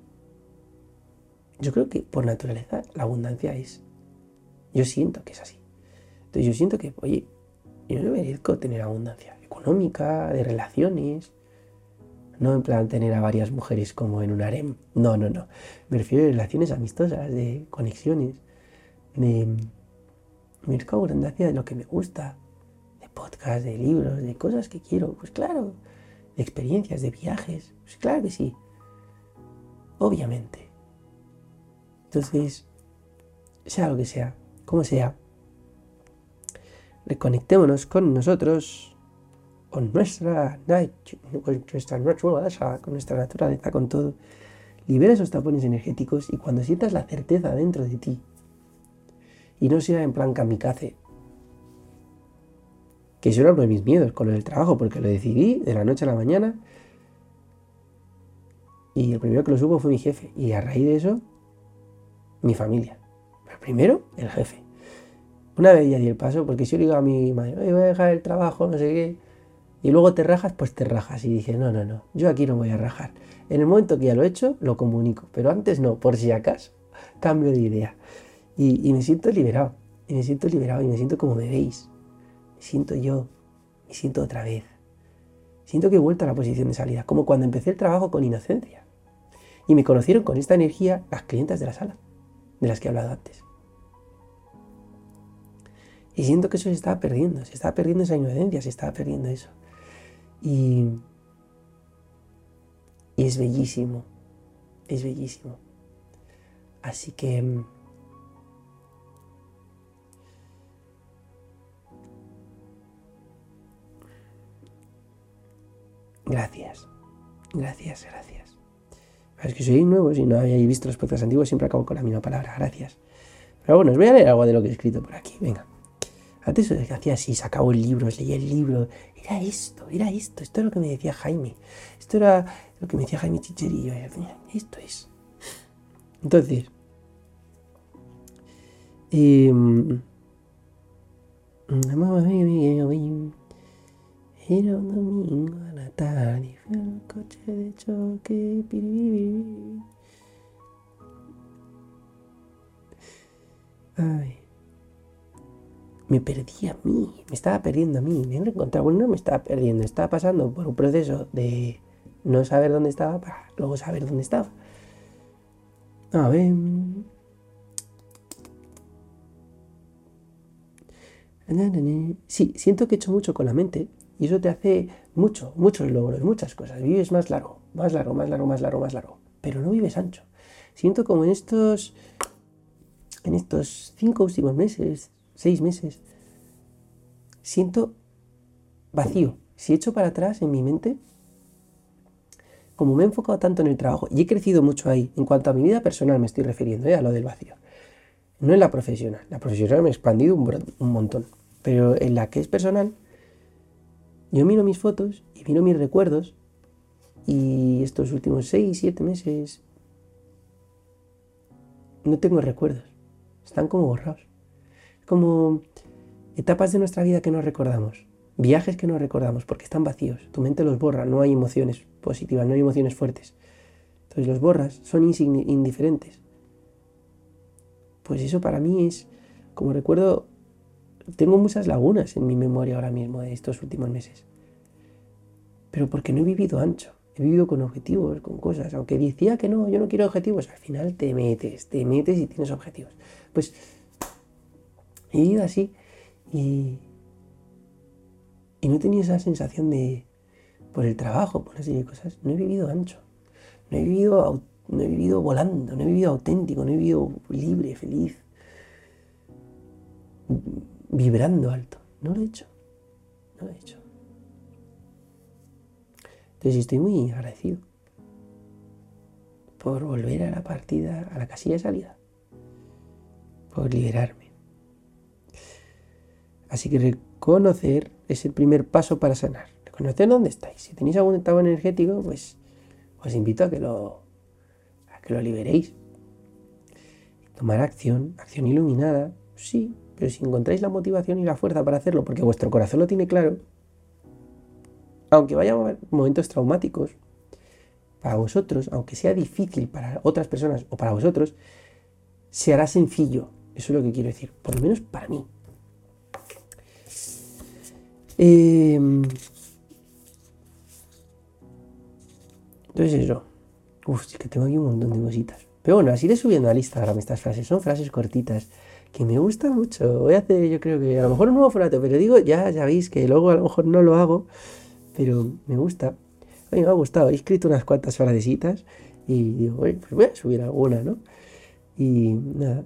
yo creo que por naturaleza la abundancia es, yo siento que es así. Entonces yo siento que, oye, yo no merezco tener abundancia económica, de relaciones, no en plan tener a varias mujeres como en un harem, no, no, no, me refiero a relaciones amistosas, de conexiones, de, merezco abundancia de lo que me gusta, de podcasts, de libros, de cosas que quiero, pues claro, de experiencias, de viajes, pues claro que sí, obviamente. Entonces, sea lo que sea, como sea, reconectémonos con nosotros, con nuestra, con nuestra naturaleza, con nuestra naturaleza, con todo. Libera esos tapones energéticos y cuando sientas la certeza dentro de ti, y no sea en plan kamikaze, que eso era uno de mis miedos con lo del trabajo, porque lo decidí de la noche a la mañana y el primero que lo supo fue mi jefe, y a raíz de eso, mi familia. Pero primero, el jefe. Una vez ya di el paso, porque si yo le digo a mi madre, oye, voy a dejar el trabajo, no sé qué, y luego te rajas, pues te rajas. Y dije, no, no, no, yo aquí no voy a rajar. En el momento que ya lo he hecho, lo comunico, pero antes no, por si acaso, cambio de idea. Y, y me siento liberado, y me siento liberado, y me siento como me veis. Me siento yo, me siento otra vez. Siento que he vuelto a la posición de salida, como cuando empecé el trabajo con inocencia. Y me conocieron con esta energía las clientas de la sala, de las que he hablado antes. Y siento que eso se estaba perdiendo, se estaba perdiendo esa inocencia, se estaba perdiendo eso. Y, y es bellísimo, es bellísimo. Así que gracias, gracias, gracias. Es que soy nuevo, si no habéis visto los podcasts antiguos, siempre acabo con la misma palabra, gracias. Pero bueno, os voy a leer algo de lo que he escrito por aquí, venga. Antes lo que hacía así, sacaba el libro, leía el libro, era esto, era esto, esto es lo que me decía Jaime, esto era lo que me decía Jaime Chicherillo, esto es. Entonces, eh, era un domingo a la tarde, fue el coche de choque, piribiri. Ay. Me perdí a mí, me estaba perdiendo a mí, me he encontrado, bueno, no me estaba perdiendo, estaba pasando por un proceso de no saber dónde estaba para luego saber dónde estaba. A ver. Sí, siento que he hecho mucho con la mente y eso te hace mucho, muchos logros, muchas cosas. Vives más largo, más largo, más largo, más largo, más largo, pero no vives ancho. Siento como en estos, en estos cinco últimos meses, seis meses, siento vacío. Si echo para atrás en mi mente, como me he enfocado tanto en el trabajo y he crecido mucho ahí, en cuanto a mi vida personal me estoy refiriendo, ¿eh? A lo del vacío. No en la profesional. La profesional me he expandido un, un montón. Pero en la que es personal, yo miro mis fotos y miro mis recuerdos y estos últimos seis, siete meses no tengo recuerdos. Están como borrados. Como etapas de nuestra vida que no recordamos. Viajes que no recordamos porque están vacíos. Tu mente los borra, no hay emociones positivas, no hay emociones fuertes. Entonces los borras, son indiferentes. Pues eso para mí es, como recuerdo, tengo muchas lagunas en mi memoria ahora mismo de estos últimos meses. Pero porque no he vivido ancho, he vivido con objetivos, con cosas. Aunque decía que no, yo no quiero objetivos, al final te metes, te metes y tienes objetivos. Pues he vivido así y, y no he tenido esa sensación de, por el trabajo, por una serie de cosas, no he vivido ancho. No he vivido, no he vivido volando, no he vivido auténtico, no he vivido libre, feliz, vibrando alto. No lo he hecho, no lo he hecho. Entonces estoy muy agradecido por volver a la partida, a la casilla de salida, por liberarme. Así que Conocer es el primer paso para sanar. Reconocer dónde estáis. Si tenéis algún estado energético, pues os invito a que lo, a que lo liberéis. Tomar acción, acción iluminada, sí, pero si encontráis la motivación y la fuerza para hacerlo, porque vuestro corazón lo tiene claro, aunque vaya a haber momentos traumáticos, para vosotros, aunque sea difícil para otras personas o para vosotros, se hará sencillo. Eso es lo que quiero decir, por lo menos para mí. Eh, entonces eso. Uf, es que tengo aquí un montón de cositas. Pero bueno, las iré subiendo al Instagram estas frases. Son frases cortitas que me gustan mucho. Voy a hacer, yo creo que a lo mejor un nuevo formato, pero digo, ya, ya veis que luego a lo mejor no lo hago, pero me gusta. A mí me ha gustado. He escrito unas cuantas frasecitas y digo, oye, pues voy a subir alguna, ¿no? Y nada.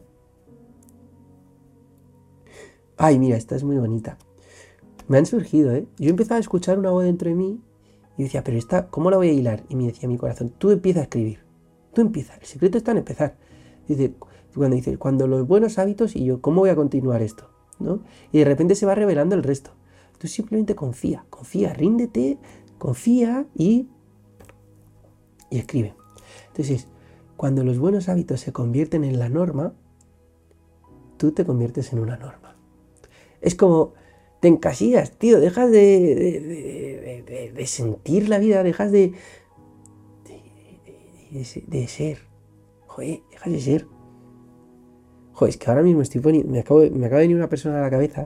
Ay, mira, esta es muy bonita. Me han surgido, ¿eh? Yo empezaba a escuchar una voz dentro de mí y decía, pero esta, ¿cómo la voy a hilar? Y me decía mi corazón, tú empieza a escribir. Tú empieza. El secreto está en empezar. Dice, cuando dice, cuando los buenos hábitos, y yo, ¿cómo voy a continuar esto? ¿No? Y de repente se va revelando el resto. Tú simplemente confía, confía, ríndete, confía y, y escribe. Entonces, cuando los buenos hábitos se convierten en la norma, tú te conviertes en una norma. Es como, te encasillas, tío, dejas de, de, de, de, de sentir la vida, dejas de, de, de, de ser. Joder, dejas de ser. Joder, es que ahora mismo estoy poniendo, me, acabo, me acaba de venir una persona a la cabeza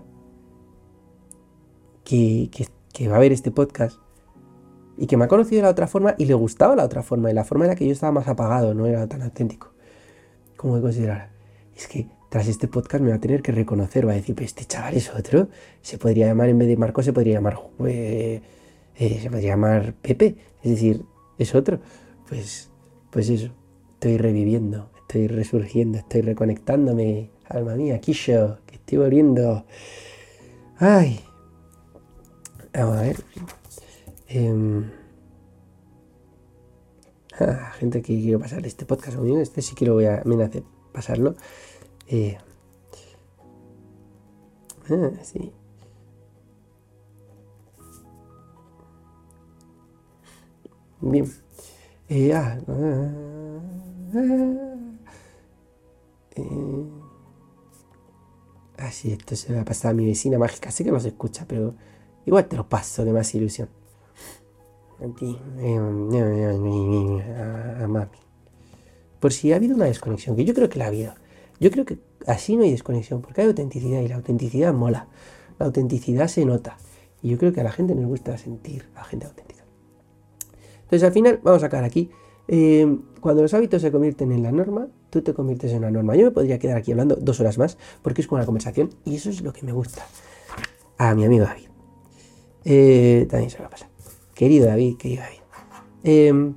que, que, que va a ver este podcast y que me ha conocido de la otra forma y le gustaba la otra forma, y la forma en la que yo estaba más apagado, no era tan auténtico como de considerar. Es que tras este podcast me va a tener que reconocer, va a decir, pues este chaval es otro, se podría llamar, en vez de Marco, se podría llamar, eh, eh, se podría llamar Pepe, es decir, es otro. Pues, pues eso, estoy reviviendo, estoy resurgiendo, estoy reconectándome, alma mía, Kisho, que estoy volviendo. Ay, vamos a ver. Eh, ah, gente que quiero pasar este podcast conmigo, este sí que lo voy a amenazar pasarlo. Eh, ah, sí. Bien. Eh, ah, ah, ah, eh, ah, sí, esto se va a pasar a mi vecina mágica. Sé que no se escucha, pero igual te lo paso de más ilusión. A ti, a, a mami. Por si ha habido una desconexión, que yo creo que la ha habido. Yo creo que así no hay desconexión, porque hay autenticidad y la autenticidad mola. La autenticidad se nota. Y yo creo que a la gente nos gusta sentir a la gente auténtica. Entonces al final vamos a sacar aquí. Eh, cuando los hábitos se convierten en la norma, tú te conviertes en una norma. Yo me podría quedar aquí hablando dos horas más, porque es como una conversación y eso es lo que me gusta. A mi amigo David. Eh, también se va a pasar. Querido David, querido David. Eh,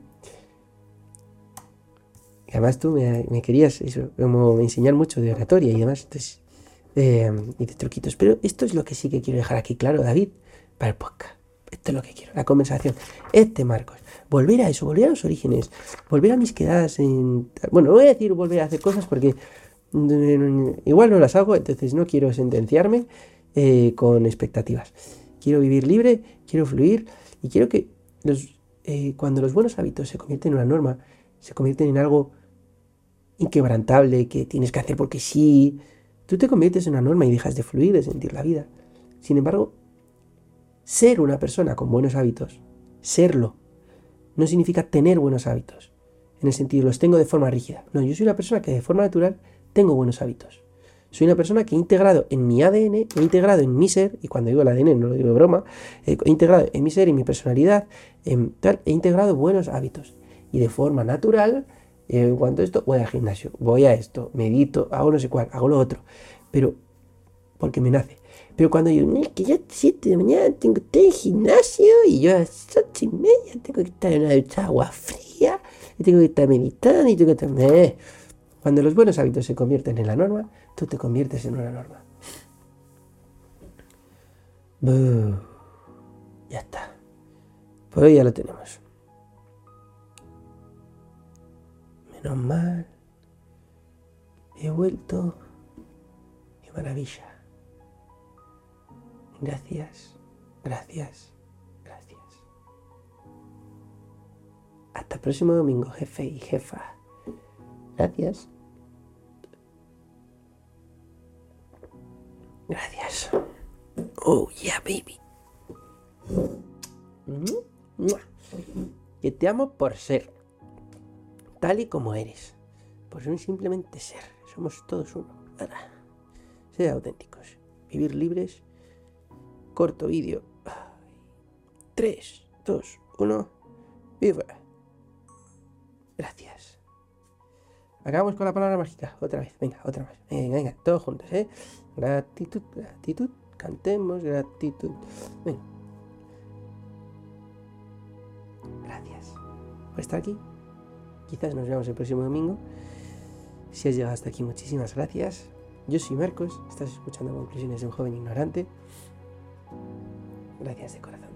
además tú me, me querías eso, como enseñar mucho de oratoria y demás, entonces, eh, y de truquitos. Pero esto es lo que sí que quiero dejar aquí claro, David, para el podcast. Esto es lo que quiero, la conversación. Este Marcos, volver a eso, volver a los orígenes, volver a mis quedadas en... Bueno, no voy a decir volver a hacer cosas porque igual no las hago, entonces no quiero sentenciarme eh, con expectativas. Quiero vivir libre, quiero fluir y quiero que los, eh, cuando los buenos hábitos se convierten en una norma, se convierten en algo inquebrantable que tienes que hacer porque sí, tú te conviertes en una norma y dejas de fluir, de sentir la vida. Sin embargo, ser una persona con buenos hábitos, serlo, no significa tener buenos hábitos. En el sentido, los tengo de forma rígida. No, yo soy una persona que de forma natural tengo buenos hábitos. Soy una persona que he integrado en mi A D N, he integrado en mi ser, y cuando digo el A D N no lo digo de broma, he integrado en mi ser, en mi personalidad, en tal, he integrado buenos hábitos. Y de forma natural, en cuanto a esto, voy al gimnasio, voy a esto, medito, hago no sé cuál, hago lo otro. Pero, porque me nace. Pero cuando yo, es que ya a las siete de la mañana tengo que estar en el gimnasio y yo a las ocho y media tengo que estar en una ducha de agua fría y tengo que estar meditando y tengo que estar... Eh. Cuando los buenos hábitos se convierten en la norma, tú te conviertes en una norma. Buh. Ya está. Por hoy ya lo tenemos. Menos mal. He vuelto. Qué maravilla. Gracias, gracias, gracias. Hasta el próximo domingo, jefe y jefa. Gracias. Gracias. Oh, yeah, baby. Que te amo por ser tal y como eres. Por un simplemente ser. Somos todos uno. Ser auténticos. Vivir libres. Corto vídeo. tres, dos, uno. Viva. Gracias. Acabamos con la palabra mágica. Otra vez. Venga, otra más. Venga, venga. Todos juntos, ¿eh? Gratitud, gratitud. Cantemos gratitud. Venga. Gracias por estar aquí. Quizás nos veamos el próximo domingo. Si has llegado hasta aquí, muchísimas gracias. Yo soy Marcos. Estás escuchando Conclusiones de un joven ignorante. Gracias de corazón.